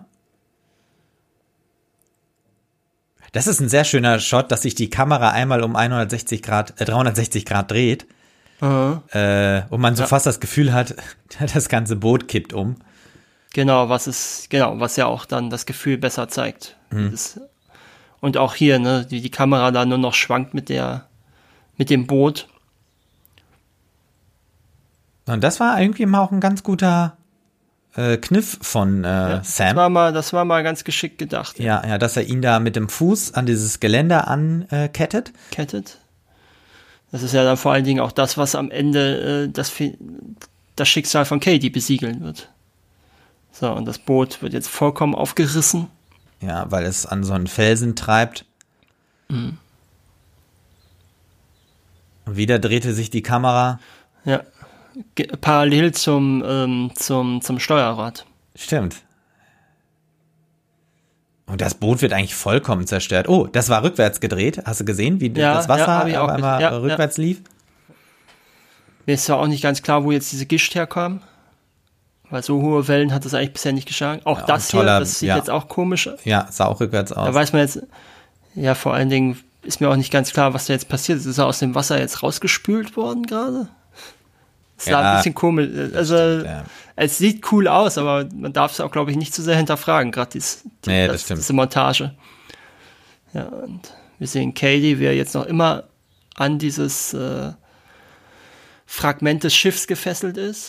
Das ist ein sehr schöner Shot, dass sich die Kamera einmal um 360 Grad dreht. Und man so fast das Gefühl hat, das ganze Boot kippt um. Genau, was ja auch dann das Gefühl besser zeigt. Und auch hier, ne, die Kamera da nur noch schwankt mit dem Boot. Und das war irgendwie mal auch ein ganz guter Kniff von Sam. Das war mal ganz geschickt gedacht. Ja, dass er ihn da mit dem Fuß an dieses Geländer ankettet. Das ist ja dann vor allen Dingen auch das, was am Ende das Schicksal von Katie besiegeln wird. So, und das Boot wird jetzt vollkommen aufgerissen. Ja, weil es an so einen Felsen treibt. Und wieder drehte sich die Kamera. Ja, parallel zum Steuerrad. Stimmt. Und das Boot wird eigentlich vollkommen zerstört. Oh, das war rückwärts gedreht. Hast du gesehen, wie das Wasser auf einmal rückwärts lief? Mir ist ja auch nicht ganz klar, wo jetzt diese Gischt herkam. Weil so hohe Wellen hat das eigentlich bisher nicht geschlagen. Auch das sieht jetzt auch komisch aus. Ja, sah auch rückwärts aus. Da weiß man jetzt, vor allen Dingen ist mir auch nicht ganz klar, was da jetzt passiert ist. Ist er aus dem Wasser jetzt rausgespült worden gerade? Es sah ein bisschen komisch. Also, es sieht cool aus, aber man darf es auch, glaube ich, nicht zu sehr hinterfragen, gerade diese Montage. Ja, und wir sehen Katie, wie er jetzt noch immer an dieses Fragment des Schiffs gefesselt ist.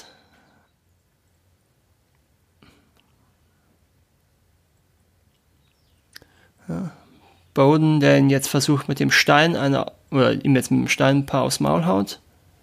Ja. Bowden, der ihn jetzt versucht mit dem Stein ihm jetzt mit dem Stein ein paar aufs Maul haut.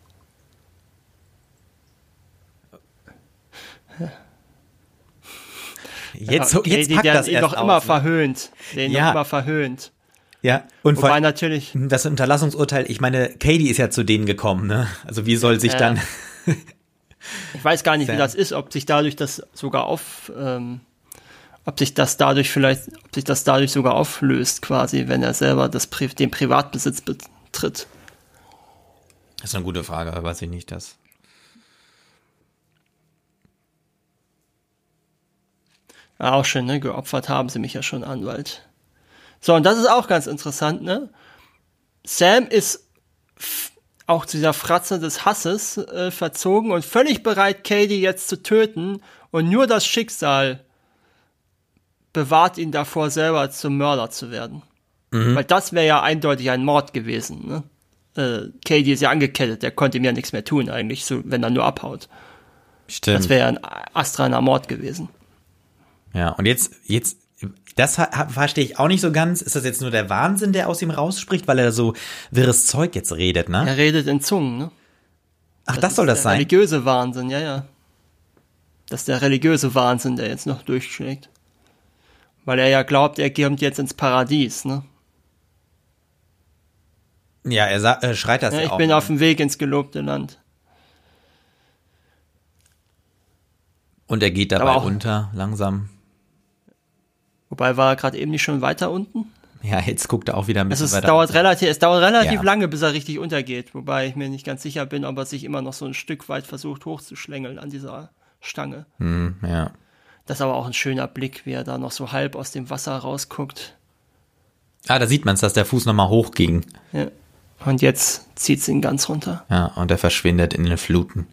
Jetzt packt das erst noch immer verhöhnt. Den noch immer verhöhnt. Ja, und wobei natürlich das Unterlassungsurteil, ich meine, Katie ist ja zu denen gekommen, ne? Also wie soll sich dann... Ich weiß gar nicht, wie das ist, ob sich dadurch das sogar ob sich das dadurch sogar auflöst, quasi, wenn er selber den Privatbesitz betritt. Das ist eine gute Frage, aber weiß ich nicht, das. Ja, auch schön, ne? Geopfert haben sie mich ja schon, Anwalt. So, und das ist auch ganz interessant, ne? Sam ist auch zu dieser Fratze des Hasses verzogen und völlig bereit, Katie jetzt zu töten und nur das Schicksal bewahrt ihn davor, selber zum Mörder zu werden. Weil das wäre ja eindeutig ein Mord gewesen. Ne? Cady ist ja angekettet, der konnte ihm ja nichts mehr tun eigentlich, so, wenn er nur abhaut. Stimmt. Das wäre ja ein astreiner Mord gewesen. Ja, und jetzt das verstehe ich auch nicht so ganz. Ist das jetzt nur der Wahnsinn, der aus ihm rausspricht, weil er so wirres Zeug jetzt redet, ne? Er redet in Zungen, ne? Ach, das soll das sein? Der religiöse Wahnsinn, ja. Das ist der religiöse Wahnsinn, der jetzt noch durchschlägt. Weil er ja glaubt, er kommt jetzt ins Paradies, ne? Ja, er schreit das ja auch. Ich bin auf dem Weg ins gelobte Land. Und er geht dabei unter, langsam. Wobei, war er gerade eben nicht schon weiter unten? Ja, jetzt guckt er auch wieder ein bisschen also weiter. Es dauert relativ lange, bis er richtig untergeht. Wobei ich mir nicht ganz sicher bin, ob er sich immer noch so ein Stück weit versucht hochzuschlängeln an dieser Stange. Ja. Das ist aber auch ein schöner Blick, wie er da noch so halb aus dem Wasser rausguckt. Ah, da sieht man es, dass der Fuß nochmal hochging. Ja. Und jetzt zieht es ihn ganz runter. Ja, und er verschwindet in den Fluten.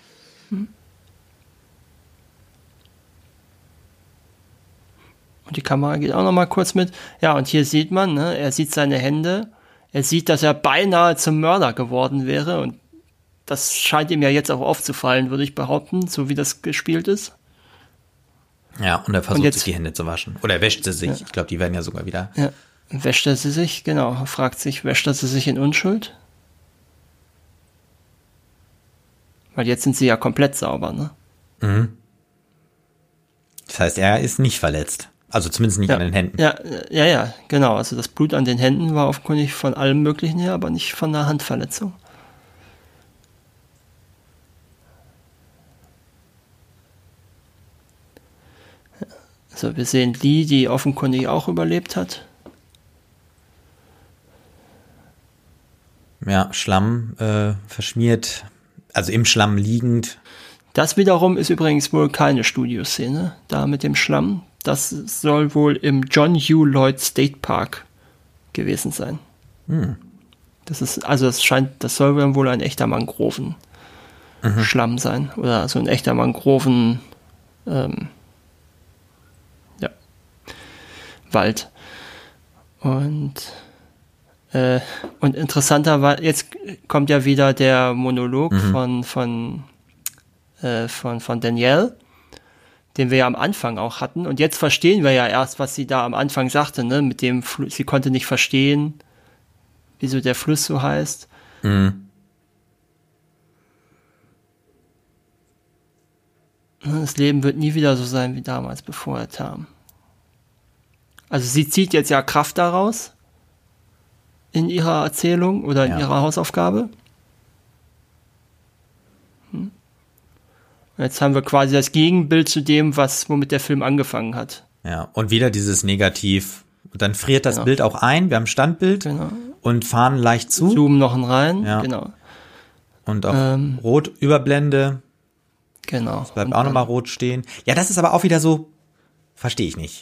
Und die Kamera geht auch noch mal kurz mit. Ja, und hier sieht man, ne, er sieht seine Hände. Er sieht, dass er beinahe zum Mörder geworden wäre. Und das scheint ihm ja jetzt auch aufzufallen, würde ich behaupten, so wie das gespielt ist. Ja, und er versucht, sich die Hände zu waschen. Oder er wäscht sie sich. Ja. Ich glaube, die werden ja sogar wieder. Ja, wäscht er sie sich, genau. Er fragt sich, wäscht er sie sich in Unschuld? Weil jetzt sind sie ja komplett sauber, ne? Mhm. Das heißt, er ist nicht verletzt. Also zumindest nicht an den Händen. Ja, genau. Also das Blut an den Händen war offenkundig von allem Möglichen her, aber nicht von einer Handverletzung. Also wir sehen Lee, die offenkundig auch überlebt hat. Ja, Schlamm verschmiert, also im Schlamm liegend. Das wiederum ist übrigens wohl keine Studioszene, da mit dem Schlamm. Das soll wohl im John Hugh Lloyd State Park gewesen sein. Das soll dann wohl ein echter Mangroven-Schlamm sein. Oder so ein echter Mangroven, Wald. Und interessanterweise, jetzt kommt ja wieder der Monolog von Danielle, den wir ja am Anfang auch hatten. Und jetzt verstehen wir ja erst, was sie da am Anfang sagte, ne? Mit dem sie konnte nicht verstehen, wieso der Fluss so heißt. Das Leben wird nie wieder so sein wie damals, bevor er kam. Also sie zieht jetzt ja Kraft daraus in ihrer Erzählung oder in ihrer Hausaufgabe. Und jetzt haben wir quasi das Gegenbild zu dem, womit der Film angefangen hat. Ja, und wieder dieses Negativ. Dann friert das Bild auch ein. Wir haben Standbild und fahren leicht zu. Zoomen noch rein, genau. Und auch Rot-Überblende. Genau. Das bleibt auch nochmal rot stehen. Ja, das ist aber auch wieder so, verstehe ich nicht.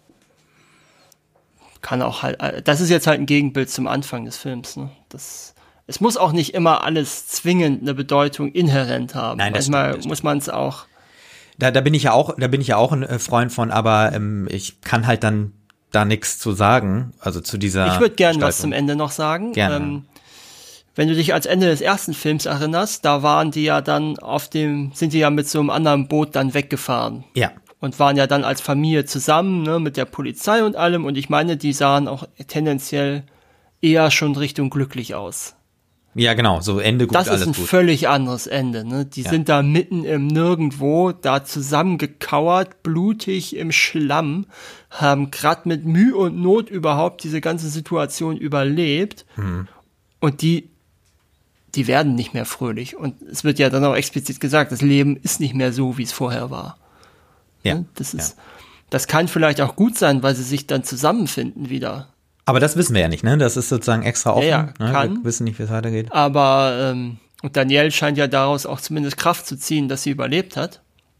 Kann auch halt, das ist jetzt halt ein Gegenbild zum Anfang des Films, ne? Es muss auch nicht immer alles zwingend eine Bedeutung inhärent haben. Nein, das manchmal stimmt. muss man es auch. Da bin ich ja auch ein Freund von, aber ich kann halt dann da nichts zu sagen, also zu dieser. Ich würde gerne was zum Ende noch sagen. Gerne. Wenn du dich ans Ende des ersten Films erinnerst, da waren die ja dann sind die ja mit so einem anderen Boot dann weggefahren. Ja. Und waren ja dann als Familie zusammen, ne, mit der Polizei und allem. Und ich meine, die sahen auch tendenziell eher schon Richtung glücklich aus. Ja, genau, so Ende gut, alles gut. Das ist ein völlig anderes Ende, ne? Die sind da mitten im Nirgendwo, da zusammengekauert, blutig im Schlamm, haben gerade mit Mühe und Not überhaupt diese ganze Situation überlebt. Und die werden nicht mehr fröhlich. Und es wird ja dann auch explizit gesagt, das Leben ist nicht mehr so, wie es vorher war. Ja. Das kann vielleicht auch gut sein, weil sie sich dann zusammenfinden wieder. Aber das wissen wir ja nicht, ne? Das ist sozusagen extra offen. Ja, ne? kann. Wir wissen nicht, wie es weitergeht. Aber und Danielle scheint ja daraus auch zumindest Kraft zu ziehen, dass sie überlebt hat.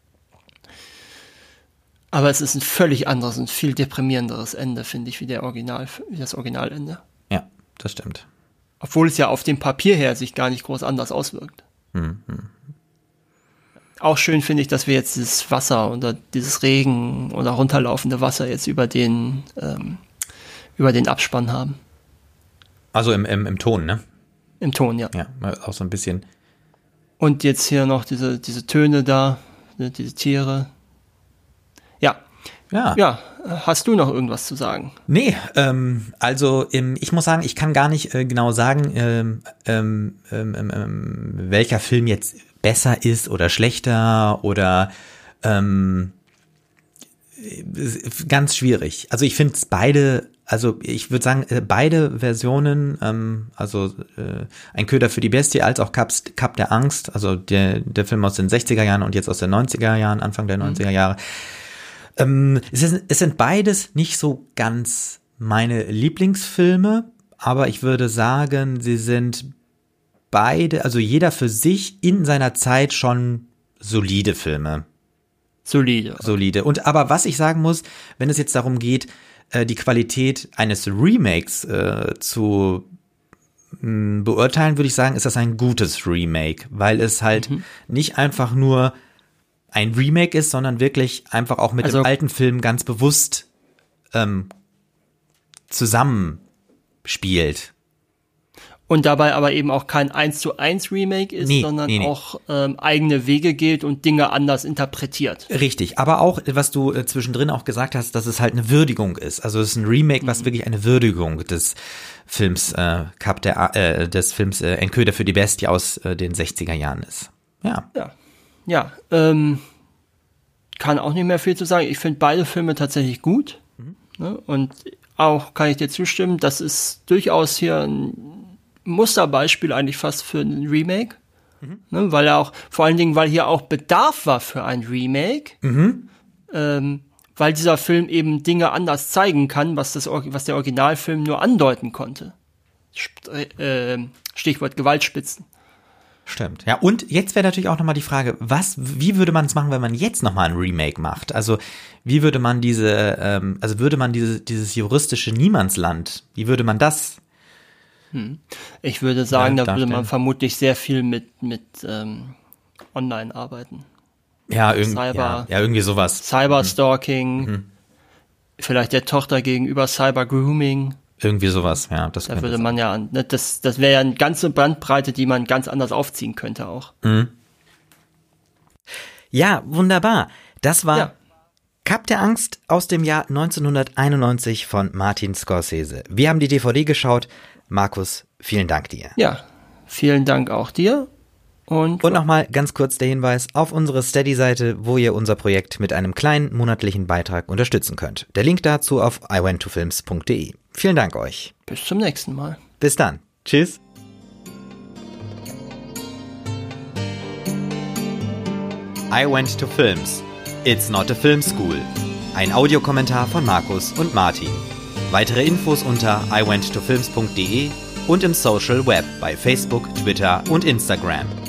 Aber es ist ein völlig anderes und viel deprimierenderes Ende, finde ich, wie das Originalende. Ja, das stimmt. Obwohl es ja auf dem Papier her sich gar nicht groß anders auswirkt. Auch schön finde ich, dass wir jetzt dieses Wasser oder dieses Regen oder runterlaufende Wasser jetzt über den Abspann haben. Also im Ton, ne? Im Ton, ja. Ja, auch so ein bisschen. Und jetzt hier noch diese Töne da, diese Tiere. Ja, hast du noch irgendwas zu sagen? Nee, also ich muss sagen, ich kann gar nicht genau sagen, welcher Film jetzt besser ist oder schlechter oder ganz schwierig. Also ich finde es beide, also ich würde sagen, beide Versionen, Ein Köder für die Bestie als auch Kap der Angst, also der Film aus den 60er Jahren und jetzt aus den 90er Jahren, Anfang der 90er Jahre. Es sind beides nicht so ganz meine Lieblingsfilme, aber ich würde sagen, sie sind beide, also jeder für sich in seiner Zeit schon solide Filme. Solide. Und aber was ich sagen muss, wenn es jetzt darum geht, die Qualität eines Remakes zu beurteilen, würde ich sagen, ist das ein gutes Remake, weil es halt nicht einfach nur ein Remake ist, sondern wirklich einfach auch mit dem alten Film ganz bewusst zusammenspielt. Und dabei aber eben auch kein 1:1 Remake ist, sondern auch eigene Wege geht und Dinge anders interpretiert. Richtig, aber auch, was du zwischendrin auch gesagt hast, dass es halt eine Würdigung ist. Also es ist ein Remake, was wirklich eine Würdigung des Films Ein Köder für die Bestie aus den 60er Jahren ist. Ja, kann auch nicht mehr viel zu sagen. Ich finde beide Filme tatsächlich gut. Ne? Und auch kann ich dir zustimmen, das ist durchaus hier ein Musterbeispiel eigentlich fast für ein Remake. Ne? Weil vor allen Dingen, weil hier auch Bedarf war für ein Remake. Weil dieser Film eben Dinge anders zeigen kann, was der Originalfilm nur andeuten konnte. Stichwort Gewaltspitzen. Stimmt. Ja, und jetzt wäre natürlich auch nochmal die Frage, wie würde man es machen, wenn man jetzt nochmal ein Remake macht? Also, wie würde man dieses juristische Niemandsland, wie würde man das? Ich würde sagen, da würde man vermutlich sehr viel mit Online arbeiten. Ja, irgendwie sowas. Cyberstalking, vielleicht der Tochter gegenüber Cybergrooming. Irgendwie sowas, ja. Da würde man das wäre ja eine ganze Bandbreite, die man ganz anders aufziehen könnte auch. Ja, wunderbar. Das war Kap der Angst aus dem Jahr 1991 von Martin Scorsese. Wir haben die DVD geschaut. Markus, vielen Dank dir. Ja, vielen Dank auch dir. Und nochmal ganz kurz der Hinweis auf unsere Steady-Seite, wo ihr unser Projekt mit einem kleinen monatlichen Beitrag unterstützen könnt. Der Link dazu auf iwenttofilms.de. Vielen Dank euch. Bis zum nächsten Mal. Bis dann. Tschüss. I Went to Films. It's not a film school. Ein Audiokommentar von Markus und Martin. Weitere Infos unter iwenttofilms.de und im Social Web bei Facebook, Twitter und Instagram.